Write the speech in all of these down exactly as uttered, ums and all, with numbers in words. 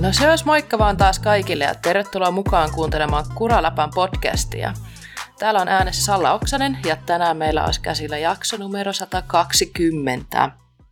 No se olisi moikka vaan taas kaikille ja tervetuloa mukaan kuuntelemaan Kuraläpän podcastia. Täällä on äänessä Salla Oksanen ja tänään meillä olisi käsillä jakso numero sata kaksikymmentä.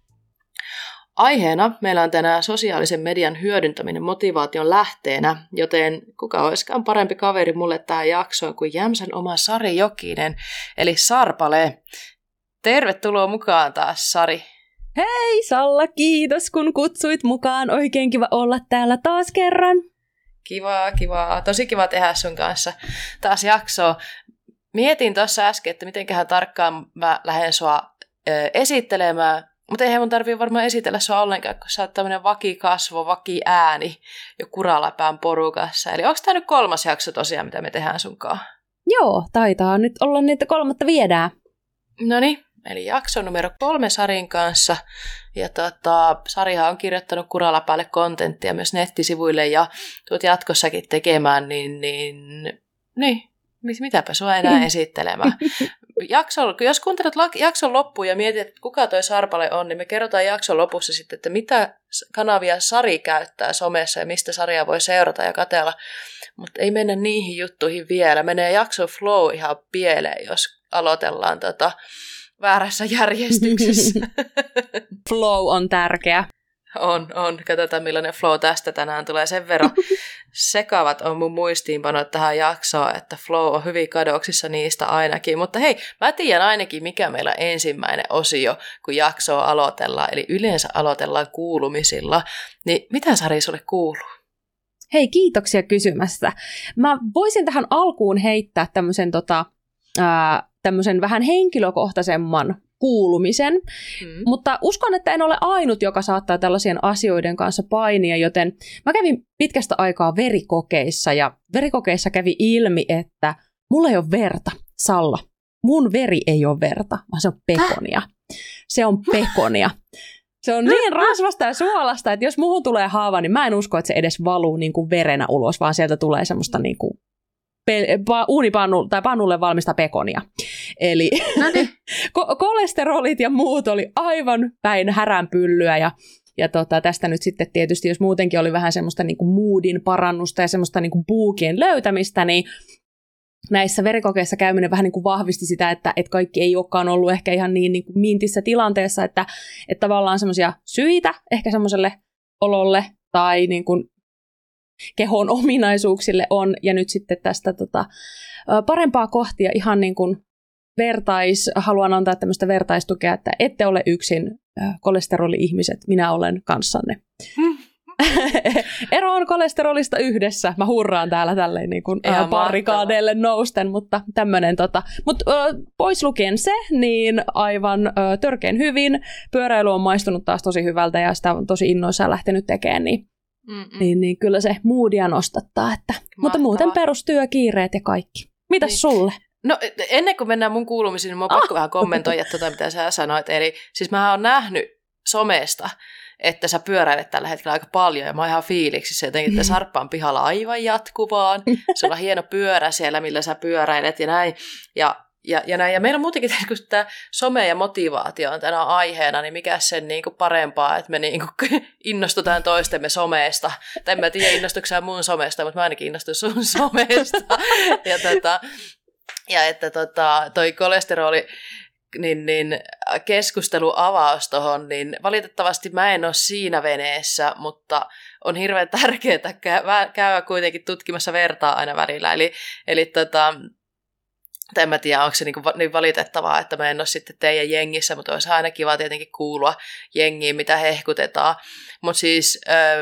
Aiheena meillä on tänään sosiaalisen median hyödyntäminen motivaation lähteenä, joten kuka olisikaan parempi kaveri mulle tähän jaksoon kuin Jämsän oma Sari Jokinen, eli Sarpale. Tervetuloa mukaan taas, Sari. Hei Salla, kiitos kun kutsuit mukaan. Oikein kiva olla täällä taas kerran. Kivaa, kivaa. Tosi kiva tehdä sun kanssa taas jaksoa. Mietin tuossa äsken, että mitenköhän tarkkaan mä lähden sua ö, esittelemään, mutta eihän mun tarvitse varmaan esitellä sua ollenkaan, kun sä oot tämmönen vakikasvo, vakiääni jo Kuraläpän porukassa. Eli onko tää nyt kolmas jakso tosiaan, mitä me tehdään sunkaan? Joo, taitaa nyt olla niitä kolmatta viedään. Noniin. Eli jakso numero kolme Sarin kanssa. Ja tota, Sarihan on kirjoittanut Kuraläpälle kontenttia myös nettisivuille ja tuot jatkossakin tekemään, niin, niin, niin mitäpä sua enää esittelemään. Jakso, jos kuuntelet jakson loppuun ja mietit, että kuka toi Sarpale on, niin me kerrotaan jakson lopussa sitten, että mitä kanavia Sari käyttää somessa ja mistä Saria voi seurata ja katsella. Mutta ei mennä niihin juttuihin vielä. Menee jakson flow ihan pieleen, jos aloitellaan tota väärässä järjestyksessä. Flow on tärkeä. On, on. Katsotaan millainen flow tästä tänään tulee. Sen verran sekavat on mun muistiinpanot tähän jaksoon, että flow on hyvin kadoksissa niistä ainakin. Mutta hei, mä tiedän ainakin mikä meillä on ensimmäinen osio, kun jaksoa aloitellaan. Eli yleensä aloitellaan kuulumisilla. Niin mitä Sari sulle kuuluu? Hei, kiitoksia kysymästä. Mä voisin tähän alkuun heittää tämmöisen tota, ää, tämmöisen vähän henkilökohtaisemman kuulumisen, mm. mutta uskon, että en ole ainut, joka saattaa tällaisien asioiden kanssa painia, joten mä kävin pitkästä aikaa verikokeissa, ja verikokeissa kävi ilmi, että mulla ei ole verta, Salla. Mun veri ei ole verta, vaan se on pekonia. Se on pekonia. Se on niin rasvasta ja suolasta, että jos muuhun tulee haava, niin mä en usko, että se edes valuu niin kuin verenä ulos, vaan sieltä tulee semmoista niin kuin Pe- pa- uunipannu tai pannulle valmista pekonia. Eli ko- kolesterolit ja muut oli aivan päin häränpyllyä ja, ja tota, tästä nyt sitten tietysti, jos muutenkin oli vähän semmoista niin kuin moodin parannusta ja semmoista niin kuin buukien löytämistä, niin näissä verikokeissa käyminen vähän niin kuin vahvisti sitä, että, että kaikki ei olekaan ollut ehkä ihan niin, niin kuin mintissä tilanteessa, että, että tavallaan semmoisia syitä ehkä semmoiselle ololle tai niin kuin kehon ominaisuuksille on, ja nyt sitten tästä tota, parempaa kohtia ihan niin kuin vertais, haluan antaa tämmöistä vertaistukea, että ette ole yksin kolesteroli-ihmiset, minä olen kanssanne. Eroon kolesterolista yhdessä, mä hurraan täällä tälleen niin kuin barrikaadeille nousten, mutta tämmöinen tota, mut, pois lukien se, niin aivan ö, törkeän hyvin, pyöräily on maistunut taas tosi hyvältä, ja sitä on tosi innoissaan lähtenyt tekemään, niin Niin, niin kyllä se moodia nostattaa. Että. Mutta muuten perustyö, kiireet ja kaikki. Mitäs niin. Sulle? No ennen kuin mennään mun kuulumisiin, niin mun on ah. pakko vähän kommentoida tuota, mitä sä sanoit. Eli siis mä oon nähnyt somesta, että sä pyöräilet tällä hetkellä aika paljon ja mä oon ihan fiiliksissä jotenkin, että Sarppa on pihalla aivan jatkuvaan. Sulla on hieno pyörä siellä, millä sä pyöräilet ja näin. Ja Ja, ja, näin. Ja meillä on muutenkin, kun tämä some ja motivaatio on tänään aiheena, niin mikä sen niin kuin parempaa, että me niin kuin innostutaan toistemme somesta. Tai en mä tiedä, innostuiko sä mun somesta, mutta mä ainakin innostun sun somesta. Ja, tota, ja että tota, toi kolesteroli, niin, niin keskusteluavaus tuohon, niin valitettavasti mä en ole siinä veneessä, mutta on hirveän tärkeää käydä kuitenkin tutkimassa vertaa aina välillä. Eli, eli tota... en mä tiedä, onko se niin, niin valitettavaa, että mä en ole sitten teidän jengissä, mutta olisi aina kiva tietenkin kuulua jengiin, mitä hehkutetaan. Mutta siis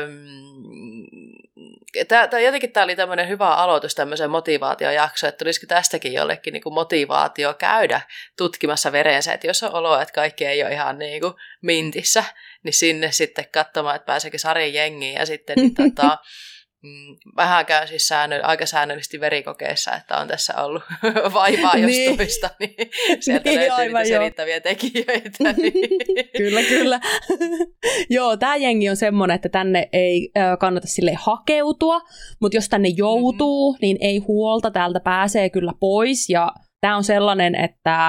ähm, tää, jotenkin tämä oli tämmöinen hyvä aloitus tämmöiseen motivaatiojaksoon, että tulisiko tästäkin jollekin niin kuin motivaatio käydä tutkimassa verensä, että jos on olo, että kaikki ei ole ihan niin kuin mintissä, niin sinne sitten katsomaan, että pääseekin Sarin jengiin ja sitten niin, tota, vähän käyn siis säännö, aika säännöllisesti verikokeissa, että on tässä ollut vaivaa jos niin. Toista, niin sieltä niin, löytyy niitä selittäviä tekijöitä. Niin. Kyllä, kyllä. Joo, tämä jengi on semmoinen, että tänne ei kannata silleen hakeutua, mutta jos tänne joutuu, mm-hmm. niin ei huolta, täältä pääsee kyllä pois. Ja tämä on sellainen, että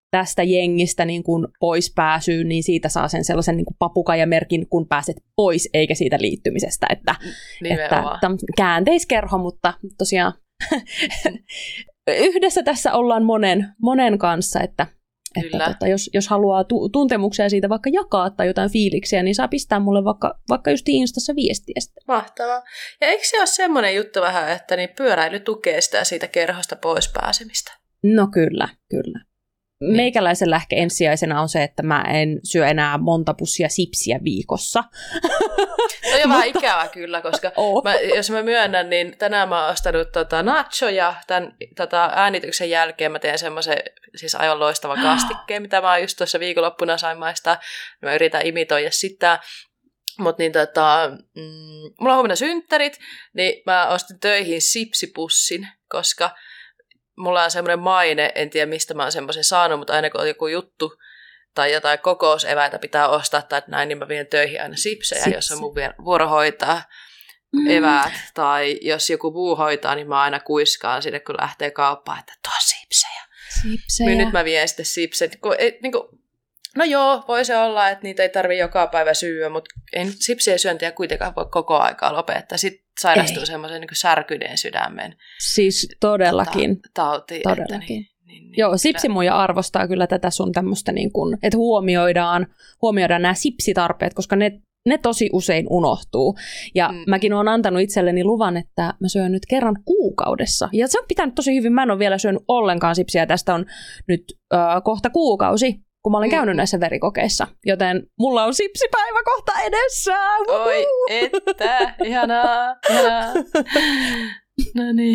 tästä jengistä niin kuin pois pääsyyn, niin siitä saa sen sellaisen niin kuin papukaijamerkin, kun pääset pois, eikä siitä liittymisestä. Että, että käänteiskerho, mutta tosiaan yhdessä tässä ollaan monen, monen kanssa, että, että tota, jos, jos haluaa tu- tuntemuksia siitä vaikka jakaa tai jotain fiiliksiä, niin saa pistää mulle vaikka, vaikka just Instassa viestiä. Mahtavaa. Ja eikö se ole semmoinen juttu vähän, että niin pyöräily tukee sitä siitä kerhosta pois pääsemistä? No kyllä, kyllä. Niin. Meikäläisen lähke ensisijaisena on se, että mä en syö enää monta pussia sipsiä viikossa. No on vähän ikävä kyllä, koska oh. mä, jos mä myönnän, niin tänään mä oon ostanut tota nachoja. Tämän tota äänityksen jälkeen mä teen semmoisen siis aivan loistavan kastikkeen, mitä mä just tuossa viikonloppuna sain maistaa. Mä yritän imitoida sitä. Mutta niin tota, mm, mulla on huomenna synttärit, niin mä ostin töihin sipsipussin, koska mulla on semmoinen maine, en tiedä mistä mä oon semmoisen saanut, mutta aina kun on joku juttu tai jotain kokouseväitä pitää ostaa tai näin, niin mä vien töihin aina sipsejä, Sipsi. Jos on mun vuoro hoitaa mm. eväät. Tai jos joku muu hoitaa, niin mä aina kuiskaan sinne, kun lähtee kauppaan, että tuo sipsejä. Sipsejä. Nyt mä vien sitten sipset. Niin kuin, no joo, voi se olla, että niitä ei tarvitse joka päivä syödä, mutta sipsien syöntiä kuitenkaan voi koko aikaa lopettaa. Sitten sairastuu semmoisen niin särkyneen sydämen. Siis todellakin. Tota, tauti. Todellakin. Niin, niin, niin, joo, sipsimuija arvostaa kyllä tätä sun tämmöistä, niin kuin, että huomioidaan, huomioidaan nämä sipsitarpeet, koska ne, ne tosi usein unohtuu. Ja mm. mäkin olen antanut itselleni luvan, että mä syön nyt kerran kuukaudessa. Ja se on pitänyt tosi hyvin. Mä en ole vielä syönyt ollenkaan sipsiä. Tästä on nyt äh, kohta kuukausi, kun mä olen käynyt näissä verikokeissa. Joten mulla on sipsipäivä kohta edessä. Uhuhu. Oi, että, ihanaa, ihanaa. No niin.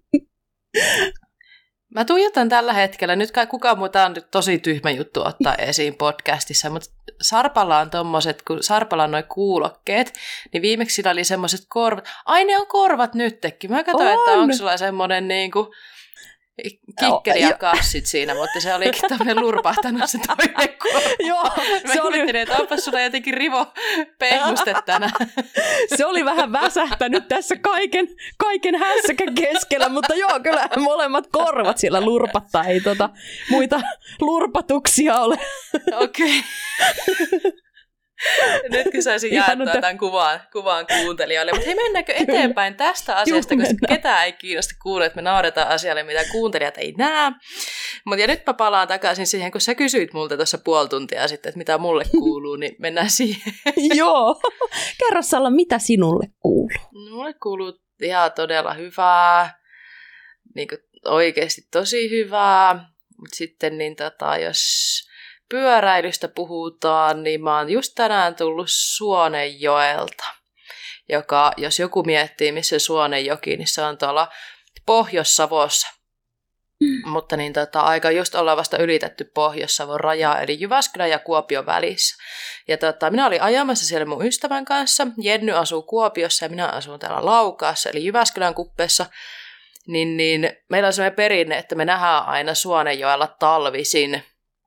Mä tuijotan tällä hetkellä, nyt kai kukaan muuta on nyt tosi tyhmä juttu ottaa esiin podcastissa, mutta Sarpalla on tommoset, kun Sarpalla on noi kuulokkeet, niin viimeksi sillä oli semmoiset korvat. Ai ne on korvat nytkin. Mä katsoin, on. Että onko sulla semmoinen niinku kikkeri ja kassit siinä, mutta se olikin tämmöinen lurpahtanut se toinen korva. Joo, se oli... että onpa sulla jotenkin rivo pehmuste tänään. Se oli vähän väsähtänyt tässä kaiken, kaiken hässäkän keskellä, mutta joo, kyllä molemmat korvat siellä lurpattaa, ei tota, muita lurpatuksia ole. Okei. Okay. Nyt kun saisin jaettua tämän kuvan, kuvan kuuntelijoille. Mutta hei, mennäänkö eteenpäin tästä asiasta, Juh, koska ketään ei kiinnosta kuulla, että me nauretaan asialle, mitä kuuntelijat ei näe. Mutta ja nyt mä palaan takaisin siihen, kun sä kysyit multa tuossa puoli tuntia sitten, että mitä mulle kuuluu, niin mennään siihen. Joo. Kerro Salla, mitä sinulle kuuluu? No, mulle kuuluu ihan todella hyvää, niin kuin oikeasti tosi hyvää. Mutta sitten niin tota, jos... pyöräilystä puhutaan, niin mä oon just tänään tullut Suonenjoelta, joka, jos joku miettii, missä Suonenjoki, niin se on tuolla Pohjois-Savossa. Mm. Mutta niin tota, aika just ollaan vasta ylitetty Pohjois-Savon rajaa, eli Jyväskylän ja Kuopion välissä. Ja tota, minä olin ajamassa siellä mun ystävän kanssa. Jenny asuu Kuopiossa ja minä asun täällä Laukaassa, eli Jyväskylän kuppessa. Niin, niin meillä on sellainen perinne, että me nähdään aina Suonenjoella talvisin,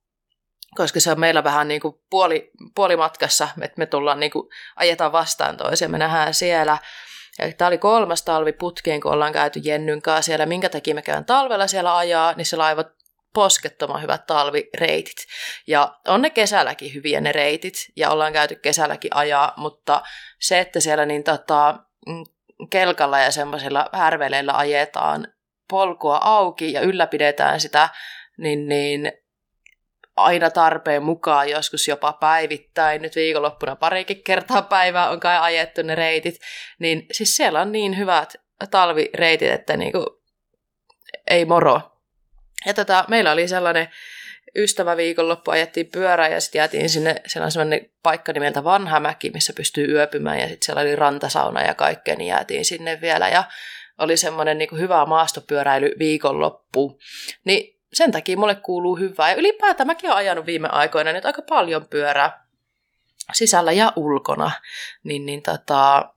koska se on meillä vähän niin kuin puoli, puolimatkassa, että me tullaan niin kuin, ajetaan vastaan toisia, me nähdään siellä. Ja tämä oli kolmas talvi putkeen, kun ollaan käyty Jennyn kanssa siellä. Minkä takia me käyn talvella siellä ajaa, niin se laivat poskettoman hyvät talvireitit. Ja on ne kesälläkin hyviä ne reitit, ja ollaan käyty kesälläkin ajaa, mutta se, että siellä niin tota, kelkalla ja semmoisilla härveleillä ajetaan polkua auki ja ylläpidetään sitä, niin, niin aina tarpeen mukaan, joskus jopa päivittäin, nyt viikonloppuna parikin kertaa päivää on kai ajettu ne reitit, niin siis siellä on niin hyvät talvireitit, että niinku ei moro. Ja tota, meillä oli sellainen ystävä viikonloppu, ajettiin pyörään ja sitten jäätiin sinne, siellä on sellainen paikka nimeltä Vanhamäki, missä pystyy yöpymään ja sitten siellä oli rantasauna ja kaikkea, niin jäätiin sinne vielä ja oli semmoinen niinku hyvä maastopyöräily viikonloppu. Niin sen takia mulle kuuluu hyvää. Ja ylipäätään mäkin olen ajanut viime aikoina nyt aika paljon pyörää sisällä ja ulkona. Niin, niin tota,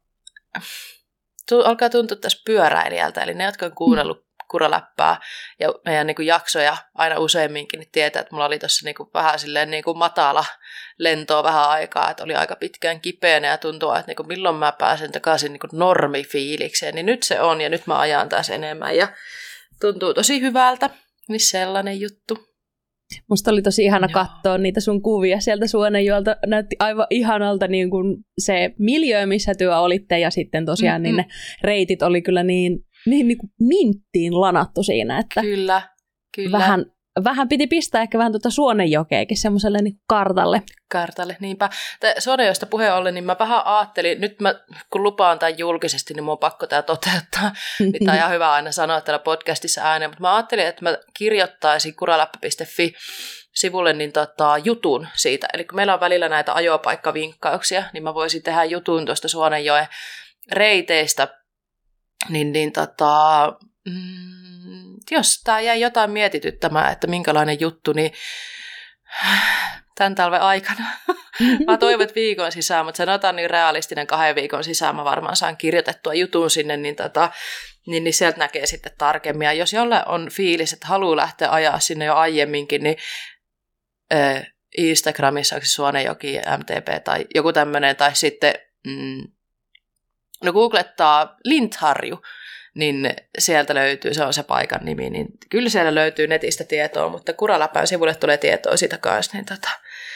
alkaa tuntua tässä pyöräilijältä. Eli ne, jotka on kuunnellut Kuraläppää ja meidän niin kuin jaksoja aina useamminkin, niin tietää, että mulla oli tuossa niin kuin vähän silleen niin kuin matala lentoa vähän aikaa, että oli aika pitkään kipeänä ja tuntuu, että niin kuin milloin mä pääsen takaisin niin kuin normifiilikseen. Niin nyt se on ja nyt mä ajan taas enemmän ja tuntuu tosi hyvältä. Niin sellainen juttu. Musta oli tosi ihana Joo. katsoa niitä sun kuvia sieltä Suonenjoelta. Näytti aivan ihanalta niin kuin se miljöö, missä työ olitte, ja sitten tosiaan Mm-hmm. niin ne reitit oli kyllä niin, niin, niin kuin minttiin lanattu siinä, että Kyllä, kyllä. Vähän, vähän piti pistää ehkä vähän tuota Suonenjokeakin semmoiselle niin kuin kartalle. Kartalle, niinpä. Suonenjoesta puheen ollen, niin mä vähän ajattelin, nyt mä kun lupaan tämän julkisesti, niin mun on pakko tämä toteuttaa. Tämä on ihan hyvä aina sanoa täällä podcastissa ääneen, mutta mä ajattelin, että mä kirjoittaisin kuraläppä piste fi sivulle niin tota, jutun siitä. Eli kun meillä on välillä näitä ajopaikkavinkkauksia, niin mä voisin tehdä jutun tuosta Suonenjoen reiteistä, niin, niin tota, mm, jos tää jäi jotain mietityttämään, että minkälainen juttu, niin tämän talven aikana. Mä toivon, että viikon sisään, mutta sanotaan niin realistinen kahden viikon sisään. Mä varmaan saan kirjoitettua jutun sinne, niin, tota, niin, niin sieltä näkee sitten tarkemmin. Ja jos jollain on fiilis, että haluaa lähteä ajaa sinne jo aiemminkin, niin äh, Instagramissa onko se Suonenjoki, M T P tai joku tämmöinen, tai sitten mm, no googlettaa Lintharju, niin sieltä löytyy, se on se paikan nimi, niin kyllä siellä löytyy netistä tietoa, mutta Kuraläppän sivulle tulee tietoa siitä kanssa, niin tota,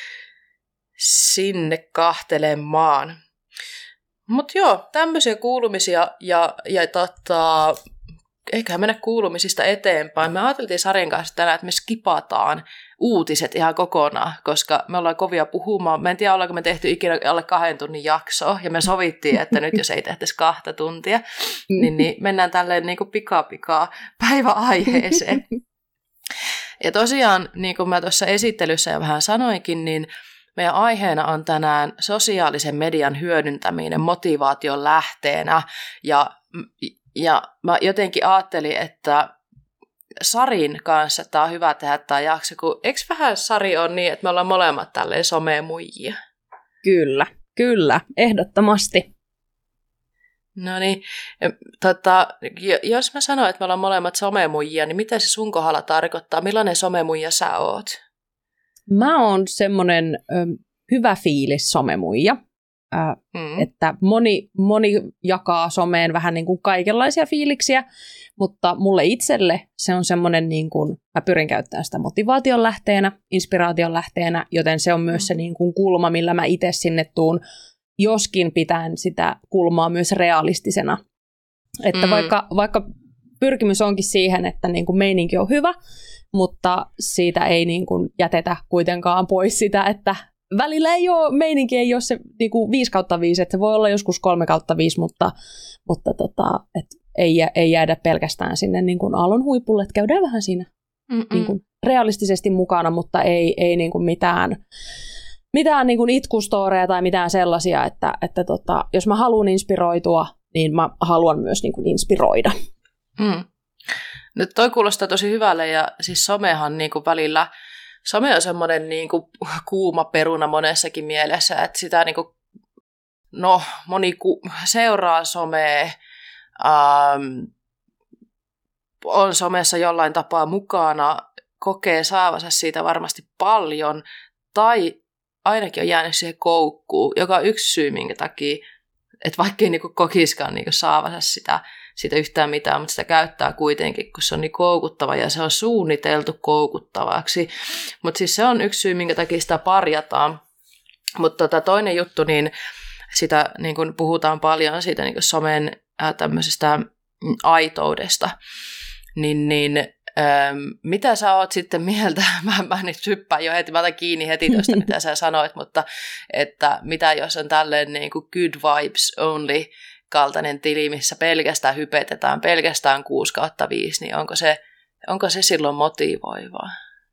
sinne kahtelemaan. Mutta joo, tämmöisiä kuulumisia ja, ja tota, eiköhän mennä kuulumisista eteenpäin. Me ajateltiin Sarin kanssa tänään, että me skipataan uutiset ihan kokonaan, koska me ollaan kovia puhumaan. Mä en tiedä, ollaanko me tehty ikinä alle kahden tunnin jaksoa, ja me sovittiin, että nyt jos ei tehtäisi kahta tuntia, niin, niin mennään tälleen niin kuin pikapikaa päiväaiheeseen. Ja tosiaan, niin kuin mä tuossa esittelyssä jo vähän sanoinkin, niin meidän aiheena on tänään sosiaalisen median hyödyntäminen motivaation lähteenä, ja, ja mä jotenkin ajattelin, että Sarin kanssa tämä on hyvä tehdä tämä jakso, kun eikö vähän Sari on niin, että me ollaan molemmat tälleen somemuijia? Kyllä, kyllä, ehdottomasti. No niin, tota, jos mä sanon, että me ollaan molemmat somemuijia, niin mitä se sun kohdalla tarkoittaa? Millainen somemuija sä oot? Mä oon semmoinen ö, hyvä fiilis somemuija, ö, mm. että moni, moni jakaa someen vähän niin kuin kaikenlaisia fiiliksiä, mutta mulle itselle se on semmoinen, niin kuin, mä pyrin käyttämään sitä motivaation lähteenä, inspiraation lähteenä, joten se on myös mm. se niin kuin kulma, millä mä itse sinne tuun, joskin pitäen sitä kulmaa myös realistisena. Että mm. vaikka, vaikka pyrkimys onkin siihen, että niin kuin meininki on hyvä, mutta siitä ei niin kuin jätetä kuitenkaan pois sitä, että välillä ei ole, meininki ei ole se niin kuin viisi kautta viisi, että se voi olla joskus kolme kautta viisi, mutta, mutta tota, et ei, ei jäädä pelkästään sinne niin kuin aallon huipulle, että käydään vähän siinä niin kuin realistisesti mukana, mutta ei, ei niin kuin mitään, mitään niin kuin itkustoreja tai mitään sellaisia, että, että tota, jos mä haluan inspiroitua, niin mä haluan myös niin kuin inspiroida. Mm. Nyt toi kuulostaa tosi hyvälle, ja siis somehan niin kuin välillä, some on semmoinen niin kuin kuuma peruna monessakin mielessä, että sitä niin kuin, no moni ku, seuraa somea, ähm, on somessa jollain tapaa mukana, kokee saavansa siitä varmasti paljon, tai ainakin on jäänyt siihen koukkuun, joka on yksi syy, minkä takia, että vaikka ei niin kuin kokiskaan niin kuin saavansa sitä, siitä yhtään mitään, mutta sitä käyttää kuitenkin, kun se on niin koukuttava ja se on suunniteltu koukuttavaksi. Mutta siis se on yksi syy, minkä takia sitä parjataan. Mutta tota, toinen juttu, niin sitä niin kun puhutaan paljon siitä niin kun somen äh, tämmöisestä aitoudesta. Niin, niin ähm, mitä sä oot sitten mieltä? Mä, mä nyt hyppään jo heti, mä otan kiinni heti tuosta, mitä sä sanoit, mutta että mitä jos on tälleen niin kuin good vibes only kaltainen tili, missä pelkästään hypetetään, pelkästään kuusi kautta viisi, niin onko se, onko se silloin motivoivaa?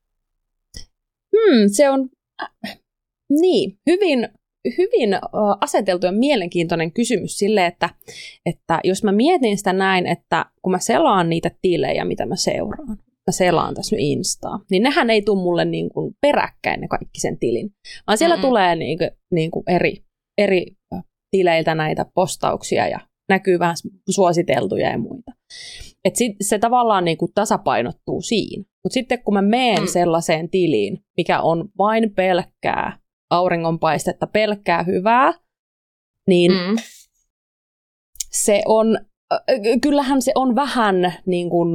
Hmm, se on äh, niin, hyvin, hyvin äh, aseteltu ja mielenkiintoinen kysymys sille, että, että jos mä mietin sitä näin, että kun mä selaan niitä tilejä, mitä mä seuraan, mä selaan tässä nyt Instaa, niin nehän ei tule mulle niin kuin peräkkäin ne kaikki sen tilin, vaan siellä mm-hmm. tulee niin kuin, niin kuin eri, eri tileiltä näitä postauksia ja näkyy vähän suositeltuja ja muita. Et sit, se tavallaan niinku tasapainottuu siinä. Mutta sitten kun mä meen mm. sellaiseen tiliin, mikä on vain pelkkää auringonpaistetta, pelkkää hyvää, niin mm. se on, kyllähän se on vähän niin kuin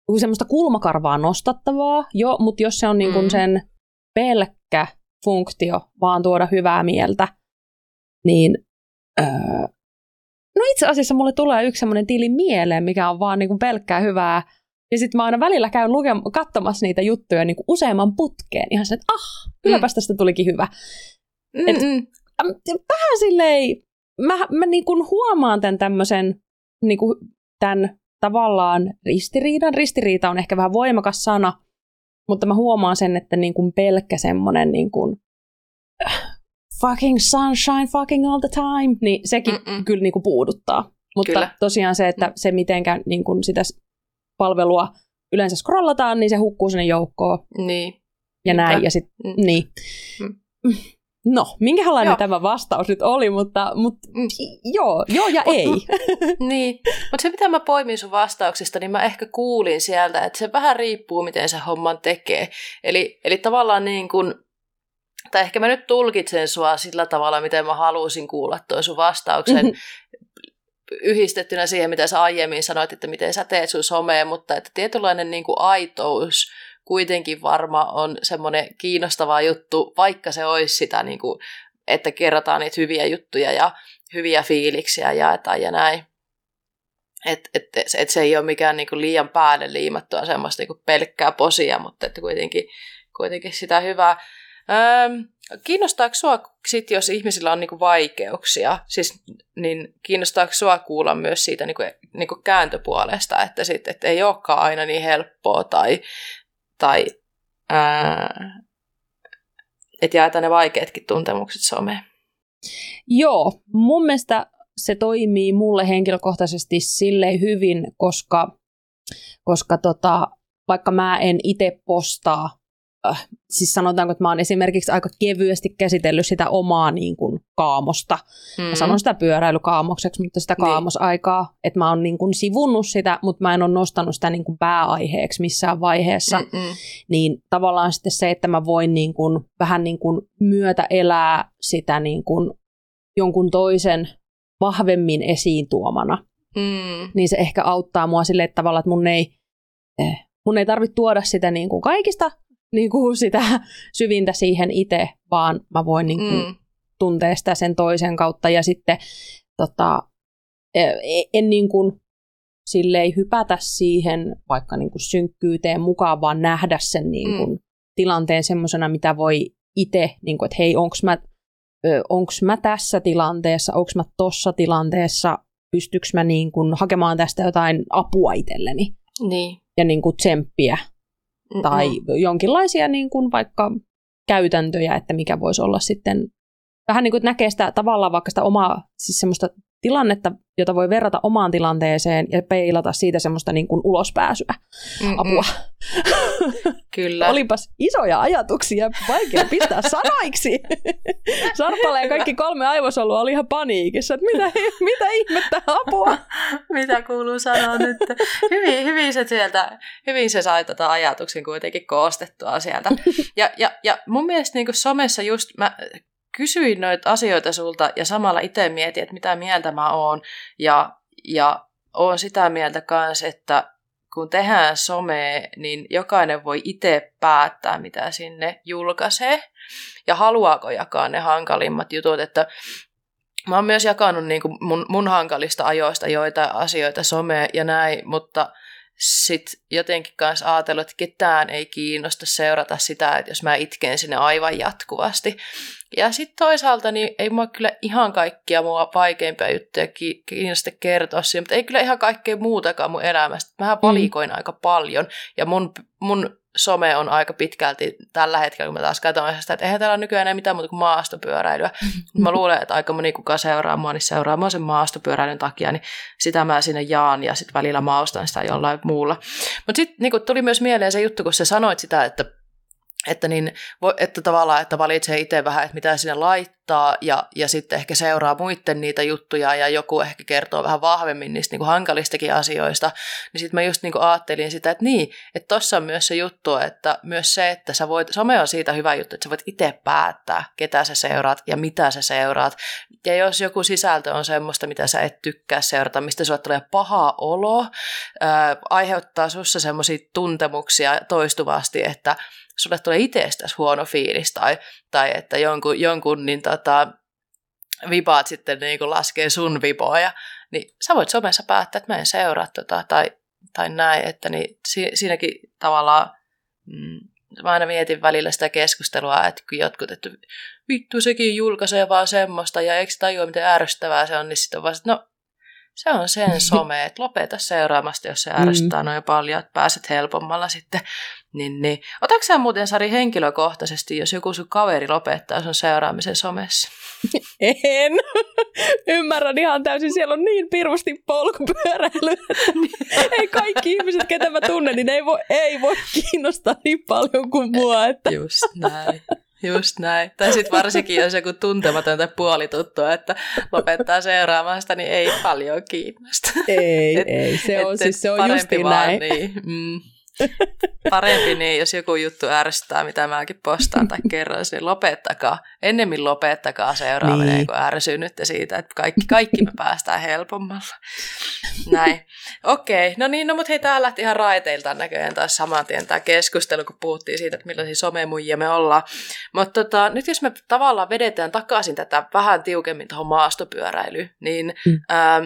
semmoista kulmakarvaa nostattavaa, jo, mutta jos se on niin kuin mm. sen pelkkä funktio, vaan tuoda hyvää mieltä, niin öö, no itse asiassa mulle tulee yksi semmoinen tili mieleen, mikä on vaan niin kuin pelkkää hyvää. Ja sitten mä aina välillä käyn lukem- katsomassa niitä juttuja niin kuin useamman putkeen. Ihan se, että ah, kylläpäs tästä tulikin hyvä. Et, vähän silleen, mä, mä niin kuin huomaan tämän tämmöisen, niin kuin tämän tavallaan ristiriidan. Ristiriita on ehkä vähän voimakas sana, mutta mä huomaan sen, että niin kuin pelkkä semmoinen niin kuin, fucking sunshine, fucking all the time, niin sekin Mm-mm. kyllä niin kuin puuduttaa. Mutta kyllä. Tosiaan se, että se mitenkä niin kuin sitä palvelua yleensä scrollataan, niin se hukkuu sinne joukkoon. Niin. Ja näin, Niinpä. ja sitten, mm. niin. Mm. No, minkälainen joo. tämä vastaus nyt oli, mutta, mutta mm. joo, joo ja ei. Niin, mutta se mitä mä poimin sun vastauksista, niin mä ehkä kuulin sieltä, että se vähän riippuu, miten se homman tekee. Eli, eli tavallaan niin kuin, tai ehkä mä nyt tulkitsen sua sillä tavalla, miten mä halusin kuulla tuon sun vastauksen, yhdistettynä siihen, mitä sä aiemmin sanoit, että miten sä teet sun somea, mutta että tietynlainen niin kuin aitous kuitenkin varma on semmoinen kiinnostava juttu, vaikka se olisi sitä, niin kuin, että kerrotaan niitä hyviä juttuja ja hyviä fiiliksiä jaetaan ja näin. Että et, et se ei ole mikään niin kuin liian päälle liimattua semmoista niin kuin pelkkää posia, mutta että kuitenkin, kuitenkin sitä hyvää. Öö, kiinnostaako sua sit, jos ihmisillä on niinku vaikeuksia, siis, niin kiinnostaako sua kuulla myös siitä niinku, niinku kääntöpuolesta, että sit, et ei olekaan aina niin helppoa tai, tai että jaetaan ne vaikeatkin tuntemukset someen? Joo, mun mielestä se toimii mulle henkilökohtaisesti silleen hyvin, koska, koska tota, vaikka mä en itse postaa, äh, siis sanotaanko, että mä oon esimerkiksi aika kevyesti käsitellyt sitä omaa niin kuin, kaamosta. Mm. Mä sanon sitä pyöräilykaamokseksi, mutta sitä kaamosaikaa, niin. Että mä oon niin kuin, sivunnut sitä, mutta mä en ole nostanut sitä niin kuin, pääaiheeksi missään vaiheessa. Mm-mm. Niin tavallaan sitten se, että mä voin niin kuin, vähän niin kuin, myötä elää sitä niin kuin, jonkun toisen vahvemmin esiin tuomana, mm. niin se ehkä auttaa mua silleen että tavalla, että mun ei, eh, mun ei tarvitse tuoda sitä niin kuin kaikista niin kuin sitä syvintä siihen itse, vaan mä voin niin kuin mm. tuntea sitä sen toisen kautta ja sitten tota, en, en niin kuin silleen hypätä siihen vaikka niin kuin synkkyyteen mukaan, vaan nähdä sen niin kuin mm. tilanteen semmoisena, mitä voi itse, niin kuin, että hei, onko mä onko mä tässä tilanteessa, onko mä tossa tilanteessa, pystyykö mä niin kun hakemaan tästä jotain apua itselleni niin. ja niin kun tsemppiä Mm-mm. tai jonkinlaisia niin kun vaikka käytäntöjä, että mikä voisi olla sitten vähän niin kuin näkee sitä tavallaan vaikka sitä omaa, siis semmoista tilannetta, jota voi verrata omaan tilanteeseen ja peilata siitä semmoista niin kuin ulospääsyä, Mm-mm. apua. Kyllä. Olipas isoja ajatuksia, vaikea pistää sanoiksi. Sarpala ja kaikki kolme aivosolua oli ihan paniikissa, että mitä, mitä ihmettä apua? Mitä kuuluu sanoa nyt? Hyvin, hyvin, se sieltä, hyvin se sai tätä ajatuksen kuitenkin koostettua sieltä. Ja, ja, ja mun mielestä niin kuin somessa just mä kysyin noita asioita sulta ja samalla itse mietin, että mitä mieltä mä oon. Ja, ja oon sitä mieltä kanssa, että kun tehdään somea, niin jokainen voi itse päättää, mitä sinne julkaisee. Ja haluaako jakaa ne hankalimmat jutut. Että mä oon myös jakanut niin kuin mun, mun hankalista ajoista joitain asioita somea ja näin, mutta sitten jotenkin kanssa ajatellut, että ketään ei kiinnosta seurata sitä, että jos mä itken sinne aivan jatkuvasti. Ja sitten toisaalta niin ei mua kyllä ihan kaikkia mua vaikeimpia juttuja kiinnosta kertoa siinä, mutta ei kyllä ihan kaikkea muutakaan mun elämästä. Mähän valikoin mm. aika paljon ja mun, mun some on aika pitkälti tällä hetkellä, kun mä taas katson sitä, että eihän täällä ole nykyään enää mitään muuta kuin maastopyöräilyä. Mä luulen, että aika moni kuka seuraa mua, niin seuraa mua sen maastopyöräilyn takia, niin sitä mä sinne jaan ja sitten välillä maustan sitä jollain muulla. Mutta sitten niin tuli myös mieleen se juttu, kun sä sanoit sitä, että Että, niin, että tavallaan, että valitsee itse vähän, että mitä sinne laittaa ja, ja sitten ehkä seuraa muiden niitä juttuja ja joku ehkä kertoo vähän vahvemmin niistä niin kuin hankalistakin asioista, niin sitten mä just niin kuin ajattelin sitä, että niin, että tossa on myös se juttu, että myös se, että sä voit, some on siitä hyvä juttu, että sä voit itse päättää, ketä sä seuraat ja mitä sä seuraat. Ja jos joku sisältö on semmoista, mitä sä et tykkää seurata, mistä sulle tulee paha olo, ää, aiheuttaa sussa semmoisia tuntemuksia toistuvasti, että sulle tulee itsestäsi huono fiilis tai, tai että jonkun, jonkun niin tota, vipaat sitten niin kuin laskee sun vipoja, niin sä voit somessa päättää, että mä en seuraa tota, tai, tai näin, että niin, si, siinäkin tavallaan mm, mä aina mietin välillä sitä keskustelua, että kun jotkut, että vittu sekin julkaisee vaan semmoista ja eikö tajua miten ärsyttävää se on, niin sitten on vaan, että no se on sen some, että lopeta seuraamasta, jos se ärsyttää mm. noin paljon, että pääset helpommalla sitten. Niin, niin. Otatko sä muuten, Sari, henkilökohtaisesti, jos joku sun kaveri lopettaa sun seuraamisen somessa? En. Ymmärrän ihan täysin. Siellä on niin pirvasti polkupyöräilyä, että ei kaikki ihmiset, ketä mä tunnen, niin ei voi, ei voi kiinnostaa niin paljon kuin mua. Että. Just näin. Just näin. Tai sitten varsinkin, jos joku tuntematon tai puolituttua, että lopettaa seuraamasta, niin ei paljon kiinnosta. Ei, et, ei. Se on, et, siis, se on justiin vaan, näin. Niin, mm, parempi niin, jos joku juttu ärsyttää, mitä mäkin postaan tai kerron, niin lopettakaa. Ennemmin lopettakaa seuraaminen, niin. Kun ärsynytte siitä, että kaikki, kaikki me päästään helpommalla. Näin. Okei, okay. No niin, no mutta hei, tää lähti ihan raiteiltaan näköjään taas saman tien tämä keskustelu, kun puhuttiin siitä, että millaisia somemuijia me ollaan. Mutta tota, nyt jos me tavallaan vedetään takaisin tätä vähän tiukemmin tuohon maastopyöräilyyn, niin mm. ää,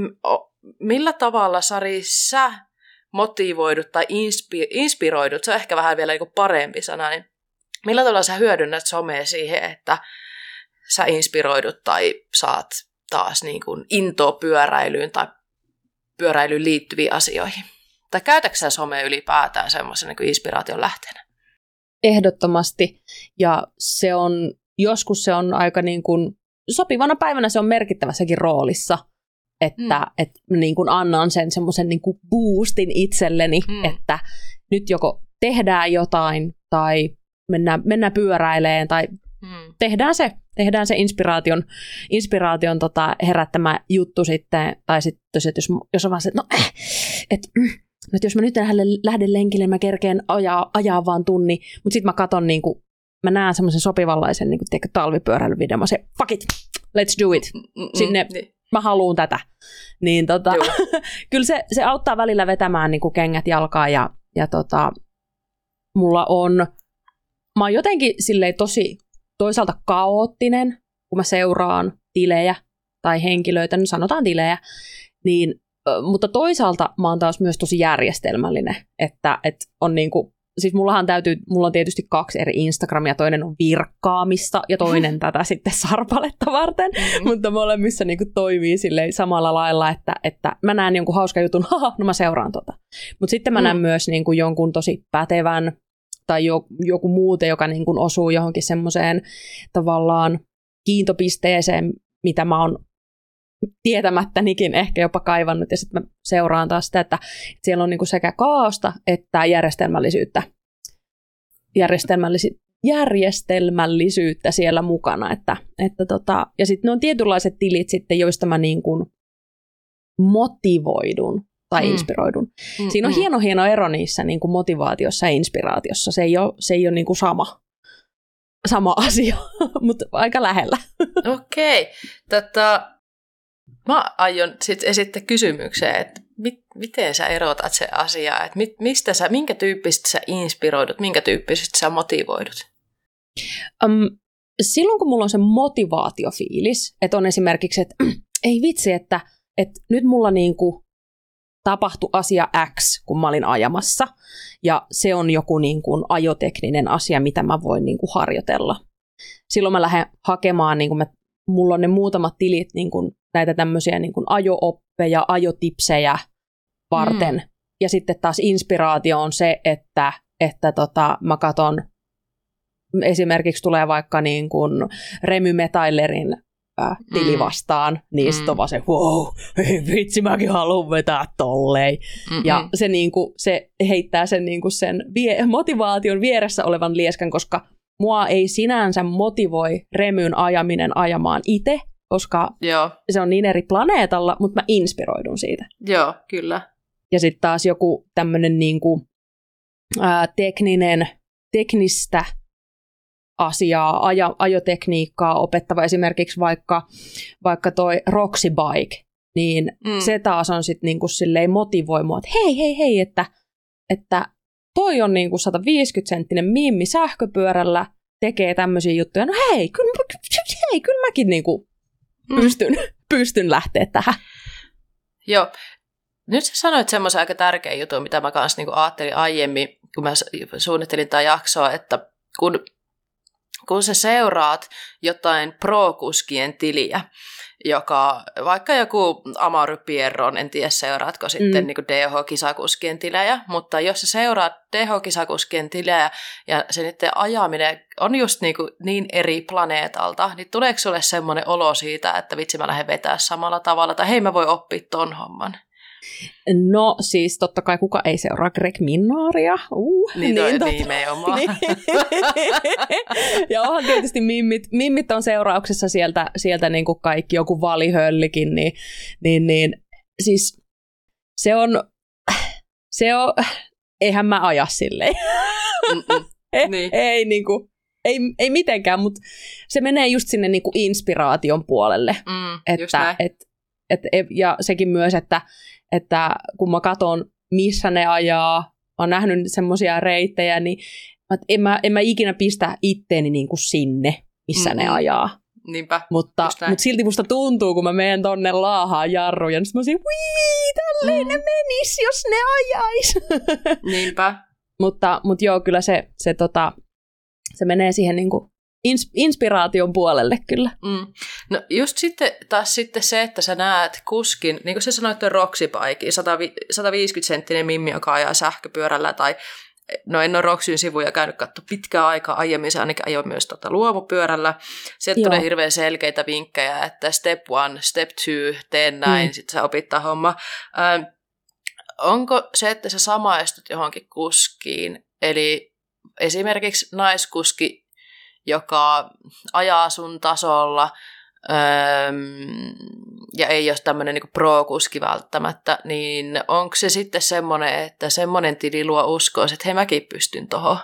millä tavalla, Sari, sä motivoidut tai inspi- inspiroidut, se on ehkä vähän vielä niin parempi sana, niin millä tavalla sä hyödynnät somea siihen, että sä inspiroidut tai saat taas niin kuin intoa pyöräilyyn tai pyöräilyyn liittyviin asioihin? Tai käytätkö sä somea ylipäätään semmoisen niin kuin inspiraation lähteenä? Ehdottomasti. Ja se on, joskus se on aika niin kuin, sopivana päivänä se on merkittävässäkin roolissa, että mm. et niin kuin annan sen semmoisen niin kuin boostin itselleni, mm. että nyt joko tehdään jotain tai mennään, mennään pyöräilemään tai mm. tehdään se, tehdään se inspiraation, inspiraation tota, herättämä juttu sitten, tai sitten jos, jos on vaan se, että no, äh, että mm, että jos mä nyt lähden lenkille, mä kerkeen ajaa, ajaa vaan tunni, mutta sitten mä katon, niin kuin, mä näen semmoisen sopivanlaisen niin kuin, talvipyöräilyvideon, mä se, fuck it, let's do it, sinne, mm-hmm. mä haluun tätä. Niin tota, kyllä se, se auttaa välillä vetämään niin kuin kengät jalkaan, ja, ja tota, mulla on, mä oon jotenkin silleen tosi toisaalta kaoottinen, kun mä seuraan tilejä tai henkilöitä, niin sanotaan tilejä, niin mutta toisaalta mä oon taas myös tosi järjestelmällinen, että, että on niinku, siis mullahan täytyy, mulla on tietysti kaksi eri Instagramia, toinen on virkkaamista ja toinen tätä sitten sarpaletta varten, mm-hmm. mutta molemmissa niinku toimii silleen samalla lailla, että, että mä näen jonkun hauskan jutun, haha, no mä seuraan tota. Mutta sitten mä mm. näen myös niinku jonkun tosi pätevän tai jo, joku muuten, joka niinku osuu johonkin semmoiseen tavallaan kiintopisteeseen, mitä mä oon tietämättänikin ehkä jopa kaivannut, ja sitten mä seuraan taas sitä, että siellä on niinku sekä kaaosta että järjestelmällisyyttä, Järjestelmällis- järjestelmällisyyttä siellä mukana, että, että tota, ja sitten ne on tietynlaiset tilit sitten, joista mä niinku motivoidun tai mm. inspiroidun. Mm, Siinä on mm. hieno hieno ero niissä niinku motivaatiossa ja inspiraatiossa, se ei ole, se ei ole niinku sama. sama asia, mutta aika lähellä. Okei, okay. Tätä mä aion sitten esittää kysymykseen, että mit, miten sä erotat se asia, että mit, mistä sä, minkä tyyppistä sä inspiroidut, minkä tyyppistä sä motivoidut? Um, silloin kun mulla on se motivaatiofiilis, että on esimerkiksi, että ei vitsi, että, että nyt mulla niinku tapahtui asia X, kun mä olin ajamassa, ja se on joku niinku ajotekninen asia, mitä mä voin niinku harjoitella. Silloin mä lähden hakemaan, niinku mä, mulla on ne muutamat tilit, niinku näitä tämmöisiä niin kuin ajo-oppeja, ajotipsejä varten. Mm. Ja sitten taas inspiraatio on se, että, että tota, mä katon, esimerkiksi tulee vaikka niin kuin Remy Metallerin ää, tili vastaan, niin mm. sitten on vaan se, wow, hei vitsi, mäkin haluan vetää tolleen. Mm-mm. Ja se, niinku, se heittää sen, niinku sen vie, motivaation vieressä olevan lieskan, koska mua ei sinänsä motivoi remyn ajaminen ajamaan itse, koska Joo. se on niin eri planeetalla, mutta mä inspiroidun siitä. Joo, kyllä. Ja sitten taas joku tämmöinen niinku, ää, tekninen, teknistä asiaa, ajo, ajotekniikkaa opettava, esimerkiksi vaikka, vaikka toi Roxy Bike, niin mm. se taas on sitten niinku silleen motivoi mua, että hei, hei, hei, että, että toi on niinku sata viisikymmentä senttinen mimmi sähköpyörällä, tekee tämmöisiä juttuja, no hei, kyllä, hei, kyllä mäkin niinku mm. pystyn, pystyn lähteä tähän. Joo. Nyt sä sanoit semmoisen aika tärkeän jutun, mitä mä kanssa niinku ajattelin aiemmin, kun mä suunnittelin tätä jaksoa, että kun kun sä seuraat jotain pro-kuskien tiliä, joka vaikka joku Amaury Pierron, en tiedä seuraatko sitten mm. niin kuin D H-kisakuskien tilejä, mutta jos sä seuraat D H-kisakuskien tilejä ja se niiden ajaminen on just niin, kuin niin eri planeetalta, niin tuleeko sulle semmoinen olo siitä, että vitsi mä lähden vetää samalla tavalla, tai hei mä voi oppia ton homman? No siis totta kai kuka ei seuraa Greg Minnaaria. Uh, niin, niin, tot... nimenomaan. Niin. Ja onhan tietysti mimmit, mimmit on seurauksessa sieltä, sieltä niin kuin kaikki, joku Valihöllikin, niin, niin, niin siis se on, se on, eihän mä aja silleen. ei, niin. ei, niin kuin, ei, ei mitenkään, mutta se menee just sinne niin kuin inspiraation puolelle. Mm, että, et, et, et, ja sekin myös, että että kun mä katson, missä ne ajaa, mä oon nähnyt semmoisia reittejä, niin en mä, en mä ikinä pistä itteeni niin kuin sinne, missä mm-hmm. ne ajaa. Niinpä, mutta, mutta silti musta tuntuu, kun mä menen tonne laahaan jarruun, ja niin mä olisin, wii, tälleen mm. ne menis, jos ne ajais. Niinpä. mutta, mutta joo, kyllä se, se, tota, se menee siihen niin kuin ins- inspiraation puolelle kyllä. Mm. No just sitten taas sitten se, että sä näet kuskin, niin kuin sä sanoit tuon Roxy Bike, sata viisikymmentä senttinen mimmi, joka ajaa sähköpyörällä, tai no en ole Roxyn sivuja käynyt katsoa pitkää aikaa aiemmin, se ainakin ajoi myös tota luomupyörällä. Sieltä Joo. tulee hirveän selkeitä vinkkejä, että step one, step two, tee näin, mm. sitten sä opit tämä homma. Ähm, onko se, että sä samaistut johonkin kuskiin, eli esimerkiksi naiskuski, joka ajaa sun tasolla öö, ja ei ole tämmöinen niin pro-kuski välttämättä, niin onko se sitten semmoinen, että semmoinen tili luo uskoa, että hei mäkin pystyn tohon?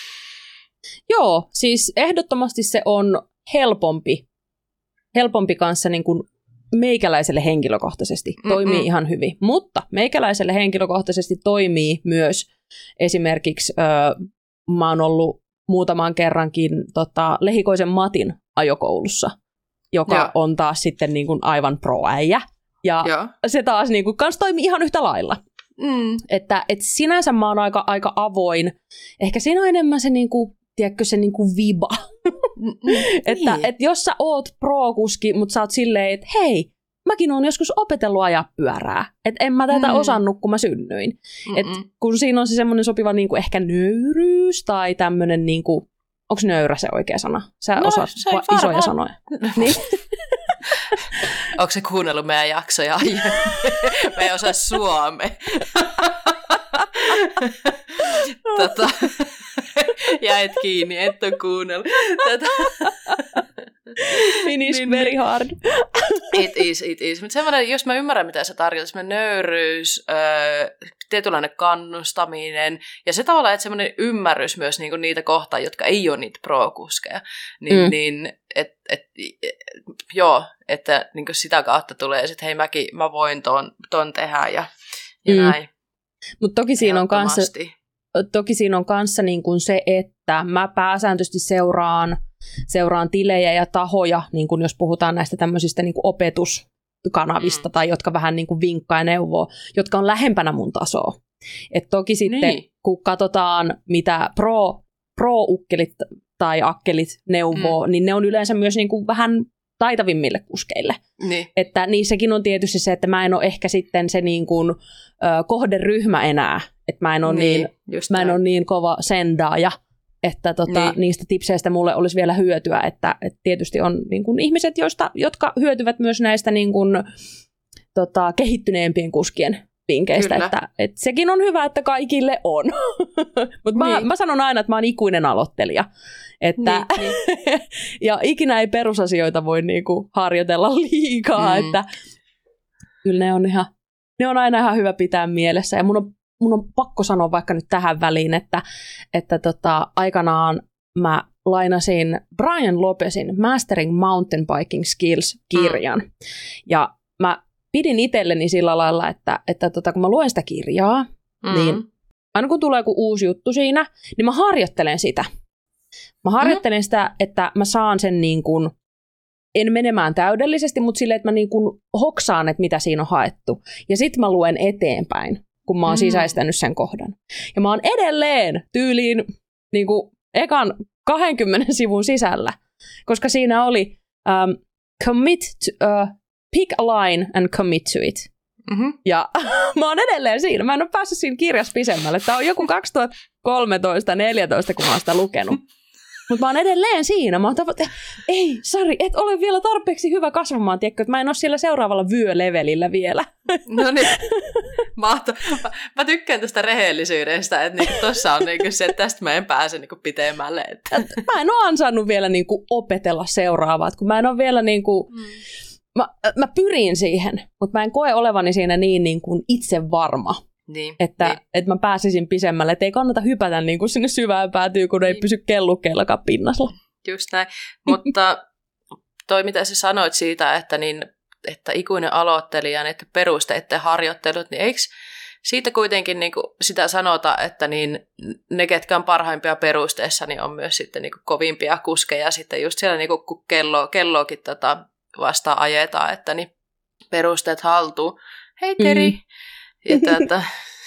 Joo, siis ehdottomasti se on helpompi, helpompi kanssa niin kuin meikäläiselle henkilökohtaisesti. Toimii Mm-mm. ihan hyvin, mutta meikäläiselle henkilökohtaisesti toimii myös esimerkiksi, öö, mä oon ollut muutaman kerrankin tota, Lehikoisen Matin ajokoulussa, joka ja. on taas sitten niin kuin aivan pro-äijä. Ja, ja se taas niin kuin, kans toimii ihan yhtä lailla. Mm. Että et sinänsä mä oon aika, aika avoin. Ehkä siinä on enemmän se, niin kuin, tiedätkö, se niin kuin viba. että niin. et jos sä oot pro-kuski, mutta sä oot silleen, että hei, mäkin oon joskus opetellut ajaa pyörää. Että en mä tätä mm. osannut, kun mä synnyin. Et kun siinä on se semmoinen sopiva niin kuin ehkä nöyryys tai tämmöinen, niin kuin, onko nöyrä se oikea sana? Sä no, osaat va- isoja sanoja. niin. Onko se kuunnellut meidän jaksoja aiemmin? Me ei osaa suomea. tota, jäit kiinni, et ole kuunnellut. Tätä. Finish niin, very hard. It is, it is. Mutta semmoinen, jos mä ymmärrän, mitä se tarkoittaa, semmoinen nöyryys, öö, tietynlainen kannustaminen, ja se tavallaan, että semmoinen ymmärrys myös niinku niitä kohtaa, jotka ei ole niitä pro-kuskeja, niin, mm. niin et, et, et, joo, että niinku sitä kautta tulee, että hei mäkin, mä voin ton, ton tehdä, ja, ja mm. näin. Mutta toki siinä on kanssa, toki siinä on kanssa niin kuin se, että mä pääsääntöisesti seuraan seuraan tilejä ja tahoja, niin kuin jos puhutaan näistä tämmöisistä niin kuin opetuskanavista, mm. tai jotka vähän niin kuin vinkkaa ja neuvoo, jotka on lähempänä mun tasoa. Et toki sitten, niin. kun katsotaan, mitä pro, pro-ukkelit tai akkelit neuvoo, mm. niin ne on yleensä myös niin kuin vähän taitavimmille kuskeille. Niin. Että niissäkin on tietysti se, että mä en ole ehkä sitten se niin kuin, ö, kohderyhmä enää. Että mä en ole niin, niin, mä en ole niin kova sendaaja. että tota, niin. niistä tipseistä mulle olisi vielä hyötyä, että, että tietysti on niin kuin ihmiset, joista, jotka hyötyvät myös näistä niin kuin, tota, kehittyneempien kuskien vinkkeistä, että, että sekin on hyvä, että kaikille on. Mutta mä, niin. mä sanon aina, että mä oon ikuinen aloittelija. Että niin, niin. Ja ikinä ei perusasioita voi niinku harjoitella liikaa, mm. että kyllä ne on, ihan, ne on aina ihan hyvä pitää mielessä. Ja mun on, mun on pakko sanoa vaikka nyt tähän väliin, että, että tota, aikanaan mä lainasin Brian Lopezin Mastering Mountain Biking Skills-kirjan. Mm. Ja mä pidin itselleni sillä lailla, että, että tota, kun mä luen sitä kirjaa, mm. niin aina kun tulee joku uusi juttu siinä, niin mä harjoittelen sitä. Mä harjoittelen mm. sitä, että mä saan sen niin kuin, en menemään täydellisesti, mutta silleen, että mä niin kuin hoksaan, että mitä siinä on haettu. Ja sit mä luen eteenpäin, kun mä oon mm. sisäistänyt sen kohdan. Ja mä oon edelleen tyyliin niin kuin ekan kahdenkymmenen sivun sisällä, koska siinä oli um, commit to, uh, pick a line and commit to it. Mm-hmm. Ja mä oon edelleen siinä. Mä en ole päässyt siinä kirjassa pisemmälle. Tämä on joku kaksituhattakolmetoista neljätoista, kun mä oon sitä lukenut. Mutta mä oon edelleen siinä. Mä oon tavoite, ei, Sari, et ole vielä tarpeeksi hyvä kasvamaan, tiedätkö, että mä en ole siellä seuraavalla vyölevelillä vielä. No niin, mahtavaa. Mä, mä tykkään tästä rehellisyydestä, että niinku tossa on niinku se, että tästä mä en pääse niinku pitemmälle. Että. Mä en ole ansainnut vielä niinku opetella seuraavaa, kun mä en ole vielä niinku... Mm. Mä, mä pyrin siihen, mutta mä en koe olevani siinä niin, niin kuin itse varma, niin, että, niin. että mä pääsisin pisemmälle. Että ei kannata hypätä niin kuin sinne syvään päätyyn, kun niin. ei pysy kellukkeellakaan pinnasella. Just näin. Mutta toi, mitä sä sanoit siitä, että, niin, että ikuinen aloittelija, että perusteiden harjoittelut, niin eikö siitä kuitenkin niin kuin sitä sanota, että niin ne, ketkä on parhaimpia perusteessa, niin on myös sitten niin kuin kovimpia kuskeja sitten just siellä, niin kuin, kun kello, kelloakin tota, vastaan ajetaan, että niin perusteet haltuun. Hei Teri! Mm. Ja tätä,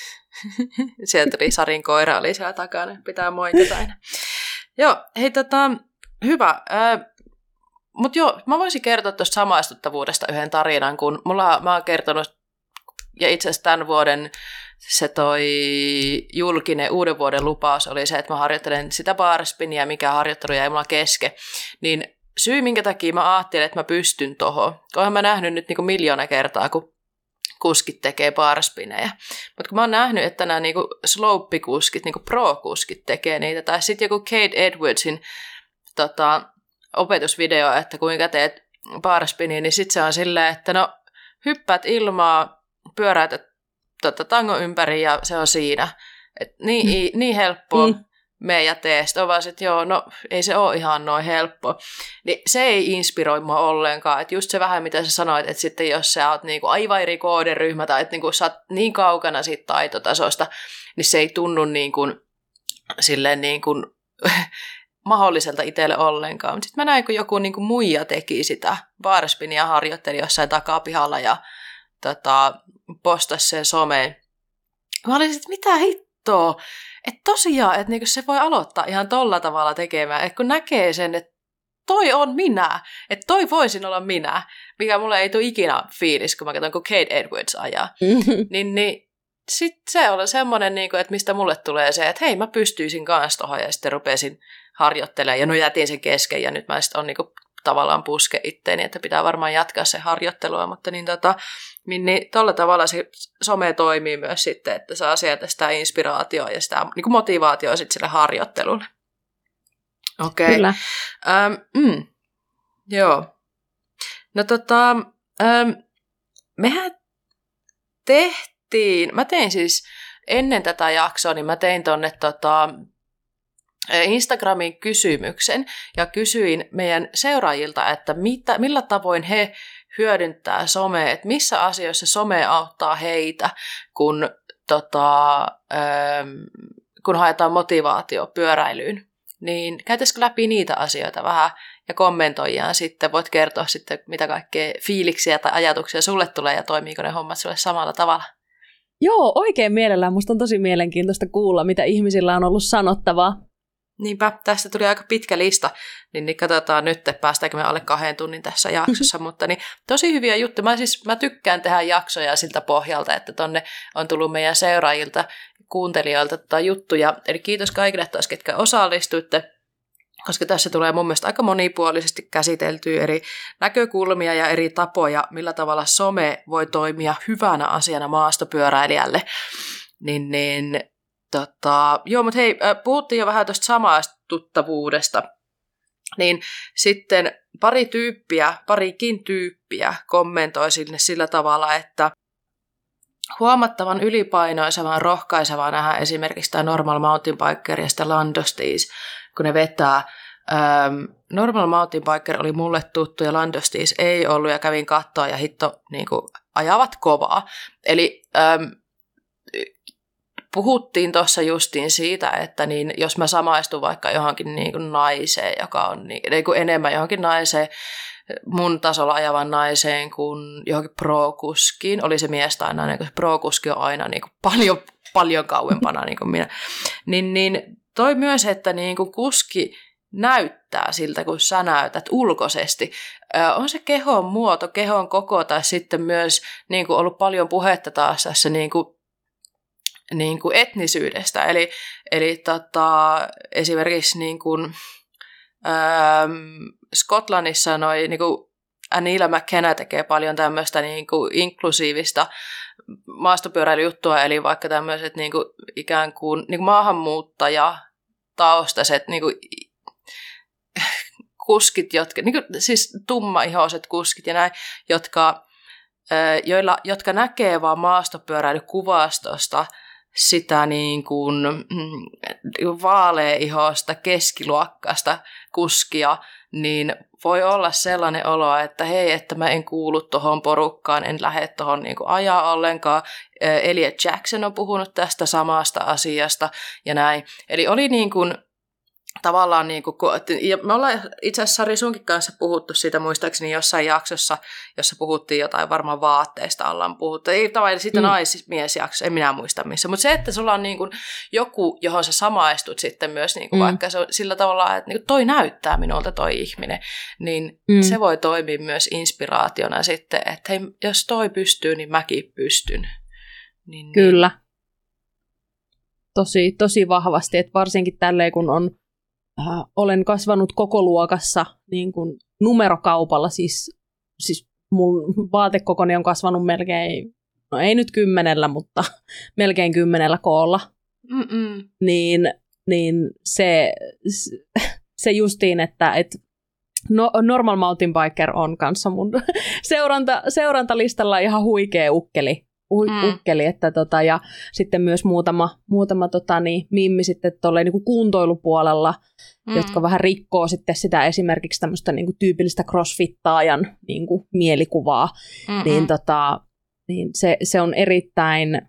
sieltä tuli Sarin koira, oli siellä takana, pitää moikata aina. Joo, hei tota, hyvä. Äh, Mutta joo, mä voisin kertoa tuosta samaistuttavuudesta yhden tarinan, kun mulla, mä oon kertonut, ja itse asiassa tämän vuoden se toi julkinen uuden vuoden lupaus oli se, että mä harjoittelen sitä barspinia, mikä harjoittelu jäi mulla kesken, niin syy, minkä takia mä ajattelin, että mä pystyn tohon, kun olen mä nähnyt nyt niinku miljoona kertaa, kun kuskit tekee barspinejä. Mutta kun mä oon nähnyt, että nämä niinku slope-kuskit, niinku pro-kuskit tekee niitä, tai sitten joku Kate Edwardsin tota, opetusvideo, että kuinka teet barspinia, niin sitten se on silleen, että no hyppäät ilmaa, pyöräytät tota, tangon ympäri ja se on siinä. Et niin, niin helppoa. Mm. Mene ja tee. Sitten on vaan, että joo, no ei se ole ihan noin helppo. Niin se ei inspiroi mua ollenkaan. Että just se vähän, mitä sä sanoit, että sitten jos sä oot niinku aivan eri kooderyhmä tai että niinku sä oot niin kaukana siitä taitotasosta, niin se ei tunnu niin kuin, silleen niin kuin, mahdolliselta itselle ollenkaan. Mutta sitten mä näin, kun joku niin kuin muija teki sitä barspinia, harjoitteli jossain takapihalla ja tota, postasi sen someen. Mä olin sitten, mitä hittoa? Että tosiaan, että niinku se voi aloittaa ihan tolla tavalla tekemään, että kun näkee sen, että toi on minä, että toi voisin olla minä, mikä mulle ei tule ikinä fiilis, kun mä katson, kun Kate Edwards ajaa, mm-hmm. niin, niin sitten se on semmoinen, niinku, että mistä mulle tulee se, että hei, mä pystyisin kanssa tohon, ja sitten rupesin harjoittelemaan, ja no jätin sen kesken, ja nyt mä sitten on niinku tavallaan puske itteeni, että pitää varmaan jatkaa se harjoittelua, mutta niin tota, niin tuolla tavalla se some toimii myös sitten, että saa sieltä sitä inspiraatioa ja sitä niin kuin motivaatioa sitten sille harjoittelulle. Okei. Okay. Kyllä. Ähm, mm, joo. No tota, ähm, mehän tehtiin, mä tein siis ennen tätä jaksoa, niin mä tein tonne tota, Instagramin kysymyksen ja kysyin meidän seuraajilta, että mitä, millä tavoin he hyödyntää somea, että missä asioissa some auttaa heitä, kun, tota, ähm, kun haetaan motivaatio pyöräilyyn. Niin käytäisikö läpi niitä asioita vähän ja kommentoijaan sitten. Voit kertoa sitten, mitä kaikkea fiiliksiä tai ajatuksia sulle tulee ja toimiiko ne hommat sulle samalla tavalla. Joo, oikein mielellään. Musta on tosi mielenkiintoista kuulla, mitä ihmisillä on ollut sanottavaa. Niinpä, tästä tuli aika pitkä lista, niin, niin katsotaan nyt, päästäänkö me alle kahden tunnin tässä jaksossa, mutta niin, tosi hyviä juttuja. Mä, siis, mä tykkään tehdä jaksoja siltä pohjalta, että tonne on tullut meidän seuraajilta kuuntelijoilta tota juttuja. Eli kiitos kaikille taas, ketkä osallistuitte, koska tässä tulee mun mielestä aika monipuolisesti käsiteltyä eri näkökulmia ja eri tapoja, millä tavalla some voi toimia hyvänä asiana maastopyöräilijälle. Niin, niin tota, joo, mutta hei, puhuttiin jo vähän tuosta samaistuttavuudesta. Niin sitten pari tyyppiä, parikin tyyppiä kommentoi sinne sillä tavalla, että huomattavan ylipainoisevaan rohkaisevaa nähdä esimerkiksi tämä Normal Mountain Biker ja sitten Landostis, kun ne vetää. Ähm, Normal Mountain Biker oli mulle tuttu ja Landostis ei ollut ja kävin katsoa ja hitto niin kuin, ajavat kovaa. Eli ähm, puhuttiin tuossa justiin siitä, että niin, jos mä samaistun vaikka johonkin niin kuin naiseen, joka on niin, niin kuin enemmän johonkin naiseen, mun tasolla ajavan naiseen kuin johonkin pro-kuskiin, oli se mies tai nainen, kun se pro-kuski on aina niin kuin paljon, paljon kauempana niin kuin minä, niin, niin toi myös, että niin kuin kuski näyttää siltä, kun sä näytät ulkoisesti. On se kehon muoto, kehon koko tai sitten myös niin kuin ollut paljon puhetta taas tässä niin kuin niin kuin etnisyydestä. Eli, eli tota, esimerkiksi niin kuin, ähm, Skotlannissa noi, niin kuin Anila McKenna tekee paljon tämmöistä niin kuin inklusiivista maastopyöräilyjuttua, eli vaikka tämmöiset niin kuin ikään kuin, niin kuin maahanmuuttajataustaiset niin kuin kuskit, jotka, niin kuin, siis tummaihoiset kuskit ja näin, jotka, joilla, jotka näkee vaan maastopyöräilykuvastosta sitä niin kuin vaaleaihoista keskiluokkaista kuskia, niin voi olla sellainen olo, että hei, että mä en kuulu tuohon porukkaan, en lähde tuohon niin kuin ajaa ollenkaan. Elliot Jackson on puhunut tästä samasta asiasta ja näin. Eli oli niin kuin tavallaan, niin kuin, ja me ollaan itse asiassa Sari sunkin kanssa puhuttu siitä muistaakseni jossain jaksossa, jossa puhuttiin jotain varmaan vaatteista ollaan puhuttu. Ei tavallaan siitä mm. naismiesjakso, en minä muista missä. Mutta se, että sulla on niin kuin joku, johon sä samaistut sitten myös, niin kuin mm. vaikka se on sillä tavalla, että niin kuin toi näyttää minulta toi ihminen, niin mm. se voi toimia myös inspiraationa sitten, että hei, jos toi pystyy, niin mäkin pystyn. Niin, Kyllä. Tosi, tosi vahvasti, että varsinkin tälleen, kun on Äh, olen kasvanut koko luokassa niin kuin numerokaupalla, siis, siis mun vaatekokoni on kasvanut melkein, no ei nyt kymmenellä, mutta melkein kymmenellä koolla. Niin, niin se, se justiin, että et no, Normal Mountain Biker on kanssa mun seuranta, seurantalistalla ihan huikea ukkeli. Mm. ukkeli, että tota, ja sitten myös muutama, muutama tota, niin, mimmi sitten tolleen, niin kuin kuntoilupuolella, mm. jotka vähän rikkoo sitten sitä esimerkiksi tämmöistä niin kuin tyypillistä crossfittaajan niin kuin mielikuvaa, niin, tota, niin se, se on erittäin,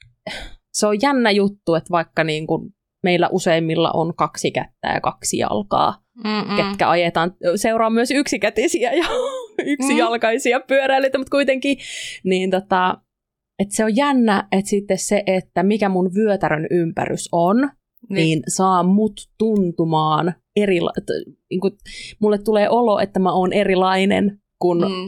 se on jännä juttu, että vaikka niin kuin meillä useimmilla on kaksi kättä ja kaksi jalkaa, Mm-mm. ketkä ajetaan, seuraa myös yksikätisiä ja yksijalkaisia mm. pyöräilijöitä, mutta kuitenkin, niin tota, että se on jännä, että sitten se, että mikä mun vyötärön ympärys on, niin, niin saa mut tuntumaan erila- niin kuin, mulle tulee olo, että mä oon erilainen kuin mm.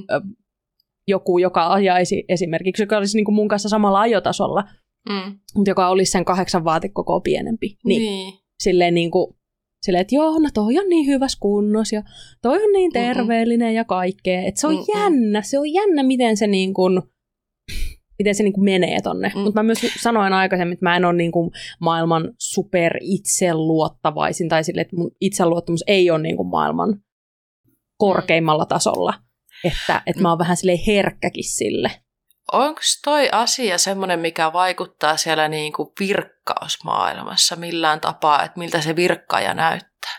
joku, joka ajaisi esimerkiksi, joka olisi niin kuin mun kanssa samalla ajotasolla, mm. mutta joka olisi sen kahdeksan vaatekokoa pienempi. Niin, niin. Silleen niin kuin, silleen, että joo, no toi on niin hyvässä kunnossa ja toi on niin terveellinen Mm-mm. ja kaikkea. Että se on Mm-mm. jännä, se on jännä, miten se niin kuin miten se niin kuin menee tonne. Mm. Mutta mä myös sanoin aikaisemmin, että mä en ole niin kuin maailman super itseluottavaisin, tai sille, että mun itseluottamus ei ole niin kuin maailman korkeimmalla tasolla. Että, että mä oon vähän silleen herkkäkin sille. Onko toi asia semmoinen, mikä vaikuttaa siellä niin kuin virkkausmaailmassa millään tapaa, että miltä se virkkaaja näyttää?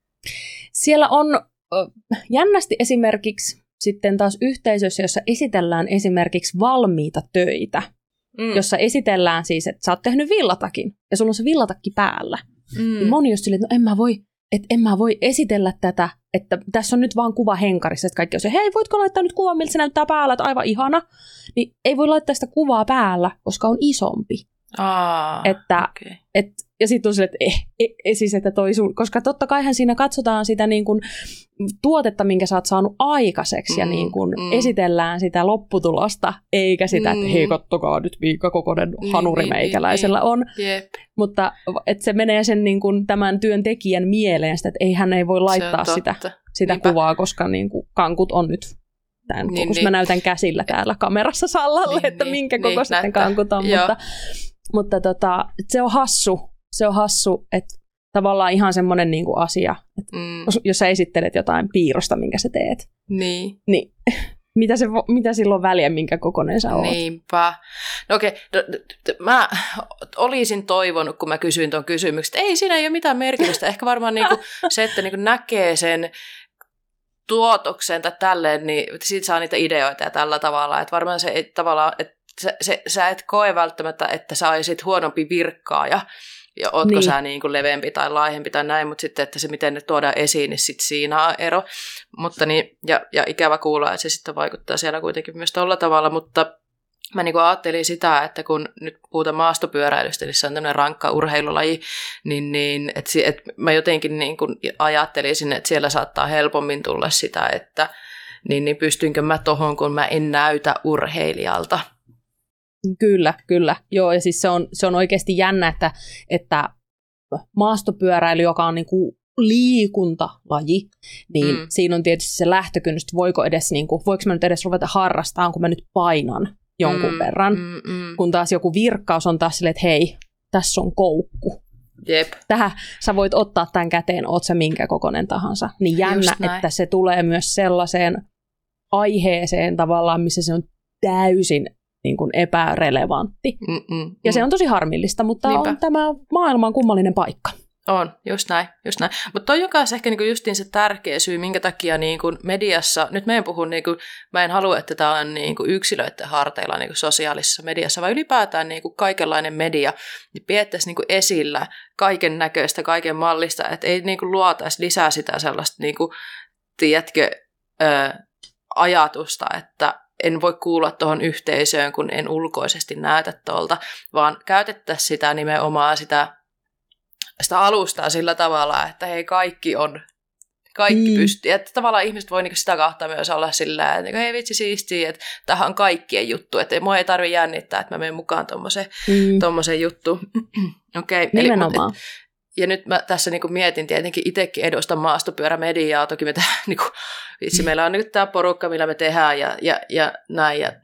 Siellä on jännästi esimerkiksi sitten taas yhteisössä, jossa esitellään esimerkiksi valmiita töitä, mm. jossa esitellään siis, että sä oot tehnyt villatakin, ja sulla on se villatakki päällä. Mm. Ja moni just silleen, että no en mä voi, että en mä voi esitellä tätä, että tässä on nyt vaan kuva henkarissa, että kaikki on se, hei, voitko laittaa nyt kuva, miltä se näyttää päällä, että aivan ihana. Niin ei voi laittaa sitä kuvaa päällä, koska on isompi. Ah, että okay. et, ja sitten on sille, että eh, eh, eh, siis, että toi sun, koska totta kaihan siinä katsotaan sitä niin kuin tuotetta, minkä sä oot saanut aikaiseksi mm, ja niin kuin mm. esitellään sitä lopputulosta, eikä sitä, mm. että hei, kattokaa nyt Miikka Kokonen hanuri niin, meikäläisellä niin, on. Jep. Mutta että se menee sen niin kuin tämän työntekijän mieleen, sitä, että ei hän ei voi laittaa sitä, sitä kuvaa, koska niin kuin kankut on nyt tämän niin, kokoista. Niin. Mä näytän käsillä täällä kamerassa Sallalle, niin, että minkä niin, kokoiset niin, kankut on, mutta, mutta tota, se on hassu. Se on hassu, että tavallaan ihan semmoinen niinku asia, että mm. jos sä esittelet jotain piirrosta, minkä sä teet, niin, niin mitä, se, mitä silloin väliä, minkä kokoinen sä oot? Niinpä. No okei, okay. Mä olisin toivonut, kun mä kysyin tuon kysymyksen, että ei siinä ei ole mitään merkitystä. Ehkä varmaan niinku se, että niinku näkee sen tuotoksen tai tälleen, niin siitä saa niitä ideoita ja tällä tavalla. Että varmaan se et, tavallaan, että se, se, sä et koe välttämättä, että sä olisit huonompi virkkaaja, ja ootko niin. sä niin kuin leveämpi tai laajempi tai näin, mutta sitten, että se miten ne tuodaan esiin, niin sitten siinä on ero. Mutta niin, ja, ja ikävä kuulla, että se sitten vaikuttaa siellä kuitenkin myös tolla tavalla, mutta mä niin kuin ajattelin sitä, että kun nyt puhutaan maastopyöräilystä, niin se on tämmöinen rankka urheilulaji, niin, niin että, että mä jotenkin niin kuin ajattelisin, että siellä saattaa helpommin tulla sitä, että niin, niin pystynkö mä tohon, kun mä en näytä urheilijalta. Kyllä, kyllä. Joo, ja siis se on, se on oikeasti jännä, että, että maastopyöräily, joka on niin kuin liikuntalaji, niin mm. siinä on tietysti se lähtökynnys, että voiko, edes, niin kuin, voiko mä nyt edes ruveta harrastamaan, kun mä nyt painan jonkun mm, verran. Mm, mm. Kun taas joku virkkaus on taas silleen, että hei, tässä on koukku. Jep. Tähän sä voit ottaa tämän käteen, oot sä minkä kokoinen tahansa. Niin jännä, että se tulee myös sellaiseen aiheeseen tavallaan, missä se on täysin niin kuin epärelevantti. Mm-mm, ja se on tosi harmillista, mutta Niinpä. On tämä maailman kummallinen paikka. On, just näin. Just näin. Mutta toi on myös ehkä niinku justiin se tärkeä syy, minkä takia niinku mediassa, nyt mä en puhu, niinku, mä en halua, että tämä on niinku yksilöiden harteilla niinku sosiaalisessa mediassa, vaan ylipäätään niinku kaikenlainen media, niin pidettäisiin niinku esillä kaiken näköistä, kaiken mallista, että ei niinku luotaisi lisää sitä sellaista, niinku, tiedätkö, ö, ajatusta, että en voi kuulua tuohon yhteisöön, kun en ulkoisesti näytä tuolta, vaan käytettäisiin sitä nimenomaan sitä, sitä alustaa sillä tavalla, että hei, kaikki on, kaikki mm. pystyy. Että tavallaan ihmiset voi niinku sitä kahta myös olla sillä, että hei vitsi siistiä, että tämähän on kaikkien juttu, että mua ei tarvitse jännittää, että mä menen mukaan tuommoiseen mm. juttuun. Okay, nimenomaan. Eli, ja nyt mä tässä niinku mietin tietenkin itsekin edustan maastopyörämediaa, toki me tehdään, niinku, vitsi, meillä on nyt tämä porukka, millä me tehdään ja, ja, ja näin, ja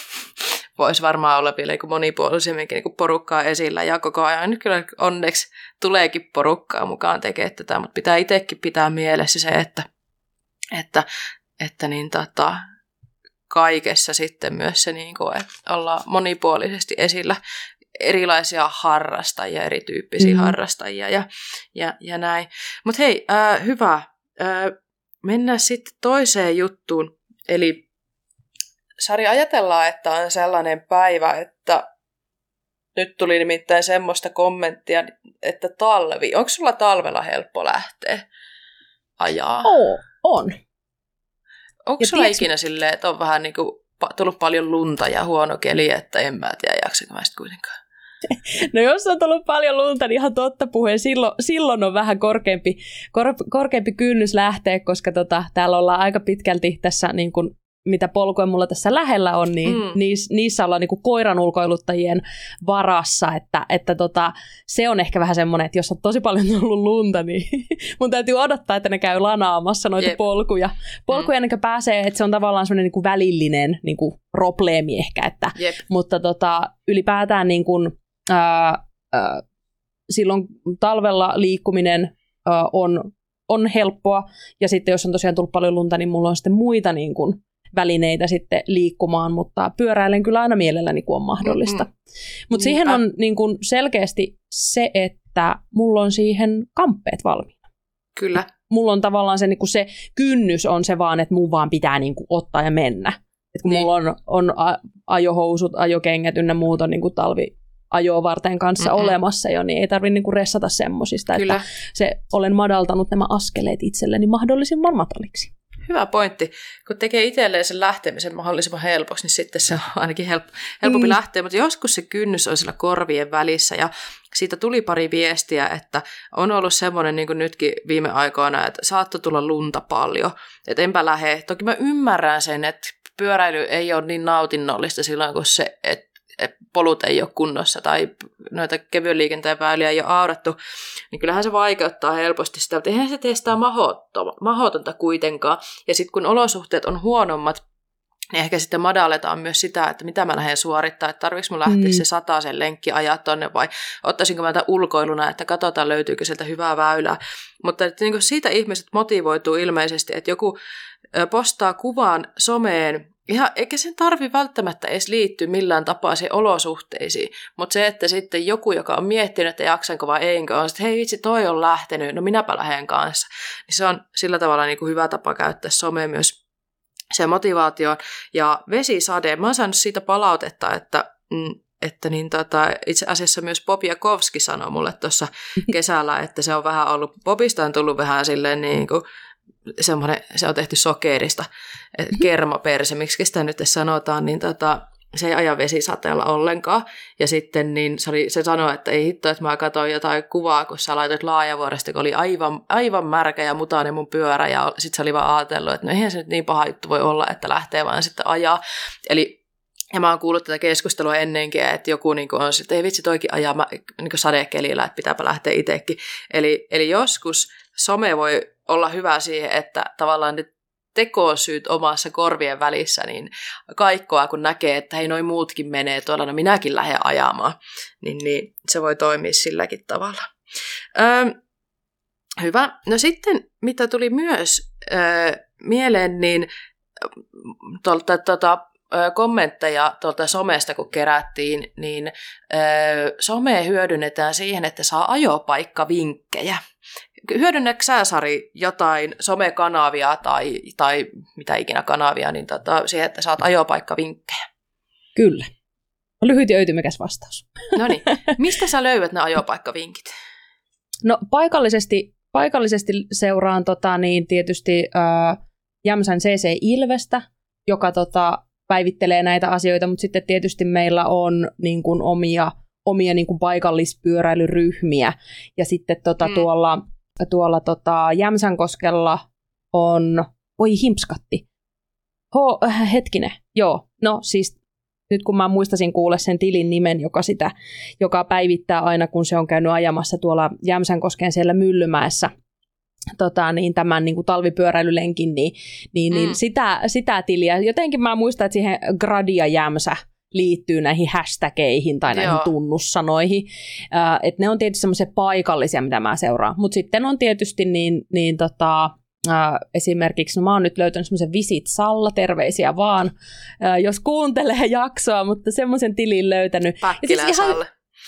voisi varmaan olla vielä niinku monipuolisemminkin niinku porukkaa esillä, ja koko ajan nyt kyllä onneksi tuleekin porukkaa mukaan tekemään tätä, mutta pitää itsekin pitää mielessä se, että, että, että niin tota, kaikessa sitten myös se, niinku, että ollaan monipuolisesti esillä, erilaisia harrastajia, erityyppisiä mm. harrastajia ja, ja, ja näin. Mutta hei, äh, hyvä. Äh, mennään sitten toiseen juttuun. Eli Sari, ajatellaan, että on sellainen päivä, että nyt tuli nimittäin semmoista kommenttia, että talvi. Onko sulla talvella helppo lähteä ajaa? Oo, on. Onko sulla tiiäks... ikinä silleen, että on vähän niin kuin tullut paljon lunta ja huono keli, että en mä tiedä, jaksanko mä sitten kuitenkaan? No jos on tullut paljon lunta, niin ihan totta puheen, silloin, silloin on vähän korkeampi, kor, korkeampi kynnys lähteä, koska tota, täällä ollaan aika pitkälti tässä, niin kun, mitä polkuja mulla tässä lähellä on, niin mm. niissä, niissä ollaan niin kun koiran ulkoiluttajien varassa, että, että tota, se on ehkä vähän semmoinen, että jos on tosi paljon tullut lunta, niin mun täytyy odottaa, että ne käy lanaamassa noita Jep. polkuja. Polkuja mm. ennen kuin pääsee, että se on tavallaan semmoinen niin kuin välillinen niin kuin probleemi ehkä, että, mutta tota, ylipäätään niin kuin, Ää, ää, silloin talvella liikkuminen ää, on, on helppoa, ja sitten jos on tosiaan tullut paljon lunta, niin mulla on sitten muita niin kuin, välineitä sitten liikkumaan, mutta pyöräilen kyllä aina mielelläni, kun on mahdollista. Mm-hmm. Mutta siihen on niin kuin, selkeästi se, että mulla on siihen kamppeet valmiina. Kyllä. Mulla on tavallaan se, niin kuin se kynnys on se vaan, että mun vaan pitää niin kuin, ottaa ja mennä. Et kun niin. mulla on, on ajohousut, ajokengät ynnä muut on niin kuin talvi ajoa varten kanssa mm-hmm. olemassa jo, niin ei tarvitse niinku ressata semmosista, että se, olen madaltanut nämä askeleet itselleni mahdollisimman mataliksi. Hyvä pointti. Kun tekee itselleen sen lähtemisen mahdollisimman helpoksi, niin sitten se on ainakin help, helpompi mm. lähteä. Mutta joskus se kynnys on sillä korvien välissä ja siitä tuli pari viestiä, että on ollut semmoinen niin kuin nytkin viime aikoina, että saattoi tulla lunta paljon. Että enpä lähde. Toki mä ymmärrän sen, että pyöräily ei ole niin nautinnollista silloin, kun se, että polut ei ole kunnossa tai noita kevyen liikenteen väyliä ei ole aurattu, niin kyllähän se vaikeuttaa helposti sitä, mutta eihän se tee sitä mahdotonta kuitenkaan. Ja sitten kun olosuhteet on huonommat, niin ehkä sitten madalletaan myös sitä, että mitä mä lähden suorittaa, että tarvitsen mun lähteä mm. se sataisen lenkki ajaa tonne vai ottaisinko mä tämän ulkoiluna, että katsotaan löytyykö sieltä hyvää väylää. Mutta että niin siitä ihmiset motivoituu ilmeisesti, että joku postaa kuvan someen, ihan, eikä sen tarvi välttämättä edes liittyä millään tapaa siihen olosuhteisiin, mutta se, että sitten joku, joka on miettinyt, että jaksanko vai einkö, on sitten, hei vitsi, toi on lähtenyt, no minäpä lähden kanssa. Niin se on sillä tavalla niin kuin hyvä tapa käyttää somea myös se motivaatioon. Ja vesisade, mä oon saanut siitä palautetta, että, että niin tota, itse asiassa myös Bob Jakowski sanoi mulle tuossa kesällä, että se on vähän ollut, Bobista on tullut vähän silleen niin kuin, semmoinen, se on tehty sokerista, kermaperse, miksi sitä nyt sanotaan, niin tota, se ei aja vesisateella ollenkaan. Ja sitten niin se, oli, se sanoi, että ei hitto, että mä katsoin jotain kuvaa, kun sä laitoit Laajavuoresta, kun oli aivan, aivan märkä ja mutainen mun pyörä, ja sitten se oli vaan ajatellut, että no eihän se nyt niin paha juttu voi olla, että lähtee vaan sitten ajaa. Eli ja mä oon kuullut tätä keskustelua ennenkin, että joku niin on että ei vitsi toikin ajaa niin sadekelillä, että pitääpä lähteä itsekin. Eli, eli joskus some voi olla hyvä siihen, että tavallaan ne tekosyyt omassa korvien välissä, niin kaikkoa kun näkee, että hei noi muutkin menee tuolla, no minäkin lähden ajamaan, niin, niin se voi toimia silläkin tavalla. Öö, hyvä. No sitten, mitä tuli myös öö, mieleen, niin tuolta tuota, kommentteja tuolta somesta, kun kerättiin, niin öö, somea hyödynnetään siihen, että saa ajopaikkavinkkejä. Hyödynnätkö sä, Sari, jotain somekanavia tai, tai mitä ikinä kanavia, niin tota, siihen, että saat ajopaikkavinkkejä? Kyllä. Lyhyt ja ytimekäs vastaus. No niin. Mistä sä löydät ne ajopaikkavinkit? No paikallisesti, paikallisesti seuraan tota, niin tietysti äh, Jämsän C C Ilvestä, joka tota, päivittelee näitä asioita, mutta sitten tietysti meillä on niin kuin, omia, omia niin kuin, paikallispyöräilyryhmiä. Ja sitten tota, mm. tuolla, tuolla tota, Jämsänkoskella on, voi himpskatti, Ho, äh, hetkinen, joo, no siis nyt kun mä muistasin kuulla sen tilin nimen, joka, sitä, joka päivittää aina, kun se on käynyt ajamassa tuolla Jämsänkosken siellä Myllymäessä, Tota, niin tämän niin kuin talvipyöräilylenkin, niin, niin, mm. niin sitä, sitä tiliä. Jotenkin mä muistan, että siihen Gradia Jämsä liittyy näihin hashtageihin tai näihin Joo. tunnussanoihin. Äh, että ne on tietysti semmoisia paikallisia, mitä mä seuraan. Mutta sitten on tietysti niin, niin tota, äh, esimerkiksi, no mä oon nyt löytänyt semmoisen Visit Salla, terveisiä vaan, äh, jos kuuntelee jaksoa, mutta semmoisen tilin löytänyt. Päkkilän Salle.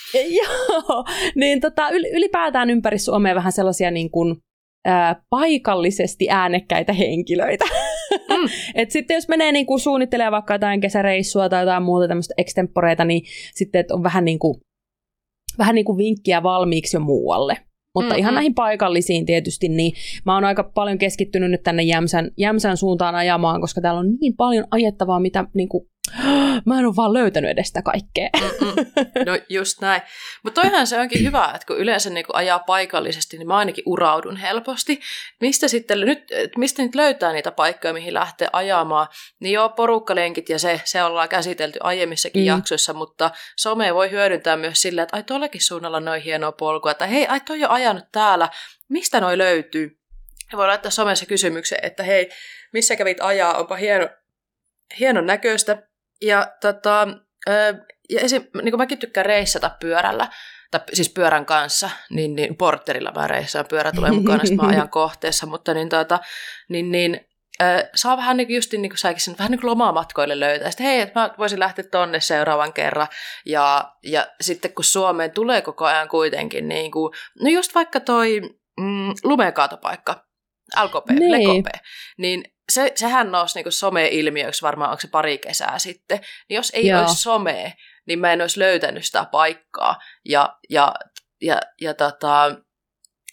Joo, niin tota, ylipäätään ympäri Suomea vähän sellaisia niin kuin Ää, paikallisesti äänekkäitä henkilöitä. Mm. Et sitten jos menee niinku suunnittelemaan vaikka jotain kesäreissua tai jotain muuta tämmöistä extemporeita, niin sitten on vähän niinku, vähän niinku vinkkiä valmiiksi jo muualle. Mutta mm-hmm. ihan näihin paikallisiin tietysti, niin mä oon aika paljon keskittynyt nyt tänne Jämsän, Jämsän suuntaan ajamaan, koska täällä on niin paljon ajettavaa, mitä niinku, mä en ole vaan löytänyt edes sitä kaikkea. No just näin. Mutta toihan se onkin hyvä, että kun yleensä niin kun ajaa paikallisesti, niin mä ainakin uraudun helposti. Mistä sitten nyt, mistä nyt löytää niitä paikkoja, mihin lähtee ajamaan? Niin joo, porukkalenkit ja se, se ollaan käsitelty aiemmissakin mm. jaksoissa, mutta some voi hyödyntää myös sillä, että ai tuollakin suunnalla noin hienoa polkua, että hei, ai toi on ajanut täällä, mistä noi löytyy? Ja voi laittaa somessa kysymyksen, että hei, missä kävit ajaa, onpa hieno, hienon näköistä. Ja, tota, ja esim, niin kuin mäkin tykkään reissata pyörällä, tai siis pyörän kanssa, niin, niin porterilla mä reissaan, pyörä tulee mukana, sitten mä ajan kohteessa, mutta niin, tota, niin, niin äh, saa vähän niin kuin just niin kuin säkin sen, vähän niin kuin lomamatkoille löytää, sitten hei, että mä voisin lähteä tonne seuraavan kerran, ja, ja sitten kun Suomeen tulee koko ajan kuitenkin, niin kuin, no just vaikka toi mm, lumeenkaatopaikka, L K P, niin. L K P, niin Se, sehän nousi niin some-ilmiöksi varmaan, onko se pari kesää sitten. Niin jos ei Joo. olisi somea, niin mä en olisi löytänyt sitä paikkaa. Ja, ja, ja, ja tota,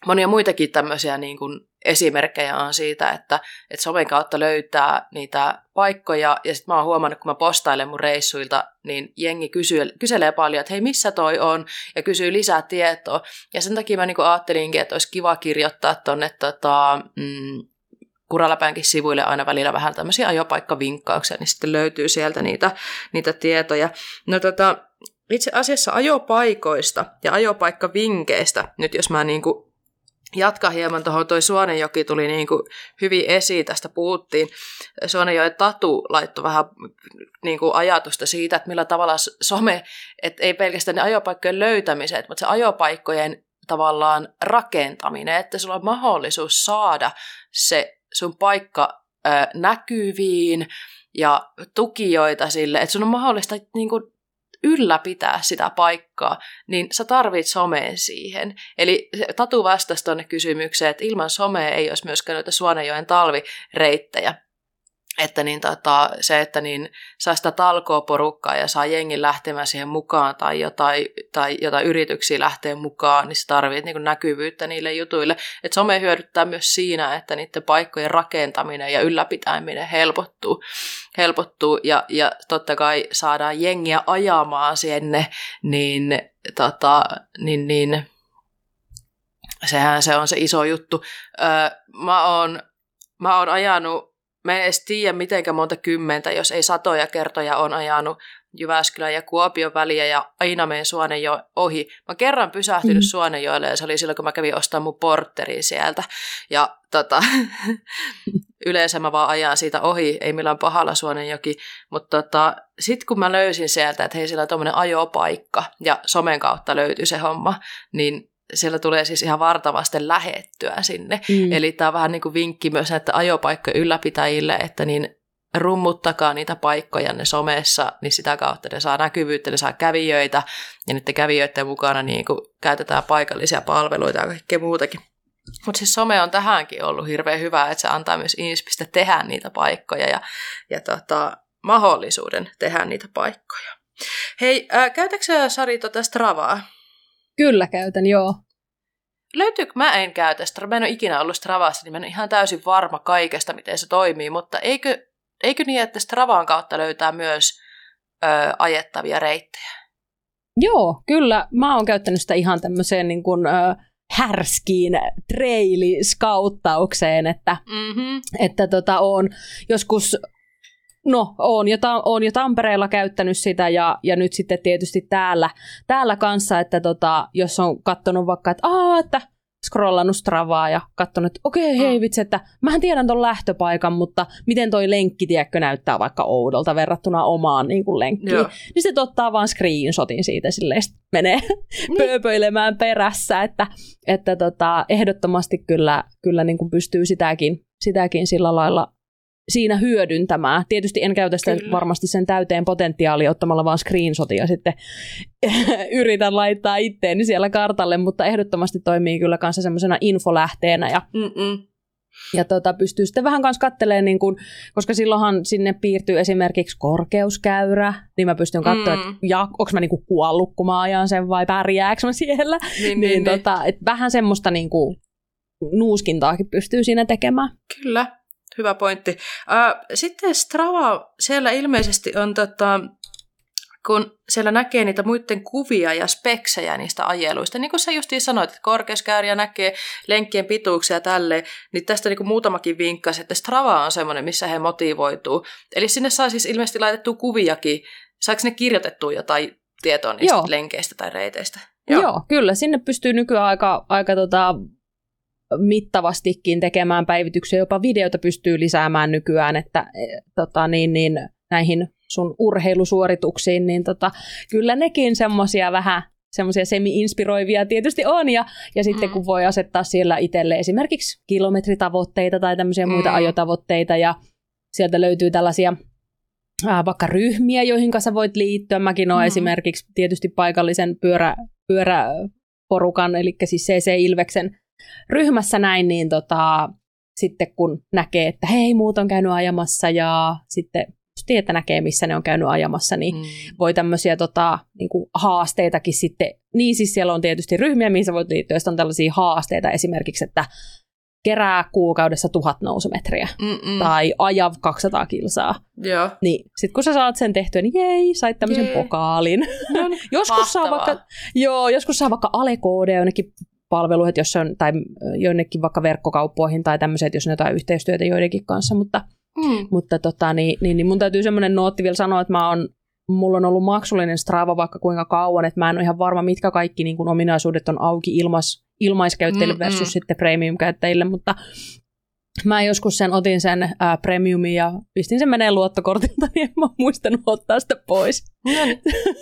monia muitakin tämmöisiä niin kuin esimerkkejä on siitä, että, että somen kautta löytää niitä paikkoja, ja sitten mä oon huomannut, kun mä postailen mun reissuilta, niin jengi kysyy, kyselee paljon, että hei, missä toi on, ja kysyy lisää tietoa, ja sen takia mä niin kuin ajattelinkin, että olisi kiva kirjoittaa tonne tota, mm, Kuraläpäänkin sivuille aina välillä vähän tämmöisiä ajopaikkavinkkauksia, niin sitten löytyy sieltä niitä, niitä tietoja. No tota, itse asiassa ajopaikoista ja ajopaikkavinkkeistä, nyt jos mä niinku jatkan hieman tuohon, toi Suonenjoki tuli niinku hyvin esiin, tästä puhuttiin. Suonenjoen Tatu laittoi vähän niinku ajatusta siitä, että millä tavalla some, että ei pelkästään ne ajopaikkojen löytämiset, mutta se ajopaikkojen tavallaan rakentaminen, että sulla on mahdollisuus saada se sun paikka ö, näkyviin ja tukijoita sille, että sun on mahdollista niin kuin ylläpitää sitä paikkaa, niin sä tarvit someen siihen. Eli Tatu vastasi tuonne kysymykseen, että ilman somea ei olisi myöskään noita Suonenjoen talvireittejä. Että niin, tota, se, että niin, saa sitä talkooporukkaa ja saa jengin lähtemään siihen mukaan tai jotain, tai jotain yrityksiä lähteä mukaan, niin se tarvitsee niin kuin näkyvyyttä niille jutuille. Et some hyödyttää myös siinä, että niiden paikkojen rakentaminen ja ylläpitäminen helpottuu. helpottuu ja, ja totta kai saadaan jengiä ajamaan sinne, niin, tota, niin, niin sehän se on se iso juttu. Öö, mä oon, mä oon ajanut Mä en edes tiedä, mitenkä monta kymmentä, jos ei satoja kertoja on ajanut Jyväskylän ja Kuopion väliä ja aina menen Suonenjoen ohi. Mä kerran pysähtynyt mm. Suonenjoelle ja se oli silloin, kun mä kävin ostamaan mun portterin sieltä. Ja tota, yleensä mä vaan ajan siitä ohi, ei millään pahalla Suonenjoki. Mutta tota, sitten kun mä löysin sieltä, että hei, siellä on tommoinen ajopaikka ja somen kautta löytyi se homma, niin siellä tulee siis ihan vartavasten lähettyä sinne. Mm. Eli tämä on vähän niin kuin vinkki myös näitä ajopaikkojen ylläpitäjille, että niin rummuttakaa niitä paikkoja ne somessa, niin sitä kautta ne saa näkyvyyttä, ne saa kävijöitä, ja niiden kävijöiden mukana niin kuin käytetään paikallisia palveluita ja kaikkea muutakin. Mutta siis some on tähänkin ollut hirveän hyvä, että se antaa myös inspistä tehdä niitä paikkoja ja, ja tota, mahdollisuuden tehdä niitä paikkoja. Hei, ää, käytätkö sä, Sari, tota Stravaa? Kyllä käytän, joo. Löytyykö, mä en käytä Stravaa, mä en ole ikinä ollut Stravassa, niin mä en ole ihan täysin varma kaikesta, miten se toimii, mutta eikö, eikö niin, että Stravan kautta löytää myös ö, ajettavia reittejä? Joo, kyllä. Mä oon käyttänyt sitä ihan tämmöiseen niin kuin, ö, härskiin treiliskauttaukseen, että, mm-hmm. että tota, oon joskus... No, oon jo, ta- oon jo Tampereella käyttänyt sitä ja, ja nyt sitten tietysti täällä, täällä kanssa, että tota, jos on katsonut vaikka, että aah, että scrollannut Stravaa ja katsonut, että okei, hei vitsi, että mähän tiedän ton lähtöpaikan, mutta miten toi lenkki, tiedätkö, näyttää vaikka oudolta verrattuna omaan niin kuin lenkkiin. Joo. Niin sitten ottaa vaan screenshotin siitä silleen, sit menee niin. pööpöilemään perässä, että, että tota, ehdottomasti kyllä, kyllä niin kuin pystyy sitäkin, sitäkin sillä lailla siinä hyödyntämään. Tietysti en käytä sitä varmasti sen täyteen potentiaalia ottamalla vaan screenshotia ja sitten yritän laittaa itteeni siellä kartalle, mutta ehdottomasti toimii kyllä kanssa semmoisena infolähteenä ja, ja tota, pystyy sitten vähän kanssa katselemaan, niin kun, koska silloinhan sinne piirtyy esimerkiksi korkeuskäyrä, niin mä pystyn katsoa, mm. että onko mä niinku kuollut, kun mä ajan sen vai pärjääkö mä siellä. Niin, niin, niin, tota, et vähän semmoista niinku nuuskintaakin pystyy siinä tekemään. Kyllä. Hyvä pointti. Sitten Strava, siellä ilmeisesti on, tota, kun siellä näkee niitä muiden kuvia ja speksejä niistä ajeluista, niin kuin sä justiin sanoit, että korkeuskäyriä näkee lenkkien pituuksia ja tälleen, niin tästä niin kuin muutamakin vinkkasi, että Strava on semmoinen, missä he motivoituu. Eli sinne saa siis ilmeisesti laitettua kuviakin. Saako ne kirjoitettua jotain tietoa niistä Joo. lenkeistä tai reiteistä? Joo. Joo, kyllä. Sinne pystyy nykyään aika... aika tota... mittavastikin tekemään päivityksiä, jopa videota pystyy lisäämään nykyään, että e, tota, niin, niin, näihin sun urheilusuorituksiin, niin tota, kyllä nekin semmoisia vähän semmoisia semi-inspiroivia tietysti on, ja, ja sitten mm. kun voi asettaa siellä itselle esimerkiksi kilometritavoitteita tai tämmöisiä mm. muita ajotavoitteita, ja sieltä löytyy tällaisia äh, vaikka ryhmiä, joihin kanssa voit liittyä. Mäkin olen mm. esimerkiksi tietysti paikallisen pyörä, pyöräporukan, eli siis C C Ilveksen ryhmässä näin, niin tota, sitten kun näkee, että hei, muut on käynyt ajamassa ja sitten että näkee, missä ne on käynyt ajamassa, niin mm. voi tämmöisiä tota, niin kuin haasteitakin sitten, niin siis siellä on tietysti ryhmiä, mihin sä voit liittyä, jos on tällaisia haasteita esimerkiksi, että kerää kuukaudessa tuhat nousumetriä Mm-mm. tai aja kaksisataa kilsaa. Joo. Niin sitten kun sä saat sen tehtyä, niin jei, sait tämmöisen jei. pokaalin. No niin, joskus, saa vaikka, joo, joskus saa vaikka alekoodeja jonnekin palveluihin, jos on, tai jonnekin vaikka verkkokauppoihin tai tämmöiset, jos on jotain yhteistyötä joidenkin kanssa, mutta, mm. mutta tota, niin, niin, niin mun täytyy semmoinen nootti vielä sanoa, että mä oon, mulla on ollut maksullinen Strava vaikka kuinka kauan, että mä en ole ihan varma, mitkä kaikki niin kun ominaisuudet on auki ilmais, ilmaiskäyttäjille versus Mm-mm. sitten premium-käyttäjille, mutta mä joskus sen otin sen ää, premiumin ja pistin sen menee luottokortilta, niin en mä muistanut ottaa sitä pois. No, niin.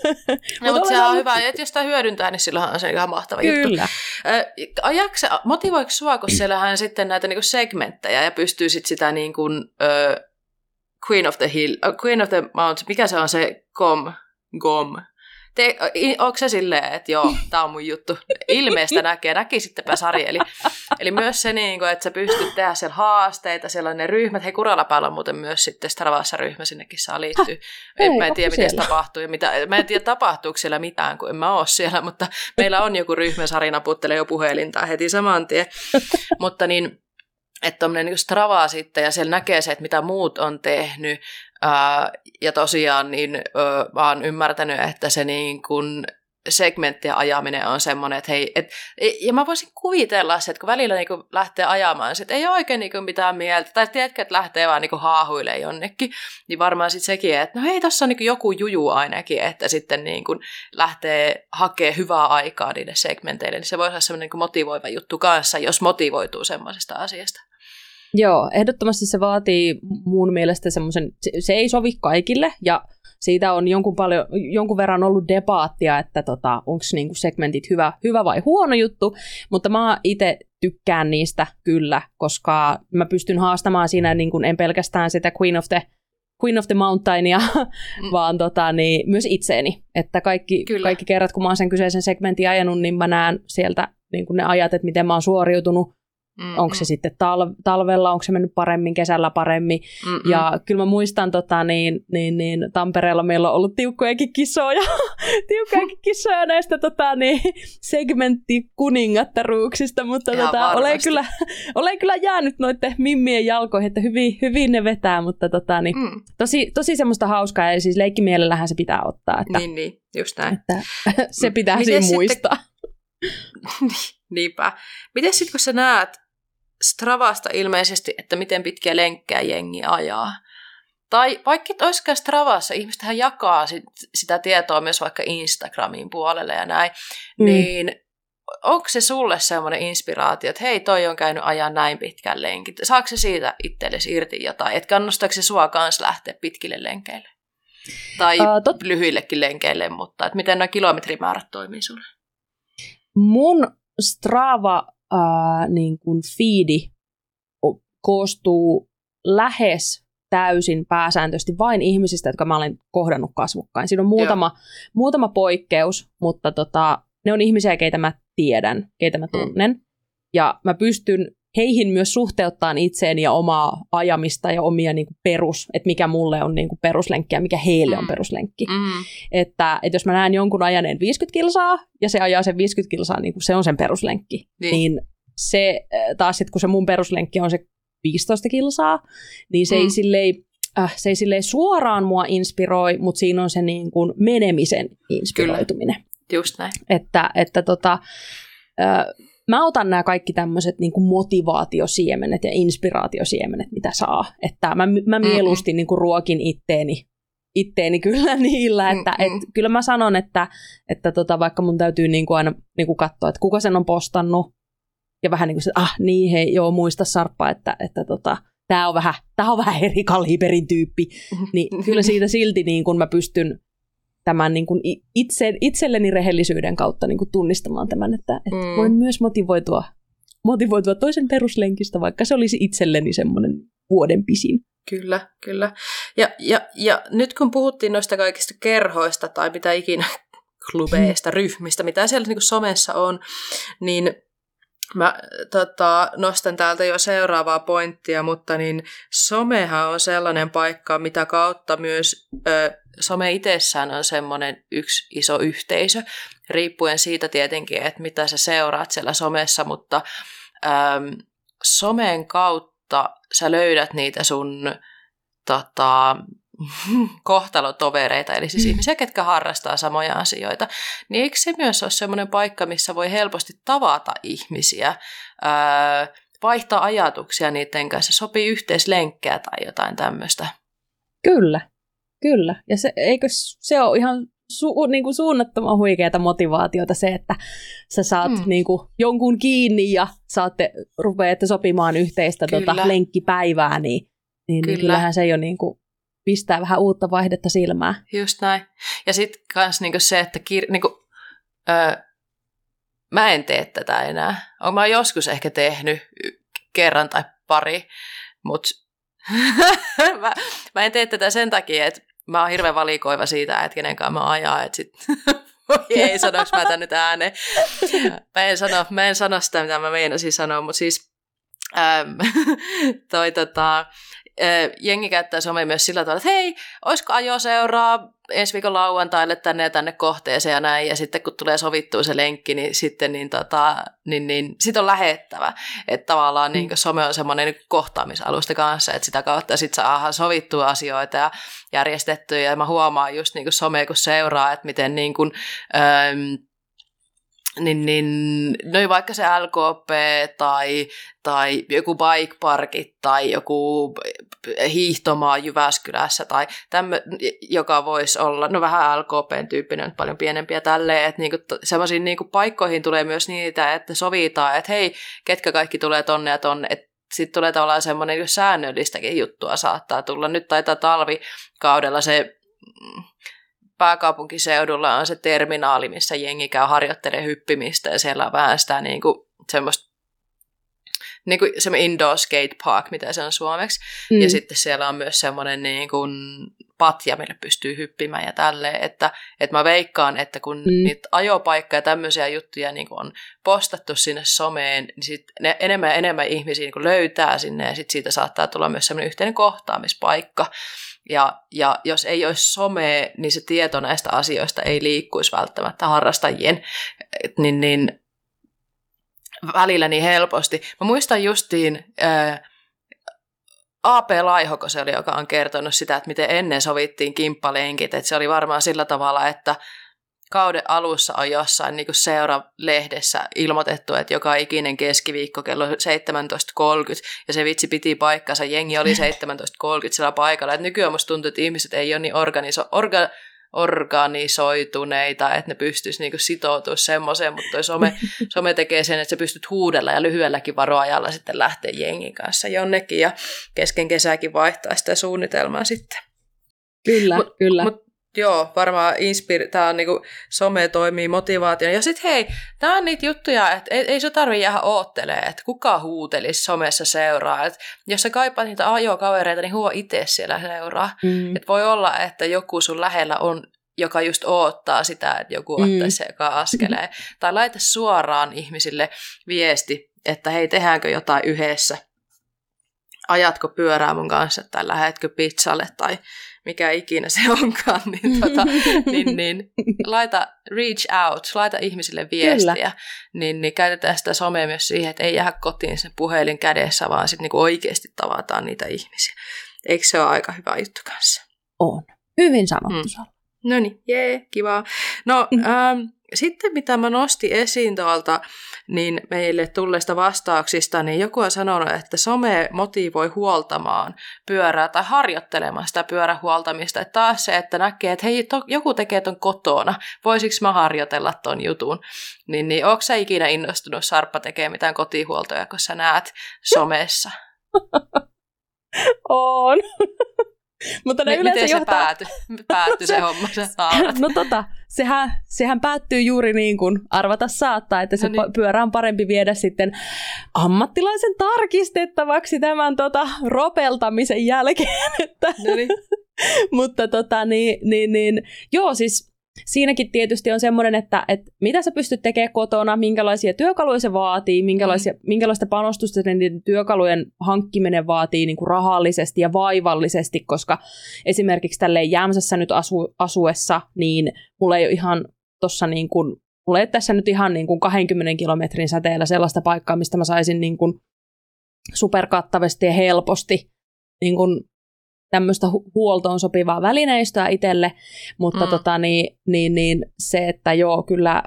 no mutta se on ollut... hyvä, että jos sitä hyödyntää, niin silloinhan on se ihan mahtava Kyllä. juttu. Kyllä. Motivoiko sua, kun siellähän sitten näitä niinku segmenttejä ja pystyy sitten sitä niin kuin, uh, Queen of the Hill, uh, Queen of the Mountain, mikä se on se gom, gom. Te, onko se silleen, että joo, tää on mun juttu. Ilmeistä näkee, näkisittepä Sari. Eli, eli myös se, niin kuin, että sä pystyt tehdä siellä haasteita, siellä on ne ryhmät. Hei, Kuralapäällä on muuten myös sitten Stravassa ryhmä, sinnekin saa liittyä. Hei, mä en tiedä, miten se tapahtuu. Ja mitä, mä en tiedä, tapahtuuko siellä mitään, kun en mä ole siellä, mutta meillä on joku ryhmä, Sari naputtelee jo puhelinta heti saman tien. Mutta niin, että tommoinen niin Stravaa sitten, ja siellä näkee se, että mitä muut on tehnyt. Ää, ja tosiaan niin ö, mä oon ymmärtänyt, että se niin kun segmenttien ajaminen on semmoinen, että hei, et, ja mä voisin kuvitella se, että kun välillä niin kun lähtee ajamaan, että ei oikein niin kun mitään mieltä, tai tiedätkö, että lähtee vaan niin kun haahuilemaan jonnekin, niin varmaan sitten sekin, että no hei, tossa on niin joku juju ainakin, että sitten niin kun lähtee hakemaan hyvää aikaa niille segmenteille, niin se voisi olla semmoinen niin kun motivoiva juttu kanssa, jos motivoituu semmoisesta asiasta. Joo, ehdottomasti se vaatii mun mielestä semmoisen, se, se ei sovi kaikille, ja siitä on jonkun, paljon, jonkun verran ollut debaattia, että tota, onko niinku segmentit hyvä, hyvä vai huono juttu, mutta mä itse tykkään niistä kyllä, koska mä pystyn haastamaan siinä niin kuin en pelkästään sitä Queen of the, Queen of the Mountainia, mm. vaan tota, niin, myös itseeni, että kaikki, kaikki kerrat, kun mä oon sen kyseisen segmentin ajanut, niin mä näen sieltä niin kuin ne ajat, että miten mä oon suoriutunut. Mm-mm. Onko se sitten tal- talvella, onko se mennyt paremmin, kesällä paremmin. Mm-mm. Ja kyllä mä muistan, tota, niin, niin, niin, Tampereella meillä on ollut tiukkojakin kisoja, tiukkojakin kisoja näistä tota, niin, segmenttikuningattaruuksista, mutta tota, olen, kyllä, olen kyllä jäänyt noiden mimmien jalkoihin, että hyvin, hyvin ne vetää, mutta tota, niin, mm. tosi, tosi semmoista hauskaa, ja siis leikkimielellähän se pitää ottaa. Että, niin, niin, just näin. Että, se pitää M- siinä muistaa. Niinpä. Miten sitten, kun sä näet Stravasta ilmeisesti, että miten pitkiä lenkkejä jengi ajaa, tai vaikka et olisikaan Stravassa, ihmistähän jakaa sit, sitä tietoa myös vaikka Instagramin puolelle ja näin, mm. niin onko se sulle semmoinen inspiraatio, että hei, toi on käynyt ajaa näin pitkän lenkin, saako se siitä itsellesi irti jotain, että kannustaako se sua kanssa lähteä pitkille lenkeille? Tai uh, tot... lyhyillekin lenkeille, mutta että miten nämä kilometrimäärät toimii sulle? Mun Strava äh, niin kuin feedi koostuu lähes täysin pääsääntöisesti vain ihmisistä, jotka mä olen kohdannut kasvokkain. Siinä on muutama, muutama poikkeus, mutta tota, ne on ihmisiä, keitä mä tiedän, keitä mä tunnen. Mm. Ja mä pystyn heihin myös suhteuttamaan itseeni ja omaa ajamista ja omia niin kuin perus, että mikä mulle on niin kuin peruslenkki ja mikä heille on peruslenkki. Mm. Että, että jos mä näen jonkun ajaneen viisikymmentä kilsaa ja se ajaa sen viisikymmentä kilsaa, niin kuin se on sen peruslenkki, niin, niin se taas sitten, kun se mun peruslenkki on se viisitoista kilsaa, niin se, mm. ei silleen, äh, se ei silleen suoraan mua inspiroi, mutta siinä on se niin kuin menemisen inspiroituminen. Kyllä. Just näin. Että, että tota... Äh, Mä otan nämä kaikki tämmöiset niin kuin motivaatiosiemenet ja inspiraatiosiemenet, mitä saa. Että mä, mä mieluusti niin kuin ruokin itteeni, itteeni kyllä niillä. Että, et, kyllä mä sanon, että, että tota, vaikka mun täytyy niin kuin aina niin kuin katsoa, että kuka sen on postannut. Ja vähän niin kuin se, ah niin hei, joo muista Sarppa, että, että tota, tää on vähän, tää on vähän eri kaliberin tyyppi. Niin kyllä siitä silti niin kuin mä pystyn tämän niin kuin itse, itselleni rehellisyyden kautta niin kuin tunnistamaan tämän, että, että mm. voin myös motivoitua, motivoitua toisen peruslenkistä, vaikka se olisi itselleni semmoinen vuoden pisin. Kyllä, kyllä. Ja, ja, ja nyt kun puhuttiin noista kaikista kerhoista tai mitä ikinä klubeista, ryhmistä, mitä siellä niin kuin somessa on, niin Mä tota, nostan täältä jo seuraavaa pointtia, mutta niin somehan on sellainen paikka, mitä kautta myös ö, some itsessään on semmoinen yksi iso yhteisö, riippuen siitä tietenkin, että mitä sä seuraat siellä somessa, mutta ö, somen kautta sä löydät niitä sun tota, kohtalotovereita, eli siis ihmisiä, ketkä harrastaa samoja asioita, niin eikö se myös ole semmoinen paikka, missä voi helposti tavata ihmisiä, öö, vaihtaa ajatuksia niiden kanssa, sopii yhteislenkkejä tai jotain tämmöistä? Kyllä, kyllä. Ja se, eikö se ole ihan su, niin kuin suunnattoman huikeata motivaatiota se, että sä saat mm. niin kuin jonkun kiinni ja saatte rupeatte sopimaan yhteistä tota, lenkkipäivää, niin, niin, niin kyllähän se ei ole niin kuin pistää vähän uutta vaihdetta silmään. Just näin. Ja sitten kans niinku se, että kir- niinku, öö, mä en tee tätä enää. Olen mä joskus ehkä tehnyt kerran tai pari, mutta mä, mä en tee tätä sen takia, että mä oon hirveän valikoiva siitä, että kenenkaan mä ajaa. Että sit ei sanoks mä tän nyt ääneen. Mä en sano, mä en sano sitä, mitä mä meinasin sanoa, mutta siis ähm, toi tota... jengi käyttää somea myös sillä tavalla, että hei, olisiko ajoseuraa ensi viikon lauantaille tänne ja tänne kohteeseen ja näin, ja sitten kun tulee sovittua se lenkki, niin sitten niin, tota, niin, niin, sit on lähettävä. Että tavallaan mm. niin, some on semmoinen niin kohtaamisalusta kanssa, että sitä kautta sit saadaan sovittua asioita ja järjestettyä, ja mä huomaan just niin somea kun seuraa, että miten niin kuin, ähm, Niin, niin, no vaikka se L K P tai, tai joku bike parkit tai joku hiihtomaa Jyväskylässä tai tämmö, joka voisi olla, no vähän L K P-tyyppinen, paljon pienempiä tälleen, että niinku, semmoisiin niinku paikkoihin tulee myös niitä, että sovitaan, että hei, ketkä kaikki tulee tonne ja tonne, että sitten tulee tavallaan semmoinen säännöllistäkin juttua saattaa tulla. Nyt taitaa talvikaudella se pääkaupunkiseudulla on se terminaali, missä jengi käy harjoittelemaan hyppimistä, ja siellä on vähän sitä niin kuin, semmoista niin kuin semmoinen indoor skate park, mitä se on suomeksi. Mm. Ja sitten siellä on myös semmoinen niin kuin patja, millä pystyy hyppimään ja tälleen. Että, että mä veikkaan, että kun mm. niitä ajopaikkoja ja tämmöisiä juttuja niin kuin on postattu sinne someen, niin sit ne enemmän ja enemmän ihmisiä niin kuin löytää sinne, ja sitten siitä saattaa tulla myös semmoinen yhteinen kohtaamispaikka. Ja, ja jos ei olisi somea, niin se tieto näistä asioista ei liikkuisi välttämättä harrastajien niin, niin välillä niin helposti. Mä muistan justiin ää, A P Laihoko se oli, joka on kertonut sitä, että miten ennen sovittiin kimppalenkit. Että se oli varmaan sillä tavalla, että kauden alussa on jossain niin kuin seuralehdessä ilmoitettu, että joka ikinen keskiviikko kello seitsemäntoista kolmekymmentä, ja se vitsi piti paikkansa, jengi oli seitsemäntoista kolmekymmentä siellä paikalla. Et nykyään musta tuntuu, että ihmiset ei ole niin organiso- orga- organisoituneita, että ne pystyisi niin kuin sitoutumaan semmoiseen, mutta toi some, some tekee sen, että sä pystyt huudella ja lyhyelläkin varoajalla sitten lähteä jengin kanssa jonnekin, ja kesken kesääkin vaihtaa sitä suunnitelmaa sitten. Kyllä, mut, kyllä. Mut, Joo, varmaan inspir- tämä on niinku, some toimii motivaationa. Ja sitten hei, tämä on niitä juttuja, että ei, ei se tarvitse jäädä oottelemaan, että kuka huutelisi somessa seuraa. Et jos sä kaipaat niitä ajokavereita, niin huo itse siellä seuraa. Mm. Et voi olla, että joku sun lähellä on, joka just oottaa sitä, että joku mm. ottaisi se joka askeleen. Tai laita suoraan ihmisille viesti, että hei, tehdäänkö jotain yhdessä. Ajatko pyörää mun kanssa tai lähetkö pizzalle tai mikä ikinä se onkaan, niin, tota, niin, niin laita reach out, laita ihmisille viestiä, niin, niin käytetään sitä somea myös siihen, että ei jää kotiin sen puhelin kädessä, vaan sitten niinku oikeasti tavataan niitä ihmisiä. Eikö se ole aika hyvä juttu kanssa? On. Hyvin sanottu, mm. Salla. No niin, jee, kivaa. No, ähm, sitten mitä mä nostin esiin tuolta niin meille tulleista vastauksista, niin joku on sanonut, että some motivoi huoltamaan pyörää tai harjoittelemaan sitä pyörähuoltamista. Että taas se, että näkee, että hei, to, joku tekee ton kotona, voisiko mä harjoitella ton jutun. Niin, niin onko sä ikinä innostunut Sarppa tekee mitään kotihuoltoja, kun sä näet somessa? On. Mutta ne M- yleensä miten se johtaa... päätyi, päätyi se homma, sä No tota, sehän, sehän päättyy juuri niin kuin arvata saattaa, että se no niin. pyörä on parempi viedä sitten ammattilaisen tarkistettavaksi tämän tota, ropeltamisen jälkeen. Että. No niin. Mutta tota, niin, niin, niin, joo siis siinäkin tietysti on semmoinen, että, että mitä sä pystyt tekemään kotona, minkälaisia työkaluja se vaatii, minkälaisia, mm. minkälaista panostusta niiden työkalujen hankkiminen vaatii niin kuin rahallisesti ja vaivallisesti, koska esimerkiksi tälleen Jämsässä nyt asu, asuessa, niin mulla ei ole ihan tossa niin kuin, mulla ei ole tässä nyt ihan niin kuin kahdenkymmenen kilometrin säteellä sellaista paikkaa, mistä mä saisin niin kuin superkattavasti ja helposti niin kuin tämmöistä hu- huoltoon sopivaa välineistöä itselle, mutta mm. tota, niin, niin, niin se, että joo, kyllä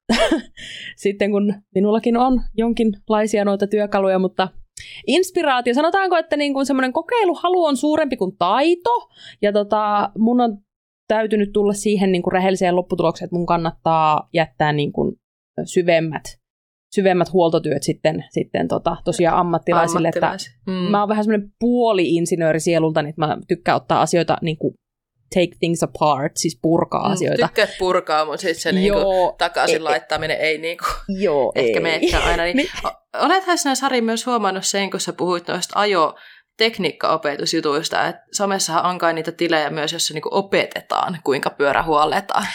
sitten kun minullakin on jonkinlaisia noita työkaluja, mutta inspiraatio, sanotaanko, että niin kuin semmoinen kokeiluhalu on suurempi kuin taito, ja tota, mun on täytynyt tulla siihen niin kuin rehelliseen lopputulokseen, että mun kannattaa jättää niin kuin syvemmät syvemmät huoltotyöt sitten, sitten tota, tosiaan ammattilaisille. Että mm. Mä oon vähän semmoinen puoli-insinööri sielulta, niin mä tykkään ottaa asioita, niin kuin take things apart, siis purkaa mm, asioita. Tykkäät purkaa, mutta sitten se niin kuin, takaisin ei, laittaminen ei niin kuin, joo, ehkä menekään aina. Niin, olethan sinä, Sari, myös huomannut sen, kun sä puhuit noista ajotekniikka-opetusjutuista, että somessahan on kai niitä tilejä myös, jossa niin kuin opetetaan, kuinka pyörä huolletaan.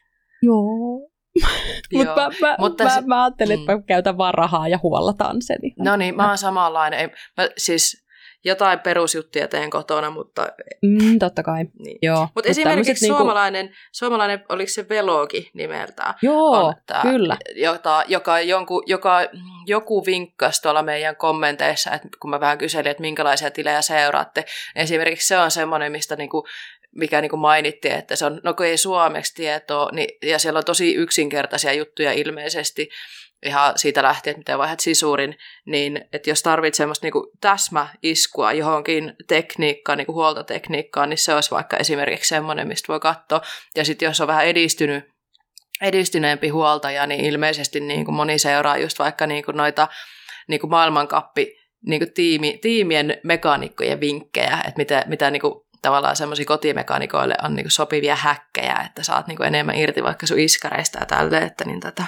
Joo. Mut mä, mä, Mutta mä, se, mä ajattelin, että mm. mä käytän vaan rahaa ja huollataan sen. No niin, mä oon samanlainen. Ei, mä, siis jotain perusjuttuja teen kotona, mutta... Mm, totta kai, niin. Joo. Mutta esimerkiksi niinku... suomalainen, suomalainen, oliko se Velogi nimeltään? Joo, on, tää, kyllä. Jota, joka, jonku, joka joku vinkkasi tuolla meidän kommenteissa, että kun mä vähän kyselin, että minkälaisia tilejä seuraatte. Esimerkiksi se on semmoinen, mistä niinku... mikä niin kuin mainittiin, että se on, no kun ei suomeksi tietoa, niin, ja siellä on tosi yksinkertaisia juttuja ilmeisesti, ihan siitä lähtien, että miten vaihdat sisurin, niin että jos tarvitset semmoista niin kuin täsmäiskua johonkin tekniikkaan, niin kuin huoltotekniikkaan, niin se olisi vaikka esimerkiksi semmoinen, mistä voi katsoa. Ja sitten jos on vähän edistynyt, edistyneempi huoltaja, niin ilmeisesti niin kuin moni seuraa just vaikka niin kuin noita niin kuin maailmankappi, niin kuin tiimi, tiimien mekaanikkojen vinkkejä, että mitä, mitä niin kuin tavallaan semmoisia kotimekaanikoille on niinku sopivia häkkejä, että saat niinku enemmän irti vaikka sun iskareista ja tälle, että niin tätä,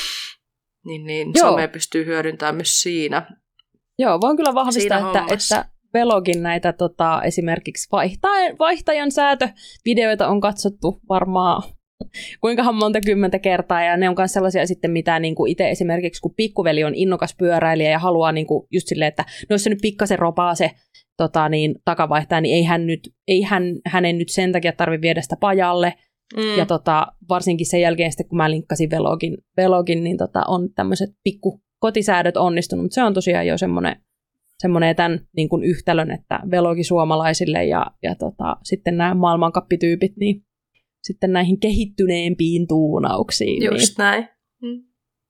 niin, niin some pystyy hyödyntämään myös siinä. Joo, voin kyllä vahvistaa, että, että Velogin näitä tota, esimerkiksi vaihtajan, vaihtajan säätövideoita on katsottu varmaan kuinkahan monta kymmentä kertaa, ja ne on myös sellaisia sitten, mitä niin kuin itse esimerkiksi, kun pikkuveli on innokas pyöräilijä ja haluaa niin kuin just silleen, että no jos se nyt pikkasen ropaa se tota, niin, takavaihtaja, niin ei, hän nyt, ei hän, hänen nyt sen takia tarvitse viedä sitä pajalle, mm. ja tota, varsinkin sen jälkeen sitten, kun mä linkkasin Velogin, Velogin niin tota, on tämmöiset pikku kotisäädöt onnistunut, mutta se on tosiaan jo semmoinen semmoinen tämän niin kuin yhtälön, että Velogi suomalaisille ja, ja tota, sitten nämä maailmankappityypit, niin sitten näihin kehittyneempiin tuunauksiin. Just niin. Näin. Hmm.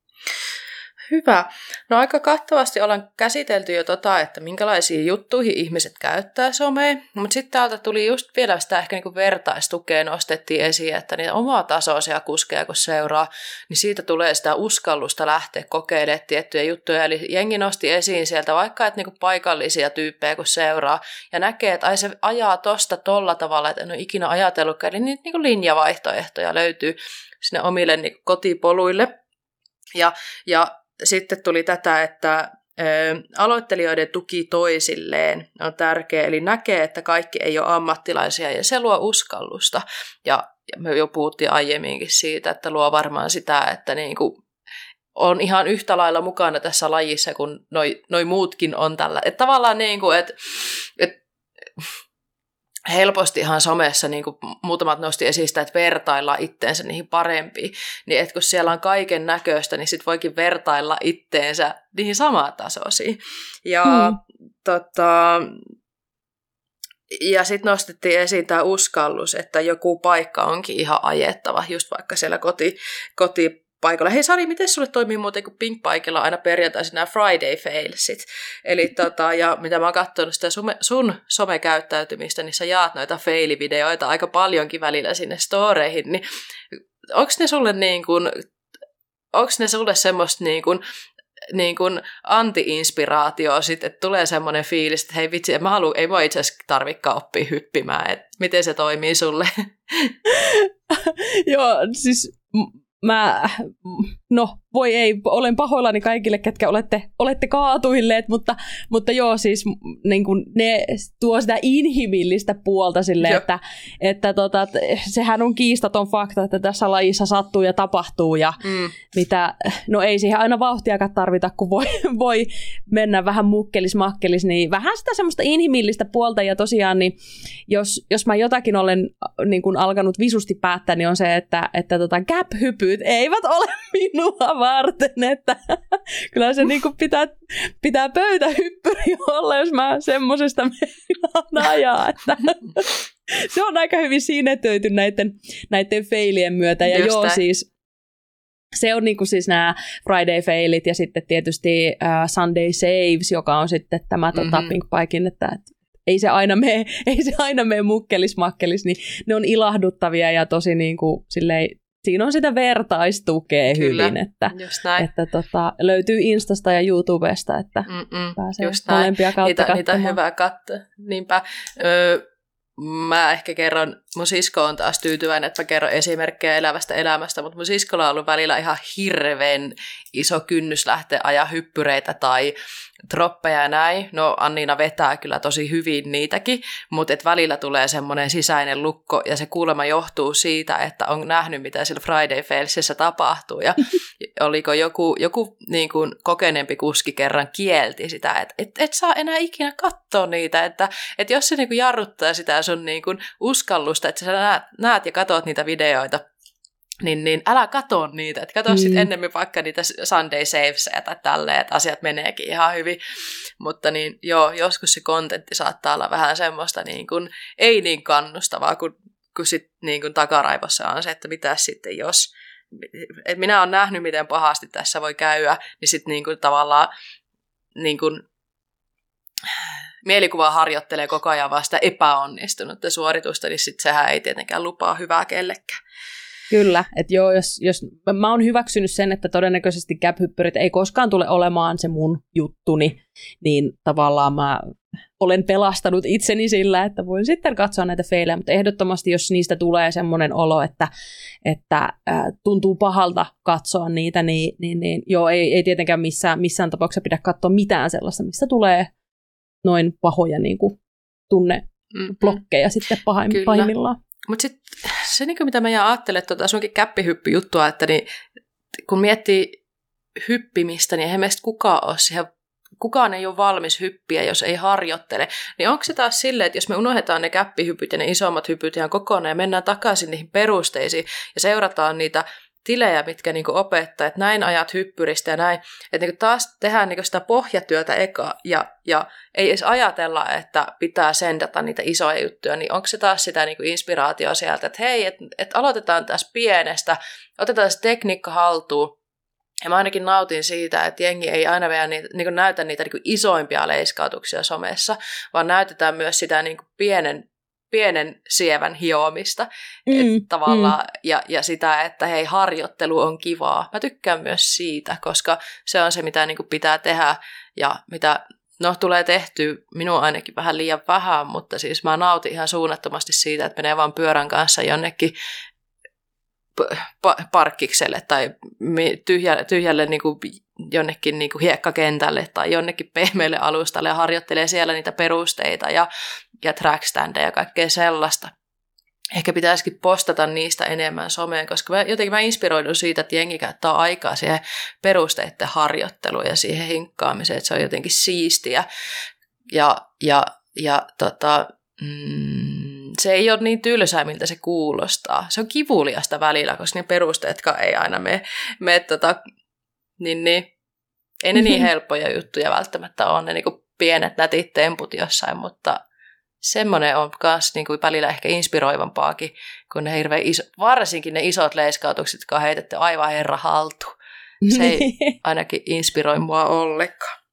Hyvä. No aika kattavasti ollaan käsitelty jo tota, että minkälaisiin juttuihin ihmiset käyttää somea, mutta sitten täältä tuli just vielä sitä ehkä niinku vertaistukea nostettiin esiin, että niitä omaa tasoisia kuskeja kun seuraa, niin siitä tulee sitä uskallusta lähteä kokeilemaan tiettyjä juttuja, eli jengi nosti esiin sieltä vaikka, että niinku paikallisia tyyppejä kun seuraa ja näkee, että ai se ajaa tosta tolla tavalla, että en ole ikinä ajatellutkaan, eli niitä niinku linjavaihtoehtoja löytyy sinne omille niinku kotipoluille ja, ja sitten tuli tätä, että ö, aloittelijoiden tuki toisilleen on tärkeä, eli näkee, että kaikki ei ole ammattilaisia, ja se luo uskallusta. Ja, ja me jo puhuttiin aiemminkin siitä, että luo varmaan sitä, että niinku on ihan yhtä lailla mukana tässä lajissa, kun noi, noi muutkin on tällä. Että tavallaan niinku, että et, helpostihan somessa niin kuin muutamat nosti esiin sitä, että vertaillaan itteensä niihin parempiin, niin että kun siellä on kaiken näköistä, niin sit voikin vertailla itteensä niihin samantasoisiin. Ja, hmm. tota, ja sitten nostettiin esiin tämä uskallus, että joku paikka onkin ihan ajettava, just vaikka siellä koti, koti paikalla. Hei Sari, miten sulle toimii muuten, kun Pink-paikilla aina perjantaisin nämä Friday failsit? Eli tota, ja mitä mä oon katsonut sitä sume, sun somekäyttäytymistä, niin sä jaat noita failivideoita aika paljonkin välillä sinne storeihin, niin onko ne sulle niin kuin, onko ne sulle semmoista niin kuin, niin kuin anti-inspiraatio sitten, että tulee semmoinen fiilis, että hei vitsi, mä haluan, ei mua itse asiassa tarvikaan oppia hyppimään, että miten se toimii sulle? Joo, siis... Mä, no voi ei, olen pahoillani kaikille, ketkä olette, olette kaatuilleet, mutta, mutta joo, siis niin kuin ne tuo sitä inhimillistä puolta silleen, että, että tota, sehän on kiistaton fakta, että tässä lajissa sattuu ja tapahtuu ja mm. mitä, no ei siihen aina vauhtiakaan tarvita, kun voi, voi mennä vähän mukkelis-makkelis, niin vähän sitä semmoista inhimillistä puolta ja tosiaan, niin jos, jos mä jotakin olen niin kuin alkanut visusti päättää, niin on se, että, että tota gap-hypyt eivät ole minua varten, että kyllä se niin kuin pitää, pitää pöytähyppyri olla, jos mä semmosesta meinaan ajaa, että se on aika hyvin sinetöity näiden, näiden failien myötä ja Just joo näin. siis se on niinku siis nämä Friday failit ja sitten tietysti uh, Sunday saves, joka on sitten tämä mm-hmm. tota, Pinkbiken, että et, ei se aina mene, ei se aina mene mukkelis-makkelis, niin ne on ilahduttavia ja tosi niinku silleen, siinä on sitä vertaistukea Kyllä, hyvin, että, että tota, löytyy Instasta ja YouTubesta, että Mm-mm, pääsee molempia kautta niitä, katsomaan. Niitä hyvää katsoa. Niinpä. Öö, mä ehkä kerron, mun sisko on taas tyytyväinen, että mä kerron esimerkkejä elävästä elämästä, mutta mun siskolla on ollut välillä ihan hirveän iso kynnys lähteä ajaa hyppyreitä tai droppeja ja näin. No Anniina vetää kyllä tosi hyvin niitäkin, mutta et välillä tulee semmoinen sisäinen lukko ja se kuulemma johtuu siitä, että on nähnyt mitä siellä Friday Failsissä tapahtuu ja oliko joku, joku niin kuin kokeneempi kuski kerran kielti sitä, että et, et saa enää ikinä katsoa niitä, että et jos se niin kuin jarruttaa sitä sun niin kuin uskallusta, että sä näet, näet ja katot niitä videoita, Niin, niin älä katso niitä, että katso mm. sitten ennemmin vaikka niitä Sunday Savesia tai tälleen, että asiat meneekin ihan hyvin. Mutta niin, joo, joskus se kontentti saattaa olla vähän semmoista niin kuin, ei niin kannustavaa, kun, kun sit niin kuin takaraivossa on se, että mitä sitten jos. Et minä olen nähnyt, miten pahasti tässä voi käydä, niin sitten niin kuin tavallaan niin kuin, mielikuva harjoittelee koko ajan vaan sitä epäonnistunutta suoritusta, niin sitten sehän ei tietenkään lupaa hyvää kellekään. Kyllä, että joo, jos, jos mä oon hyväksynyt sen, että todennäköisesti gap-hyppyrit ei koskaan tule olemaan se mun juttuni, niin tavallaan mä olen pelastanut itseni sillä, että voin sitten katsoa näitä feilejä, mutta ehdottomasti jos niistä tulee semmoinen olo, että, että äh, tuntuu pahalta katsoa niitä, niin, niin, niin joo, ei, ei tietenkään missään, missään tapauksessa pidä katsoa mitään sellaista, missä tulee noin pahoja niin kuin tunneblokkeja mm-hmm. sitten pahim- pahimmillaan. Mutta sitten se, niin mitä mä ajattelen, tuota sunkin käppihyppyjuttua, että niin, kun miettii hyppimistä, niin eihän meistä kukaan ole siihen, kukaan ei ole valmis hyppiä, jos ei harjoittele. Niin onko se taas silleen, että jos me unohdetaan ne käppihypyt ja ne isommat hypyt ihan kokonaan ja mennään takaisin niihin perusteisiin ja seurataan niitä tilejä, mitkä niinku opettaa, että näin ajat hyppyristä ja näin, että niinku taas tehdään niinku sitä pohjatyötä eka ja, ja ei edes ajatella, että pitää sendata niitä isoja juttuja, niin onko se taas sitä niinku inspiraatioa sieltä, että hei, että et aloitetaan tässä pienestä, otetaan se tekniikka haltuun. Ja mä ainakin nautin siitä, että jengi ei aina vielä niitä, niin näytä niitä niin isoimpia leiskautuksia somessa, vaan näytetään myös sitä niin pienen, pienen sievän hiomista mm, että tavallaan, mm. ja, ja sitä, että hei, harjoittelu on kivaa. Mä tykkään myös siitä, koska se on se, mitä niin pitää tehdä ja mitä no, tulee tehtyä minun ainakin vähän liian vähän, mutta siis mä nautin ihan suunnattomasti siitä, että menee vaan pyörän kanssa jonnekin parkkikselle tai tyhjälle, tyhjälle niin kuin jonnekin niin kuin hiekkakentälle tai jonnekin pehmeälle alustalle ja harjoittelee siellä niitä perusteita ja, ja trackstandeja ja kaikkea sellaista. Ehkä pitäisikin postata niistä enemmän someen, koska mä, jotenkin mä inspiroidun siitä, että jengi käyttää aikaa siihen perusteiden harjoitteluun ja siihen hinkkaamiseen, että se on jotenkin siistiä ja, ja, ja tota, mm, se ei ole niin tylsää, miltä se kuulostaa. Se on kivuliasta välillä, koska ne perusteetkaan ei aina mene, mene tota, niin, niin, ei ne niin helppoja juttuja välttämättä ole, ne niin kuin pienet nätit temput jossain, mutta semmoinen on myös niin kuin välillä ehkä inspiroivampaakin, kun ne hirveän iso, varsinkin ne isot leiskautukset, jotka on heitetty aivan herra haltuun. Se ei ainakin inspiroi mua ollenkaan.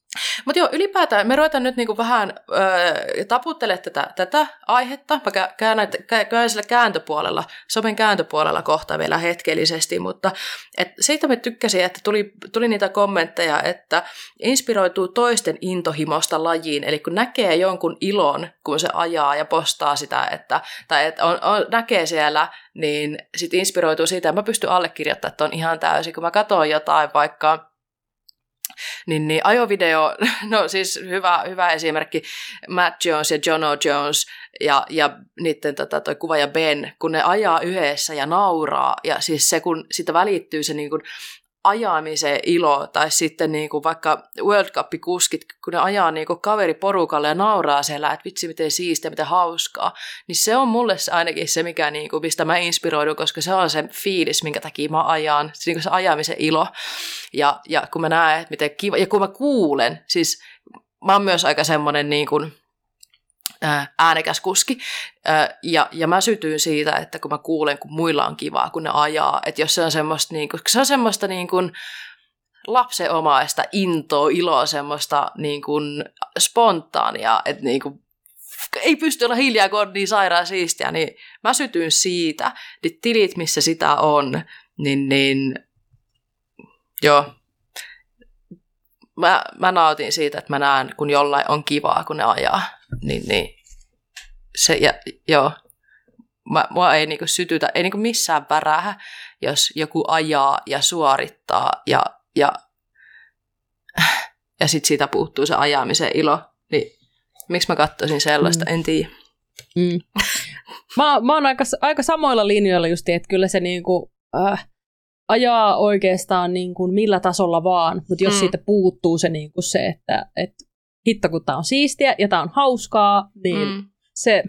Mutta joo, ylipäätään me ruvetaan nyt niinku vähän öö, taputtelemaan tätä, tätä aihetta. Mä käyn, käyn sillä kääntöpuolella, somen kääntöpuolella kohta vielä hetkellisesti, mutta et siitä me tykkäsin, että tuli, tuli niitä kommentteja, että inspiroituu toisten intohimosta lajiin, eli kun näkee jonkun ilon, kun se ajaa ja postaa sitä, että, tai että on, on, näkee siellä, niin sitten inspiroituu siitä, ja mä pystyn allekirjoittamaan ton ihan täysin, kun mä katson jotain vaikka Niin, niin ajovideo, no siis hyvä, hyvä esimerkki, Matt Jones ja Jono Jones ja, ja niiden tota, toi kuvaaja Ben, kun ne ajaa yhdessä ja nauraa, ja siis se, kun siitä välittyy se niin kuin ajamisen ilo, tai sitten niin kuin vaikka World Cup-kuskit, kun ne ajaa niin kuin kaveriporukalle ja nauraa siellä, että vitsi miten siistiä, miten hauskaa, niin se on mulle ainakin se, mikä, niin kuin, mistä mä inspiroidun, koska se on se fiilis, minkä takia mä ajan, se, niin kuin se ajamisen ilo, ja, ja kun mä näen, että miten kiva, ja kun mä kuulen, siis mä oon myös aika semmoinen niin kuin äänekäs kuski, ja, ja mä sytyin siitä, että kun mä kuulen, kun muilla on kivaa, kun ne ajaa, että jos se on semmoista, niin kuin, se on semmoista niin kuin lapsenomaista intoa, iloa, semmoista niin kuin spontaania, että niin kuin, ei pysty olla hiljaa, kun on niin sairaan siistiä, niin mä sytyin siitä, niin tilit, missä sitä on, niin, niin joo, mä, mä nautin siitä, että mä näen, kun jollain on kivaa, kun ne ajaa. Niin, niin. Se, ja, joo. Mä, mua ei niinku sytytä, ei niinku missään värähä, jos joku ajaa ja suorittaa ja, ja, ja sitten siitä puuttuu se ajamisen ilo. Niin miksi mä katsoisin sellaista, mm. en tiedä. Mm. Mä, mä oon aika, aika samoilla linjoilla just, että kyllä se niinku, äh, ajaa oikeastaan niinku millä tasolla vaan, mutta jos mm. siitä puuttuu se, niinku se että et, hitto, kun tää on siistiä ja tää on hauskaa, niin mm. se,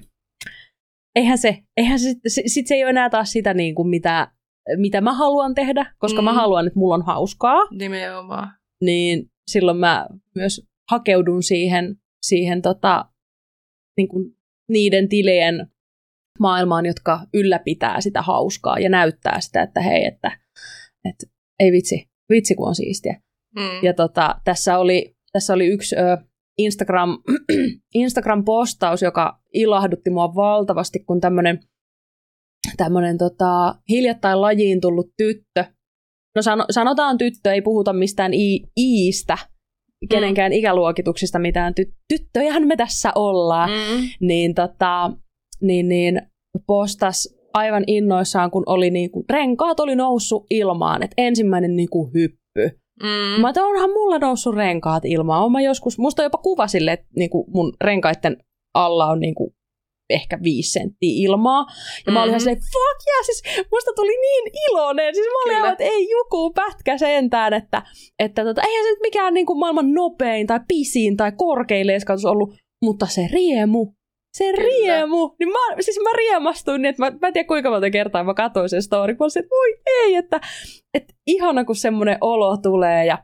eihän se, eihän se, sit, sit se ei ole enää taas sitä, niin kuin mitä, mitä mä haluan tehdä, koska mm. mä haluan, että mulla on hauskaa. Nimenomaan. Niin silloin mä myös hakeudun siihen, siihen tota, niin kuin niiden tilien maailmaan, jotka ylläpitää sitä hauskaa ja näyttää sitä, että hei, että, että ei vitsi, vitsi kun on siistiä. Mm. Ja tota, tässä oli, tässä oli yksi ö, Instagram, Instagram-postaus, joka ilahdutti mua valtavasti, kun tämmöinen tämmöinen tota, hiljattain lajiin tullut tyttö, no sano, sanotaan tyttö, ei puhuta mistään i, iistä, kenenkään mm. ikäluokituksista mitään, Ty, tyttöjähän me tässä ollaan, mm. niin, tota, niin, niin postas aivan innoissaan, kun oli niinku, renkaat oli noussut ilmaan, että ensimmäinen niinku hyppy. Mm. Mä että onhan mulla noussut renkaat ilmaan. Oon mä joskus, musta on jopa kuva sille, että niinku mun renkaiden alla on niinku ehkä viisi senttiä ilmaa. Ja mm-hmm. mä olin ihan silleen, fuck yeah, siis musta tuli niin iloinen. Siis mä olin ihan, että ei joku pätkä sentään, että, että tota, eihän se nyt mikään niinku maailman nopein tai pisin tai korkein leiskautus ollut, mutta se riemu. Se Kyllä. riemu. Niin mä, siis mä riemastuin niin, että mä, mä en tiedä kuinka monta kertaa mä katsoin sen story. Mä olisin, että voi ei, että, että ihana kun semmoinen olo tulee. Ja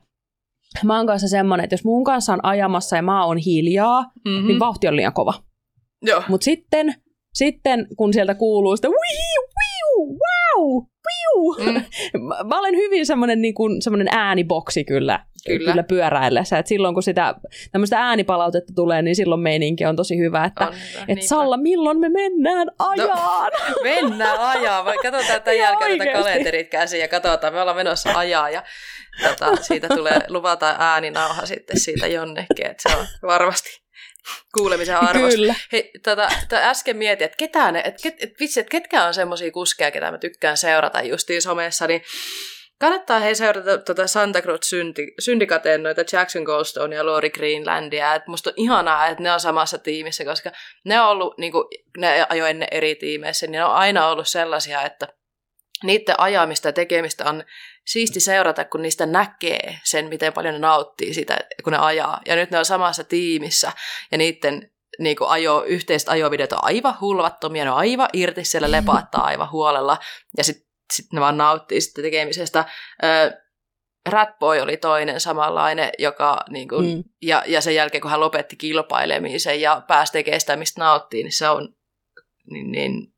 mä oon kanssa semmoinen, että jos mun kanssa on ajamassa ja mä oon hiljaa, mm-hmm. niin vauhti on liian kova. Mutta sitten, sitten kun sieltä kuuluu sitä wiu, wiu, wow, wiu. Mm. mä, mä olen hyvin semmoinen, niin kuin, semmoinen ääniboksi kyllä, kyllä. kyllä pyöräillessä. Et silloin kun sitä tämmöistä äänipalautetta tulee, niin silloin meininki on tosi hyvä. Että et Salla, milloin me mennään ajaan? No, mennään ajaan. Katsotaan tämän jälkeen tätä kalenterit käsiin ja katsotaan, me ollaan menossa ajaa ja tota, siitä tulee, luvataan ääninauha sitten siitä jonnekin. Että se on varmasti kuulemisen arvosta. Kyllä. Hei, tota, tota äsken mietin, että ketään, et, ket, et, vitsi, että ketkä on semmoisia kuskeja, ketä mä tykkään seurata justiin somessa, niin kannattaa hei seurata tuota Santa Cruz Syndicateen noita Jackson Goldstone ja Lori Greenlandia. Et musta on ihanaa, että ne on samassa tiimissä, koska ne on ollut, niin kuin, ne ajoi ennen eri tiimeissä, niin ne on aina ollut sellaisia, että niiden ajamista ja tekemistä on siisti seurata, kun niistä näkee sen, miten paljon ne nauttii sitä, kun ne ajaa. Ja nyt ne on samassa tiimissä ja niiden niin kuin ajo, yhteiset ajovideot on aivan hulvattomia, ne on aivan irti siellä, lepaattaa aivan huolella ja sitten sit ne vaan nauttii sitä tekemisestä. Ö, Ratboy oli toinen samanlainen, joka, niin kuin, mm. ja, ja sen jälkeen kun hän lopetti kilpailemisen ja pääsi tekemään sitä, mistä nauttii, niin se on, niin, niin,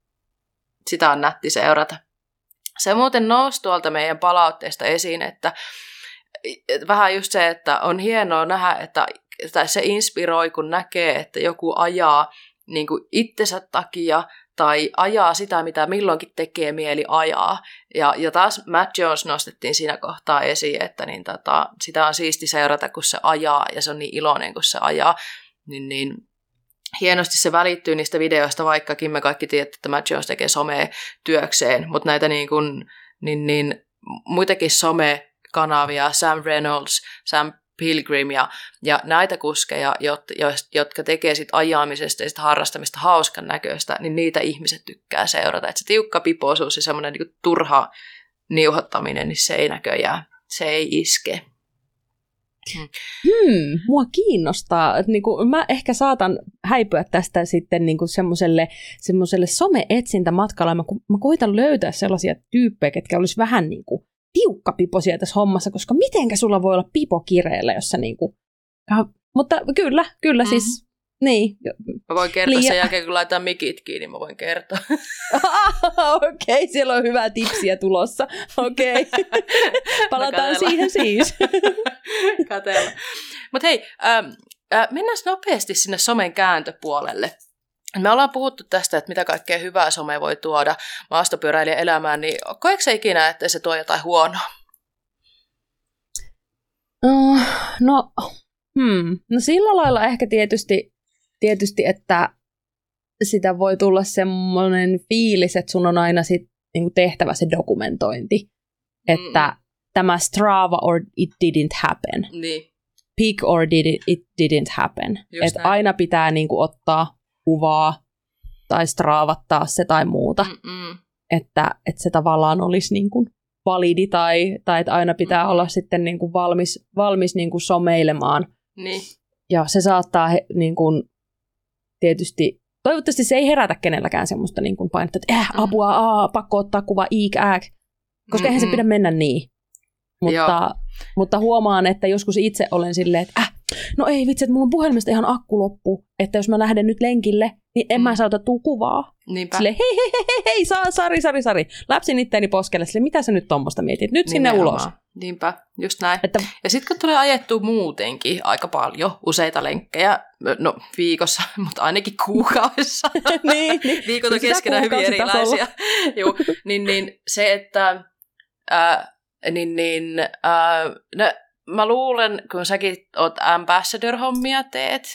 sitä on nätti seurata. Se muuten nousi tuolta meidän palautteesta esiin, että vähän just se, että on hienoa nähdä, että tai se inspiroi, kun näkee, että joku ajaa niin kuin itsensä takia tai ajaa sitä, mitä milloinkin tekee mieli ajaa. Ja, ja taas Matt Jones nostettiin siinä kohtaa esiin, että niin tota, sitä on siisti seurata, kun se ajaa, ja se on niin iloinen, kun se ajaa. Niin, niin hienosti se välittyy niistä videoista, vaikkakin me kaikki tiedämme, että Matt Jones tekee somea työkseen, mutta näitä niin kuin, niin, niin, muitakin somekanavia, Sam Reynolds, Sam Pilgrim ja, ja näitä kuskeja, jot, jotka tekee sit ajamisesta ja sit harrastamista hauskan näköistä, niin niitä ihmiset tykkää seurata. Et se tiukka pipoisuus ja semmoinen niin turha niuhottaminen, niin se ei näköjään, se ei iske. Hmm. Hmm, mua kiinnostaa. Niin kuin, mä ehkä saatan häipyä tästä sitten niin kuin semmoiselle, semmoiselle some-etsintämatkalla. Mä, mä koitan löytää sellaisia tyyppejä, ketkä olisi vähän niin kuin tiukkapiposia tässä hommassa, koska mitenkä sulla voi olla pipo kireellä, jossa niinku... Mutta kyllä, kyllä mm-hmm. siis, niin. Mä voin kertoa Liia... sen jälkeen, kun laitetaan mikit kiinni, mä voin kertoa. Okei, okay, siellä on hyvää tipsiä tulossa. Okei, okay. Palataan siihen siis. Katella. Mutta hei, ähm, äh, mennään nopeasti sinne somen kääntöpuolelle. Me ollaan puhuttu tästä, että mitä kaikkea hyvää some voi tuoda maastopyöräilijän elämään, niin koetko sä ikinä, että se tuo jotain huonoa? Uh, no, hmm. no sillä lailla ehkä tietysti, tietysti, että sitä voi tulla semmoinen fiilis, että sun on aina sit, niin kuin tehtävä se dokumentointi, että mm. tämä Strava or it didn't happen, niin. Pick or did it, it didn't happen, että aina pitää niin kuin ottaa kuvaa tai straavattaa se tai muuta, että, että se tavallaan olisi niin kuin validi tai, tai että aina pitää Mm-mm. olla sitten niin kuin valmis, valmis niin kuin someilemaan. Niin. Ja se saattaa he, niin kuin, tietysti, toivottavasti se ei herätä kenelläkään semmoista niin kuin painetta, että äh, apua, aa, pakko ottaa kuva, iik, ääk, koska Mm-mm. eihän se pidä mennä niin. Mutta, mutta huomaan, että joskus itse olen silleen, että äh, no ei vitsi, että mulla on puhelimesta ihan akku loppu, että jos mä lähden nyt lenkille, niin en mm. mä saa otettua kuvaa. Niinpä. Silleen hei hei hei hei, hei saa, sari, sari, sari. Läpsin itteeni poskelle, silleen mitä sä nyt tommoista mietit, nyt sinne ulos. Niinpä, just näin. Että... Ja sitten kun tulee ajettua muutenkin aika paljon, useita lenkkejä, no viikossa, mutta ainakin kuukaudessa. niin, niin. Viikot on keskenään hyvin erilaisia. Juu, niin, niin se, että... Äh, niin, niin äh, no, mä luulen, kun säkin oot ambassador-hommia teet,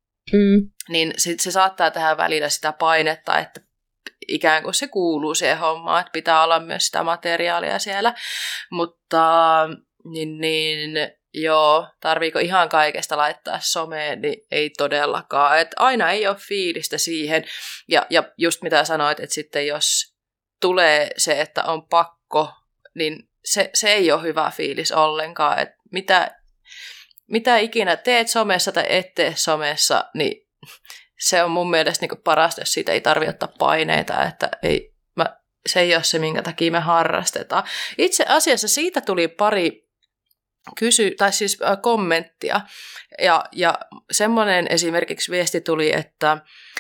mm. niin se, se saattaa tehdä välillä sitä painetta, että ikään kuin se kuuluu siihen hommaan, että pitää olla myös sitä materiaalia siellä. Mutta niin, niin joo, tarviiko ihan kaikesta laittaa someen, niin ei todellakaan. Et aina ei ole fiilistä siihen. Ja, ja just mitä sanoit, että sitten jos tulee se, että on pakko, niin Se, se ei ole hyvä fiilis ollenkaan, että mitä, mitä ikinä teet somessa tai et tee somessa, niin se on mun mielestä niin parasta, jos siitä ei tarvitse ottaa paineita, että ei, mä, se ei ole se, minkä takia me harrastetaan. Itse asiassa siitä tuli pari kysy, tai siis äh, kommenttia, ja, ja semmoinen esimerkiksi viesti tuli, että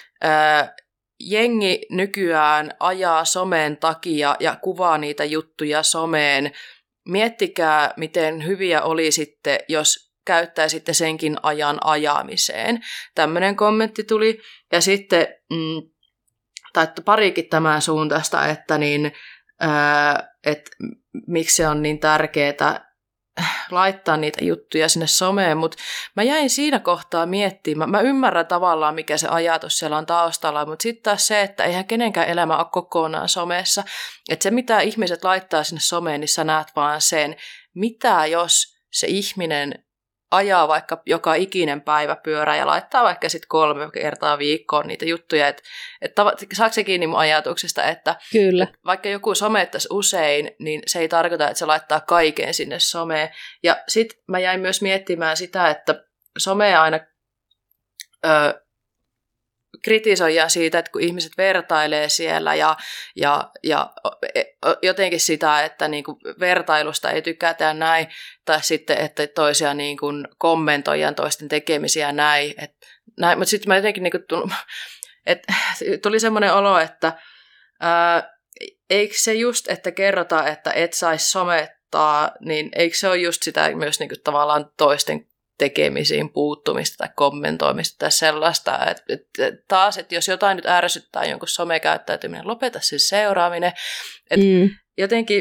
äh, jengi nykyään ajaa somen takia ja kuvaa niitä juttuja someen. Miettikää, miten hyviä oli sitten, jos käyttäisitte senkin ajan ajamiseen. Tämmöinen kommentti tuli. Ja sitten, mm, tai parikin tämän suuntaista, että niin, ää, et, miksi se on niin tärkeää laittaa niitä juttuja sinne someen, mutta mä jäin siinä kohtaa miettimään, mä, mä ymmärrän tavallaan, mikä se ajatus siellä on taustalla, mutta sitten taas se, että eihän kenenkään elämä ole kokonaan somessa, että se mitä ihmiset laittaa sinne someen, niin sä näet vaan sen, mitä jos se ihminen ajaa vaikka joka ikinen päivä pyörää ja laittaa vaikka sitten kolme kertaa viikkoon niitä juttuja, että et saako se kiinni mun ajatuksesta, että Kyllä. vaikka joku somettaisi usein, niin se ei tarkoita, että se laittaa kaiken sinne someen. Ja sitten mä jäin myös miettimään sitä, että somea aina ö, kritisoidaan siitä, että kun ihmiset vertailee siellä ja, ja, ja jotenkin sitä, että niin kuin vertailusta ei tykätä näin, tai sitten, että toisia niin kuin kommentoidaan toisten tekemisiä näin. Et, näin. Mutta sitten mä jotenkin niin kuin tuli, et, tuli semmoinen olo, että ää, eikö se just, että kerrotaan, että et saisi somettaa arvostaa, niin eikö se ole just sitä myös niin kuin tavallaan toisten tekemisiin puuttumista tai kommentoimista tai sellaista, että et, taas, että jos jotain nyt ärsyttää jonkun somekäyttäytyminen, lopeta siis seuraaminen, että mm. jotenkin,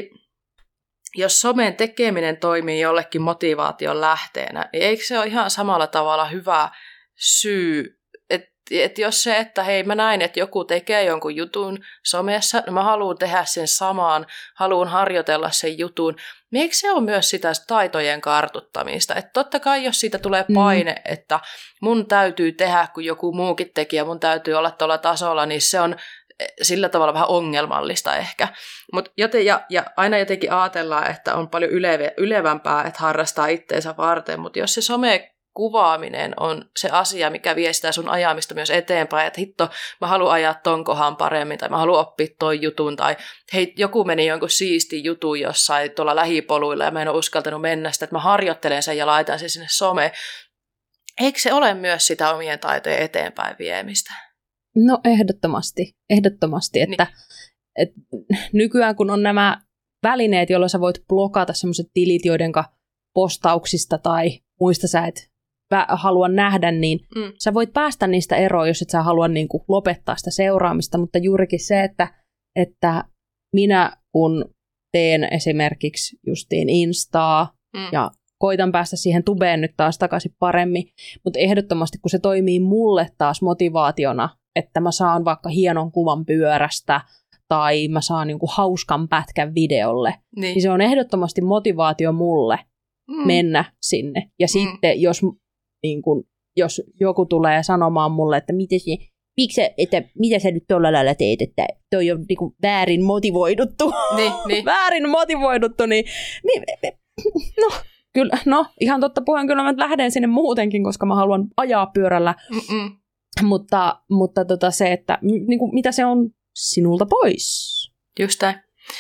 jos somen tekeminen toimii jollekin motivaation lähteenä, niin eikö se ole ihan samalla tavalla hyvä syy, että et jos se, että hei mä näin, että joku tekee jonkun jutun somessa, niin mä haluan tehdä sen samaan, haluan harjoitella sen jutun, niin eikö se ole myös sitä taitojen kartuttamista? Että totta kai jos siitä tulee paine, mm. että mun täytyy tehdä, kun joku muukin teki ja mun täytyy olla tuolla tasolla, niin se on sillä tavalla vähän ongelmallista ehkä. Mut joten, ja, ja aina jotenkin ajatellaan, että on paljon yleve, ylevämpää, että harrastaa itteensä varten, mutta jos se some kuvaaminen on se asia, mikä viestää sun ajamista myös eteenpäin, että hitto, mä haluan ajaa ton kohan paremmin, tai mä haluan oppia ton jutun, tai hei, joku meni jonkun siisti jutun jossain tuolla lähipoluilla, ja mä en ole uskaltanut mennä sitä, että mä harjoittelen sen ja laitan sen sinne someen. Eikö se ole myös sitä omien taitojen eteenpäin viemistä? No ehdottomasti, ehdottomasti, että niin. et, nykyään kun on nämä välineet, joilla sä voit blokata sellaiset tilit, joidenka postauksista tai muista sä et halua nähdä, niin mm. sä voit päästä niistä eroon, jos et sä halua niin kuin lopettaa sitä seuraamista, mutta juurikin se, että, että minä kun teen esimerkiksi justiin Instaa mm. ja koitan päästä siihen tubeen nyt taas takaisin paremmin, mutta ehdottomasti kun se toimii mulle taas motivaationa, että mä saan vaikka hienon kuvan pyörästä tai mä saan niin kuin hauskan pätkän videolle, niin. niin se on ehdottomasti motivaatio mulle mm. mennä sinne. Ja mm. sitten jos, niin kun, jos joku tulee sanomaan mulle, että miten se, miksi, että mitä sä nyt tuolla lailla teet, että toi on niin kuin väärin motivoiduttu, niin, niin. väärin motivoiduttu, niin, niin no, kyllä, no ihan totta puheen, kyllä mä lähden sinne muutenkin, koska mä haluan ajaa pyörällä, Mm-mm. mutta, mutta tota se, että niin kuin, mitä se on sinulta pois. Just näin.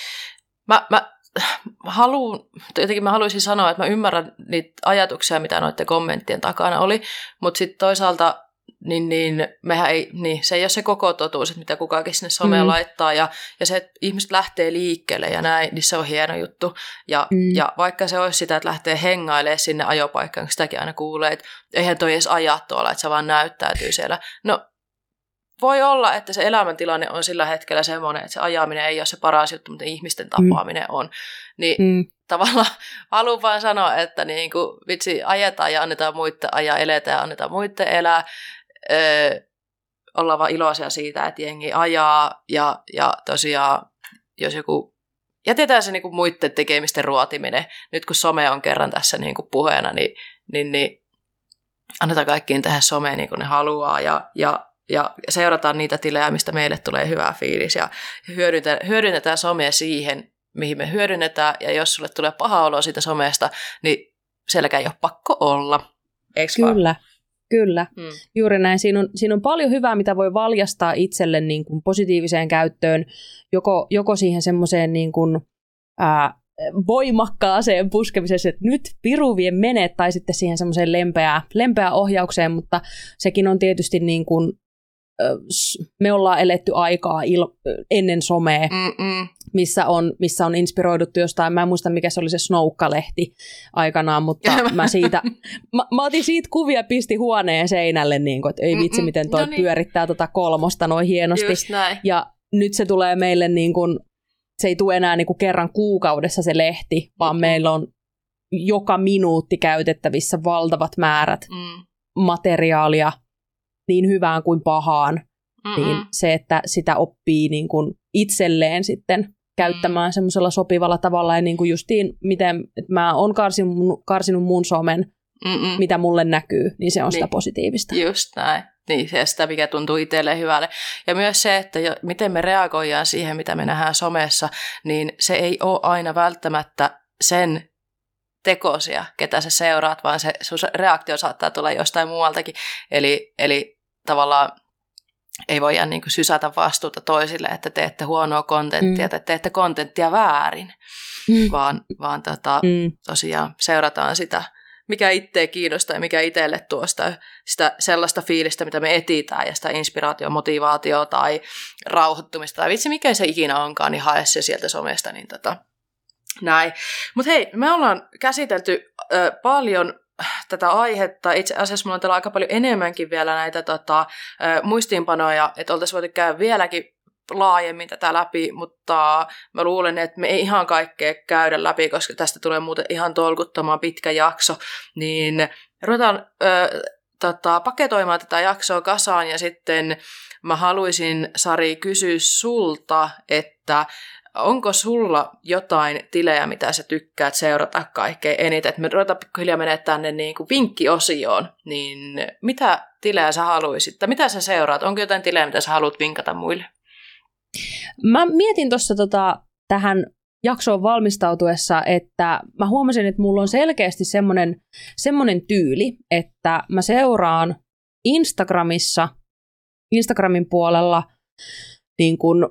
Mä, mä haluun, jotenkin mä haluaisin sanoa, että mä ymmärrän niitä ajatuksia, mitä noiden kommenttien takana oli, mutta sitten toisaalta niin, niin, mehän ei, niin, se ei ole se koko totuus, että mitä kukakin sinne someen mm. laittaa, ja, ja se, että ihmiset lähtee liikkeelle ja näin, niin se on hieno juttu. Ja, mm. ja vaikka se olisi sitä, että lähtee hengailemaan sinne ajopaikkaan, kun sitäkin aina kuulee, että eihän toi edes ajaa tuolla, että se vaan näyttäytyy siellä. No, voi olla, että se elämäntilanne on sillä hetkellä semmoinen, että se ajaminen ei ole se paras juttu, mutta ihmisten tapaaminen mm. on. Niin mm. tavallaan haluan vaan sanoa, että niin kuin, vitsi, ajetaan ja annetaan muiden ajaa, eletään ja annetaan muiden elää. Öö, ollaan vaan iloisia siitä, että jengi ajaa ja, ja tosiaan, jos joku, jätetään se niin kuin muiden tekemisten ruotiminen. Nyt kun some on kerran tässä niin kuin puheena, niin, niin, niin annetaan kaikkiin tehdä somea niin kuin ne haluaa ja, ja Ja seurataan niitä tilejä, mistä meille tulee hyvä fiilis. Ja hyödynnetään, hyödynnetään somea siihen, mihin me hyödynnetään. Ja jos sulle tulee paha olo siitä somesta, niin sielläkään ei ole pakko olla. Eikö Kyllä, vaan? kyllä. Hmm. Juuri näin. Siinä on, siinä on paljon hyvää, mitä voi valjastaa itselle niin kuin positiiviseen käyttöön. Joko, joko siihen semmoiseen niin kuin, ää, voimakkaaseen puskemiseen, että nyt piru vie menet, tai sitten siihen semmoiseen lempeään, lempeään ohjaukseen, mutta sekin on tietysti niin kuin me ollaan eletty aikaa il- ennen somea, missä on, missä on inspiroiduttu jostain, mä en muista mikä se oli se Snoukka-lehti aikanaan, mutta mä siitä, mä, mä otin siitä kuvia, pisti huoneen seinälle, niin kuin, että ei vitsi, miten toi no niin. pyörittää tota kolmosta noin hienosti. Ja nyt se tulee meille niin kuin, se ei tule enää niin kuin kerran kuukaudessa se lehti, vaan mm-hmm. meillä on joka minuutti käytettävissä valtavat määrät mm. materiaalia, niin hyvään kuin pahaan, Mm-mm. niin se, että sitä oppii niin kuin itselleen sitten käyttämään mm. semmoisella sopivalla tavalla, ja niin kuin justiin, miten että mä oon karsinut, karsinut mun somen, Mm-mm. mitä mulle näkyy, niin se on niin. sitä positiivista. Just näin. Niin, se sitä, mikä tuntuu itselleen hyvälle. Ja myös se, että jo, miten me reagoidaan siihen, mitä me nähdään somessa, niin se ei ole aina välttämättä sen tekosia, ketä sä seuraat, vaan se sun reaktio saattaa tulla jostain muualtakin. Eli, eli tavallaan ei voida niin kuin sysätä vastuuta toisille, että teette huonoa kontenttia mm. tai teette kontenttia väärin, mm. vaan, vaan tota, mm. tosiaan seurataan sitä, mikä itseä kiinnostaa ja mikä itselle tuo sitä, sitä sellaista fiilistä, mitä me etsitään, ja sitä inspiraatio, motivaatio tai rauhoittumista, tai vitsi mikä se ikinä onkaan, niin hae se sieltä somesta, niin tota, Näin. Mutta hei, me ollaan käsitelty ö, paljon tätä aihetta. Itse asiassa mulla on täällä aika paljon enemmänkin vielä näitä tota, ö, muistiinpanoja, että oltaisiin voitu käydä vieläkin laajemmin tätä läpi, mutta mä luulen, että me ei ihan kaikkea käydä läpi, koska tästä tulee muuten ihan tolkuttoman pitkä jakso, niin ruvetaan ö, tota, paketoimaan tätä jaksoa kasaan, ja sitten mä haluaisin, Sari, kysyä sulta, että onko sulla jotain tilejä, mitä sä tykkäät seurata kaikkein eniten? Et me ruvetaan pikkuhiljaa menee tänne niin kuin vinkkiosioon, niin mitä tilejä sä haluaisit? Tai mitä sä seuraat? Onko jotain tilejä, mitä sä haluat vinkata muille? Mä mietin tuossa tota, tähän jaksoon valmistautuessa, että mä huomasin, että mulla on selkeästi semmoinen, semmoinen tyyli, että mä seuraan Instagramissa, Instagramin puolella niin kuin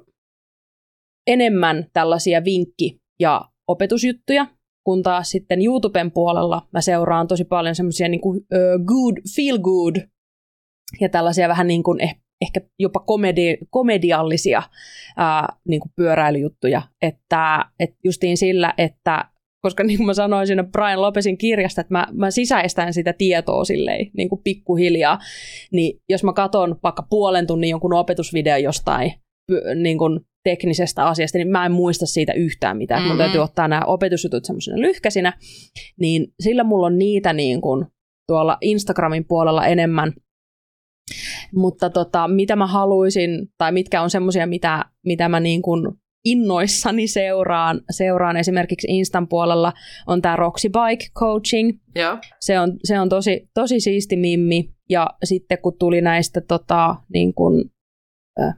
enemmän tällaisia vinkki- ja opetusjuttuja, kun taas sitten YouTuben puolella mä seuraan tosi paljon semmoisia niin kuin uh, good, feel good ja tällaisia vähän niin kuin eh, ehkä jopa komedi, komediallisia uh, niin kuin pyöräilyjuttuja, että et justiin sillä, että koska niin kuin mä sanoin siinä Brian Lopesin kirjasta, että mä, mä sisäistän sitä tietoa silleen niin kuin pikkuhiljaa, niin jos mä katson vaikka puolen tunnin jonkun opetusvideo jostain niin kuin teknisestä asiasta, niin mä en muista siitä yhtään mitään. Mm-hmm. Mun täytyy ottaa nämä opetusjutut semmoisena lyhkäisinä, niin sillä mulla on niitä niin kuin tuolla Instagramin puolella enemmän. Mutta tota, mitä mä haluaisin, tai mitkä on semmoisia, mitä, mitä mä niin kuin innoissani seuraan, seuraan esimerkiksi Instan puolella, on tämä Roxy Bike Coaching. Yeah. Se on, se on tosi, tosi siisti mimmi. Ja sitten kun tuli näistä tota, niin kuin, äh,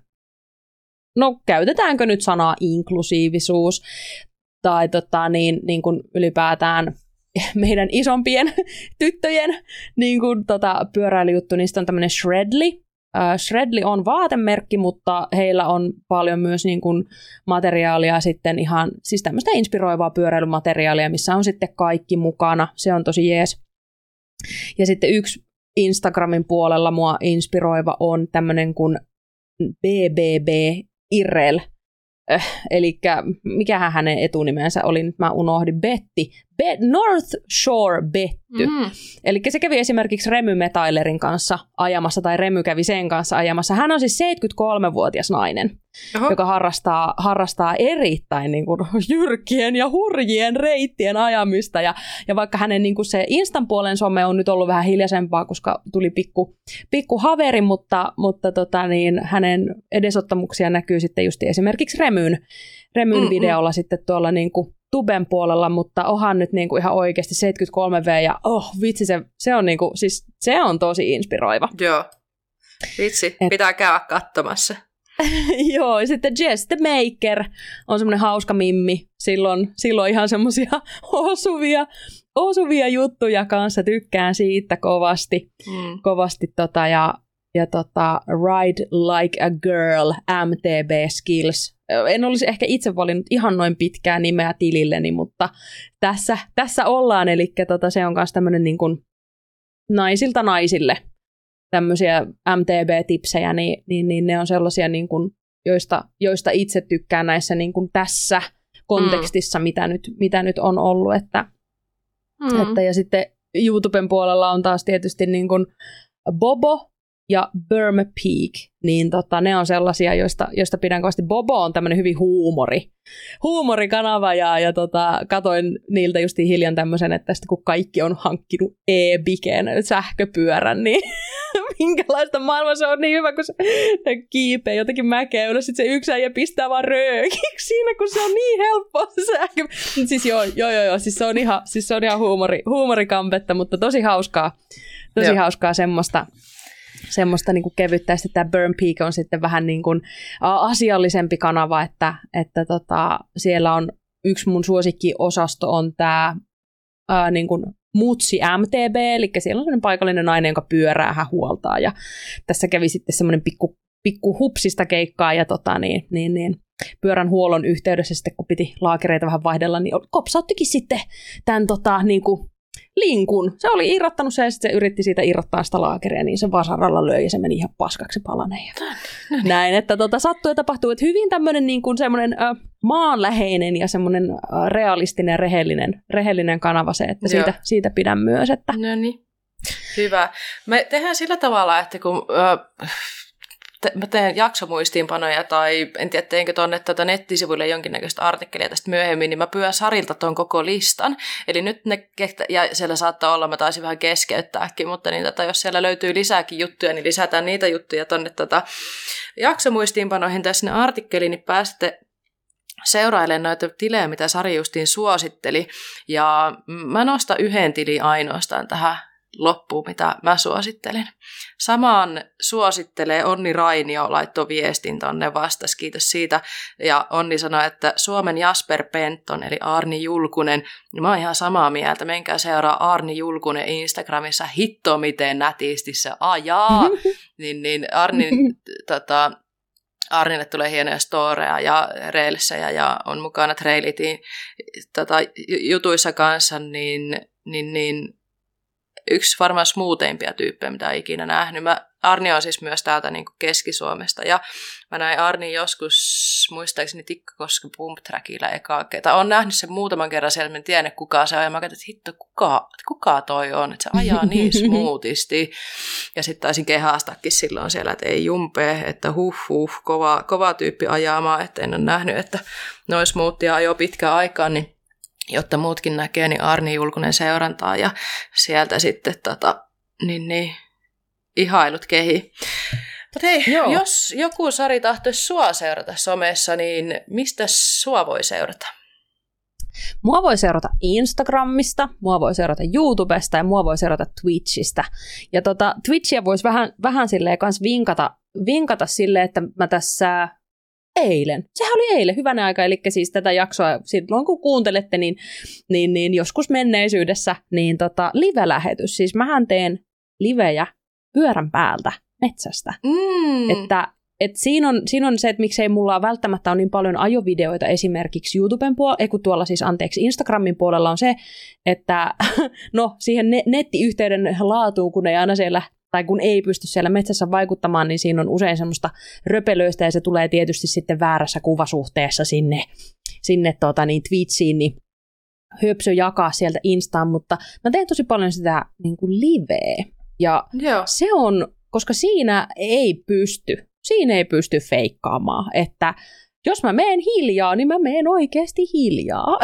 no käytetäänkö nyt sanaa inklusiivisuus tai tota, niin, niin kuin ylipäätään meidän isompien tyttöjen niin kuin, tota, pyöräilyjuttu, niistä on tämmöinen Shredly. Uh, Shredly on vaatemerkki, mutta heillä on paljon myös niin kuin, materiaalia sitten ihan, siis tämmöistä inspiroivaa pyöräilymateriaalia, missä on sitten kaikki mukana. Se on tosi jees. Ja sitten yksi Instagramin puolella mua inspiroiva on tämmöinen kuin B B B Irel, äh, eli mikähän hänen etunimensä oli, nyt mä unohdin, Betty, Be- North Shore Betty. Mm. Eli se kävi esimerkiksi Remy Metallerin kanssa ajamassa, tai Remy kävi sen kanssa ajamassa. Hän on siis seitsemänkymmentäkolmevuotias nainen, Oho. joka harrastaa, harrastaa erittäin niin kuin, jyrkkien ja hurjien reittien ajamista. Ja, ja vaikka hänen niin kuin se Instan puolen some on nyt ollut vähän hiljaisempaa, koska tuli pikku, pikku haveri, mutta, mutta tota, niin, hänen edesottamuksia näkyy sitten just esimerkiksi Remyn, Remyn mm-hmm. videolla sitten tuolla niin kuin tuben puolella, mutta onhan nyt niinku ihan oikeasti seitsemänkymmentäkolme vuotias ja oh vitsi, se, se on niinku, siis se on tosi inspiroiva. Joo, vitsi, Et... pitää käydä katsomassa. Joo, ja sitten Jess the Maker on semmoinen hauska mimmi, silloin, silloin ihan semmoisia osuvia, osuvia juttuja kanssa, tykkään siitä kovasti, mm. kovasti tota, ja, ja tota, Ride Like a Girl, M T B Skills. En olisi ehkä itse valinnut ihan noin pitkää nimeä tililleni, mutta tässä, tässä ollaan. Eli tota, se on myös tämmöinen niin kuin naisilta naisille tämmöisiä M T B-tipsejä, niin, niin, niin ne on sellaisia, niin kuin, joista, joista itse tykkään näissä niin kuin tässä kontekstissa, mm. mitä, nyt, mitä nyt on ollut. Että, mm. että, ja sitten YouTuben puolella on taas tietysti niin kuin Bobo ja Burma Peak, niin tota, ne on sellaisia, joista, joista pidän kovasti. Bobo on tämmöinen hyvin huumori, huumorikanava, ja, ja tota, katoin niiltä justiin hiljan tämmöisen, että sitten kun kaikki on hankkinut e-biken, sähköpyörän, niin minkälaista maailmaa se on niin hyvä, kun se kiipeä jotenkin mäkeä ylös, sitten se yksi äijä pistää vaan röökiksi siinä, kun se on niin helppoa se sähkö. Siis joo, joo, joo, joo siis se on ihan, siis se on ihan huumori, huumorikampetta, mutta tosi hauskaa, tosi joo. hauskaa semmoista. semmoista niin kuin kevyttä, ja sitten tämä Burn Peak on sitten vähän niin kuin asiallisempi kanava, että, että tota, siellä on yksi mun suosikkiosasto on tämä ää, niin kuin Mutsi M T B, eli siellä on sellainen paikallinen nainen, joka pyörää hän huoltaa, ja tässä kävi sitten semmoinen pikku, pikku hupsista keikkaa, ja tota, niin, niin, niin, pyörän huollon yhteydessä sitten, kun piti laakereita vähän vaihdella, niin kopsauttikin sitten tämän tota, niin kuin linkun. Se oli irrottanut sen ja sitten se yritti siitä irrottaa sitä laakeria, niin se vasaralla löi ja se meni ihan paskaksi palaneen. No niin. Näin, että tota, sattuu ja tapahtuu. Että hyvin tämmöinen niin kuin semmoinen äh, maanläheinen ja semmoinen äh, realistinen, rehellinen, rehellinen kanava se, että siitä, siitä pidän myös. Että... No niin. Hyvä. Me tehdään sillä tavalla, että kun... Äh, mä teen jaksomuistiinpanoja tai en tiedä, teinkö tuonne tuota nettisivuille jonkinnäköistä artikkelia tästä myöhemmin, niin mä pyydän Sarilta tuon koko listan. Eli nyt ne, ja siellä saattaa olla, mä taisin vähän keskeyttääkin, mutta niin tota, jos siellä löytyy lisääkin juttuja, niin lisätään niitä juttuja tuonne tota jaksomuistiinpanoihin tai sinne artikkeliin, niin pääsette seurailemaan noita tilejä, mitä Sari justiin suositteli. Ja mä nostan yhden tilin ainoastaan tähän loppuun, mitä mä suosittelin. Samaan suosittelee Onni Rainio, laittoi viestin tonne vastas, kiitos siitä. Ja Onni sanoi, että Suomen Jasper Penton, eli Arni Julkunen, niin mä oon ihan samaa mieltä. Menkää seuraa Arni Julkunen Instagramissa, hitto miten nätisti se ajaa. niin, niin Arnin, tota, Arnille tulee hienoja storeja ja reelsejä ja on mukana Trailitiin tota, jutuissa kanssa, niin, niin, niin yksi varmaan smoothimpia tyyppejä, mitä olen ikinä nähnyt. Mä, Arni on siis myös täältä niin kuin Keski-Suomesta, ja mä näin Arni joskus, muistaakseni Tikkakosken Pump Trackilla ekaa kertaa. Olen nähnyt sen muutaman kerran siellä, mä en tiedä kuka se on, ja mä katsoin, että hitto, kuka, kuka toi on, että se ajaa niin smoothisti. Ja sitten taisin kehastakin silloin siellä, että ei jumpee, että huh huh, kova, kova tyyppi ajamaan, että en ole nähnyt, että noin smoothia ajoo pitkään aikaan, niin jotta muutkin näkee, niin Arni Julkunen seurantaa ja sieltä sitten tota, niin, niin, ihailut kehi. Mutta hei, Joo. jos joku Sari tahtoisi sua seurata somessa, niin mistä sua voi seurata? Mua voi seurata Instagramista, mua voi seurata YouTubesta ja mua voi seurata Twitchistä. Ja tota, Twitchiä voisi vähän, vähän silleen kans vinkata, vinkata silleen, että mä tässä... Eilen. Sehän oli eilen, hyvänä aika, eli siis tätä jaksoa silloin kun kuuntelette, niin, niin, niin joskus menneisyydessä, niin tota, live-lähetys. Siis mähän teen livejä pyörän päältä metsästä. Mm. Että et siinä, on, siinä on se, että miksei mulla välttämättä ole niin paljon ajovideoita esimerkiksi YouTuben puolella, ei kun tuolla siis anteeksi Instagramin puolella on se, että no siihen ne, nettiyhteyden laatuun, kun ei aina siellä tai kun ei pysty siellä metsässä vaikuttamaan, niin siinä on usein semmoista röpelöistä, ja se tulee tietysti sitten väärässä kuvasuhteessa sinne, sinne tota, niin Twitchiin, niin höpsö jakaa sieltä Instaan, mutta mä teen tosi paljon sitä niin kuin liveä, ja Joo. se on, koska siinä ei pysty, siinä ei pysty feikkaamaan, että jos mä meen hiljaa, niin mä meen oikeasti hiljaa.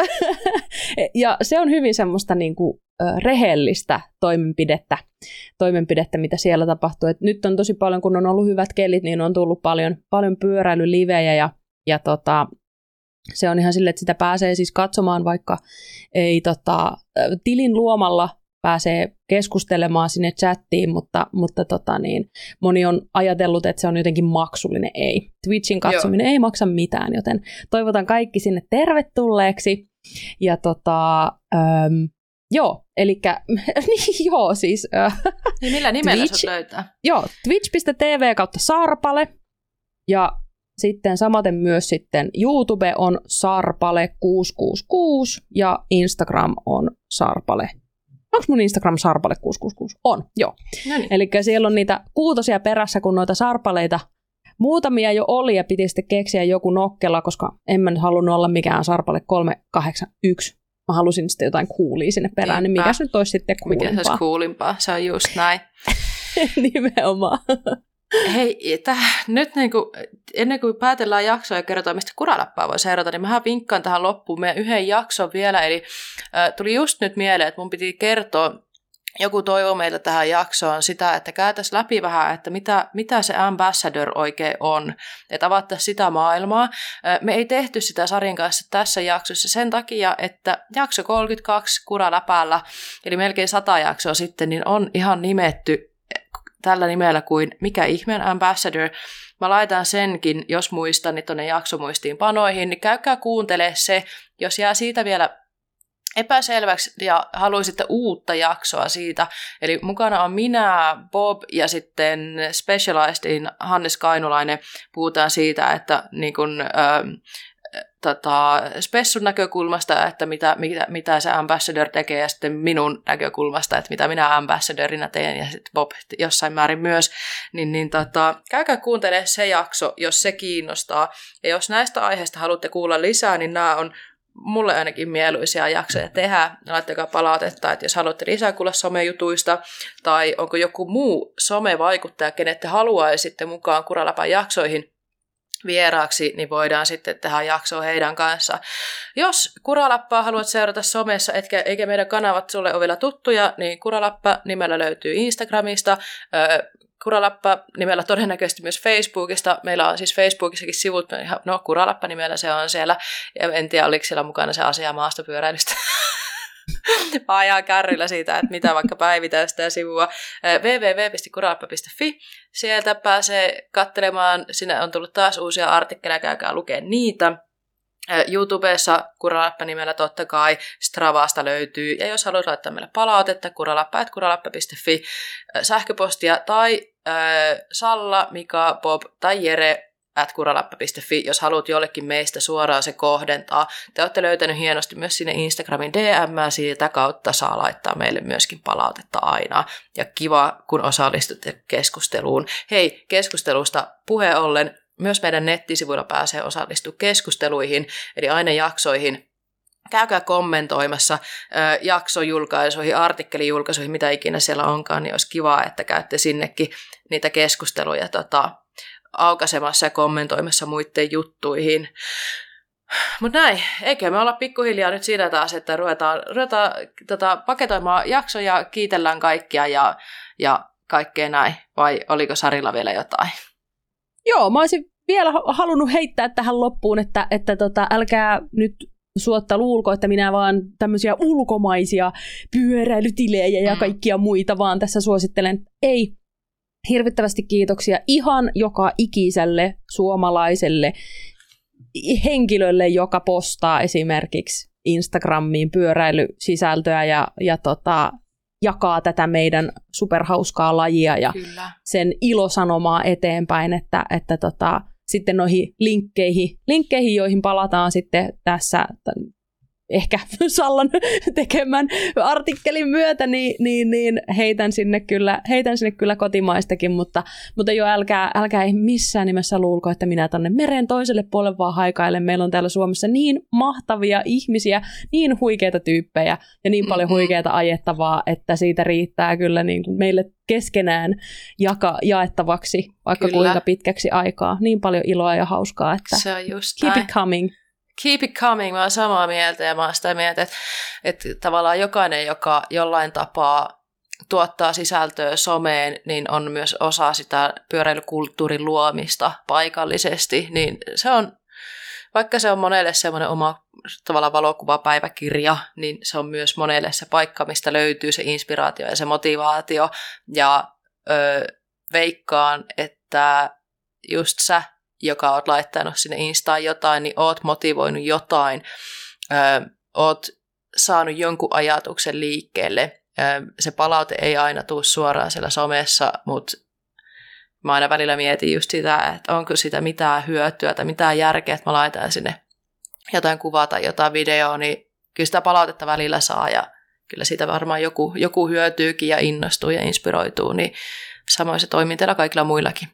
Ja se on hyvin semmoista niin kuin rehellistä toimenpidettä, toimenpidettä, mitä siellä tapahtuu. Et nyt on tosi paljon, kun on ollut hyvät kelit, niin on tullut paljon, paljon pyöräilylivejä ja, ja tota, se on ihan silleen, että sitä pääsee siis katsomaan, vaikka ei tota, tilin luomalla pääsee keskustelemaan sinne chattiin, mutta, mutta tota niin, moni on ajatellut, että se on jotenkin maksullinen. Ei. Twitchin katsominen Joo. ei maksa mitään, joten toivotan kaikki sinne tervetulleeksi. Ja tota, äm, joo, elikkä, niin joo siis. Äh, niin millä nimellä Twitch, sut löytää? Joo, twitch piste tv kautta Sarpale. Ja sitten samaten myös sitten YouTube on Sarpale kuusi kuusi kuusi ja Instagram on Sarpale. Onko mun Instagram Sarpale kuusi kuusi kuusi? On, joo. Eli siellä on niitä kuutosia perässä, kun noita sarpaleita muutamia jo oli ja piti sitten keksiä joku nokkela, koska en mä nyt halunnut olla mikään Sarpale kolme kahdeksan yksi. Mä halusin sitten jotain coolia sinne perään, Niinpä. Niin mikäs nyt olisi sitten kuulimpaa? Mikä se olisi kuulimpaa, se on just näin. Nimenomaan. Hei, täh, nyt niin kuin, ennen kuin päätellään jaksoa ja kerrotaan, mistä Kuraläppää voi seurata, niin mähän vinkkaan tähän loppuun meidän yhden jakson vielä. Eli äh, tuli just nyt mieleen, että mun piti kertoa, joku toivoo meiltä tähän jaksoon sitä, että käytäisiin läpi vähän, että mitä, mitä se ambassador oikein on. Että avattaisiin sitä maailmaa. Äh, me ei tehty sitä Sarin kanssa tässä jaksossa sen takia, että jakso kolmekymmentäkaksi Kuraläpällä, eli melkein sata jaksoa sitten, niin on ihan nimetty tällä nimellä kuin Mikä ihmeen ambassador. Mä laitan senkin, jos muistan, niin tuonne jaksomuistiinpanoihin, niin käykää kuuntelemaan se, jos jää siitä vielä epäselväksi ja haluaisitte uutta jaksoa siitä. Eli mukana on minä, Bob ja sitten Specializedin Hannes Kainulainen. Puhutaan siitä, että niin kun, äh, tota, Spessun näkökulmasta, että mitä, mitä, mitä se ambassador tekee, ja sitten minun näkökulmasta, että mitä minä ambassadorina teen, ja sitten Bob jossain määrin myös, niin, niin tota, käykää kuuntelemaan se jakso, jos se kiinnostaa. Ja jos näistä aiheista haluatte kuulla lisää, niin nämä on mulle ainakin mieluisia jaksoja tehdä. Laittakaa palautetta, että jos haluatte lisää kuulla somejutuista, tai onko joku muu somevaikuttaja, kenet te haluaisitte mukaan Kuraläpän jaksoihin vieraaksi, niin voidaan sitten tehdä jaksoa heidän kanssa. Jos Kuraläppää haluat seurata somessa, etkä, eikä meidän kanavat sulle ole vielä tuttuja, niin Kuraläppä nimellä löytyy Instagramista, Kuraläppä nimellä todennäköisesti myös Facebookista. Meillä on siis Facebookissakin sivut, no Kuraläppä nimellä se on siellä, ja en tiedä oliko siellä mukana se asia maastopyöräilystä. Mä ajaa kärryllä siitä, että mitä vaikka päivitään sitä sivua. double-u double-u double-u piste kuraläppä piste fi. Sieltä pääsee katselemaan. Sinne on tullut taas uusia artikkeleja, käykää lukea niitä. YouTubessa Kuraläppä nimellä totta kai, Stravasta löytyy. Ja jos haluat laittaa meille palautetta, kuraläppä ät kuraläppä piste fi, sähköpostia tai äh, Salla, Mika, Bob tai Jere at kuraläppä piste fi, jos haluat jollekin meistä suoraan se kohdentaa. Te olette löytänyt hienosti myös sinne Instagramin D M, siitä kautta saa laittaa meille myöskin palautetta aina. Ja kiva, kun osallistutte keskusteluun. Hei, keskustelusta puheen ollen, myös meidän nettisivuilla pääsee osallistumaan keskusteluihin, eli aina jaksoihin. Käykää kommentoimassa äh, jaksojulkaisuihin, artikkelijulkaisuihin, mitä ikinä siellä onkaan, niin olisi kiva, että käytte sinnekin niitä keskusteluja tota, aukaisemassa ja kommentoimassa muiden juttuihin. Mutta näin, eikö me olla pikkuhiljaa nyt siinä taas, että ruvetaan, ruvetaan tota, paketoimaan jaksoja, kiitellään kaikkia ja, ja kaikkea näin, vai oliko Sarilla vielä jotain? Joo, mä olisin vielä halunnut heittää tähän loppuun, että, että tota, älkää nyt suotta luulko, että minä vaan tämmöisiä ulkomaisia pyöräilytilejä ja kaikkia muita, vaan tässä suosittelen, ei, hirvittävästi kiitoksia ihan joka ikiselle suomalaiselle henkilölle, joka postaa esimerkiksi Instagramiin pyöräilysisältöä ja, ja tota, jakaa tätä meidän superhauskaa lajia ja Kyllä. sen ilosanomaa eteenpäin, että, että tota, sitten noihin linkkeihin, linkkeihin, joihin palataan sitten tässä ehkä Sallan tekemän artikkelin myötä, niin, niin, niin heitän, sinne kyllä, heitän sinne kyllä kotimaistakin, mutta, mutta jo älkää, älkää ei missään nimessä luulko, että minä tonne meren toiselle puolelle vaan haikailen. Meillä on täällä Suomessa niin mahtavia ihmisiä, niin huikeita tyyppejä ja niin paljon huikeita ajettavaa, että siitä riittää kyllä niin kuin meille keskenään jaka, jaettavaksi vaikka kyllä. kuinka pitkäksi aikaa. Niin paljon iloa ja hauskaa, että se on just keep näin. it coming. Keep it coming, mä oon samaa mieltä ja mä oon sitä mieltä, että, että tavallaan jokainen, joka jollain tapaa tuottaa sisältöä someen, niin on myös osa sitä pyöräilykulttuurin luomista paikallisesti, niin se on, vaikka se on monelle semmoinen oma tavallaan valokuvapäiväkirja, niin se on myös monelle se paikka, mistä löytyy se inspiraatio ja se motivaatio ja ö, veikkaan, että just sä, joka oot laittanut sinne Instaan jotain, niin oot motivoinut jotain, ö, oot saanut jonkun ajatuksen liikkeelle. Ö, se palaute ei aina tule suoraan siellä somessa, mutta mä aina välillä mietin just sitä, että onko sitä mitään hyötyä tai mitään järkeä, että mä laitan sinne jotain kuvaa tai jotain videoa, niin kyllä sitä palautetta välillä saa ja kyllä siitä varmaan joku, joku hyötyykin ja innostuu ja inspiroituu, niin samoin se toimii teillä kaikilla muillakin.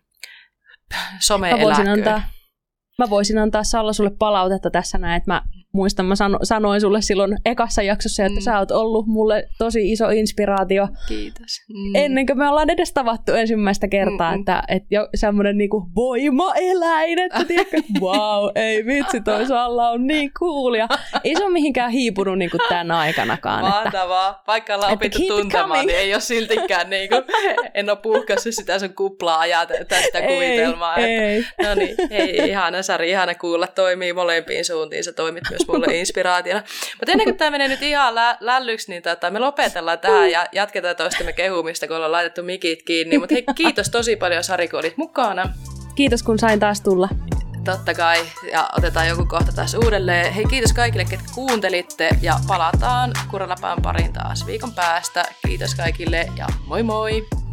Some mä voisin, antaa, mä voisin antaa Salla sulle palautetta tässä näin, että mä muistan, mä sano, sanoin sulle silloin ekassa jaksossa, että mm. sä oot ollut mulle tosi iso inspiraatio. Kiitos. Mm. Ennen kuin me ollaan edes tavattu ensimmäistä kertaa, mm-hmm. että, että jo semmoinen niinku voimaeläin, että tiedätkö, wow, ei vitsi, toi Salla on niin cool. Ja ei se ole mihinkään hiipunut niinku tämän aikanakaan. Mahtavaa. Että, Vaikka ollaan opittu tuntemaan, niin ei ole siltikään, niinku, en ole puhkassut sitä sun kuplaa ajatella tästä kuvitelmaa. Ei, että, no niin, hei, ihana Sari, ihana kuulla, toimii molempiin suuntiin, sä toimit myös mulle inspiraationa. Mutta ennen kuin tämä menee nyt ihan lä- lällyksi, niin tota, me lopetellaan tähän ja jatketaan toistemme kehumista, kun ollaan laitettu mikit kiinni. Mutta hei, kiitos tosi paljon Sari, kun olit mukana. Kiitos, kun sain taas tulla. Totta kai, ja otetaan joku kohta taas uudelleen. Hei, kiitos kaikille, ketkä kuuntelitte, ja palataan Kuraläpän pariin taas viikon päästä. Kiitos kaikille, ja moi moi!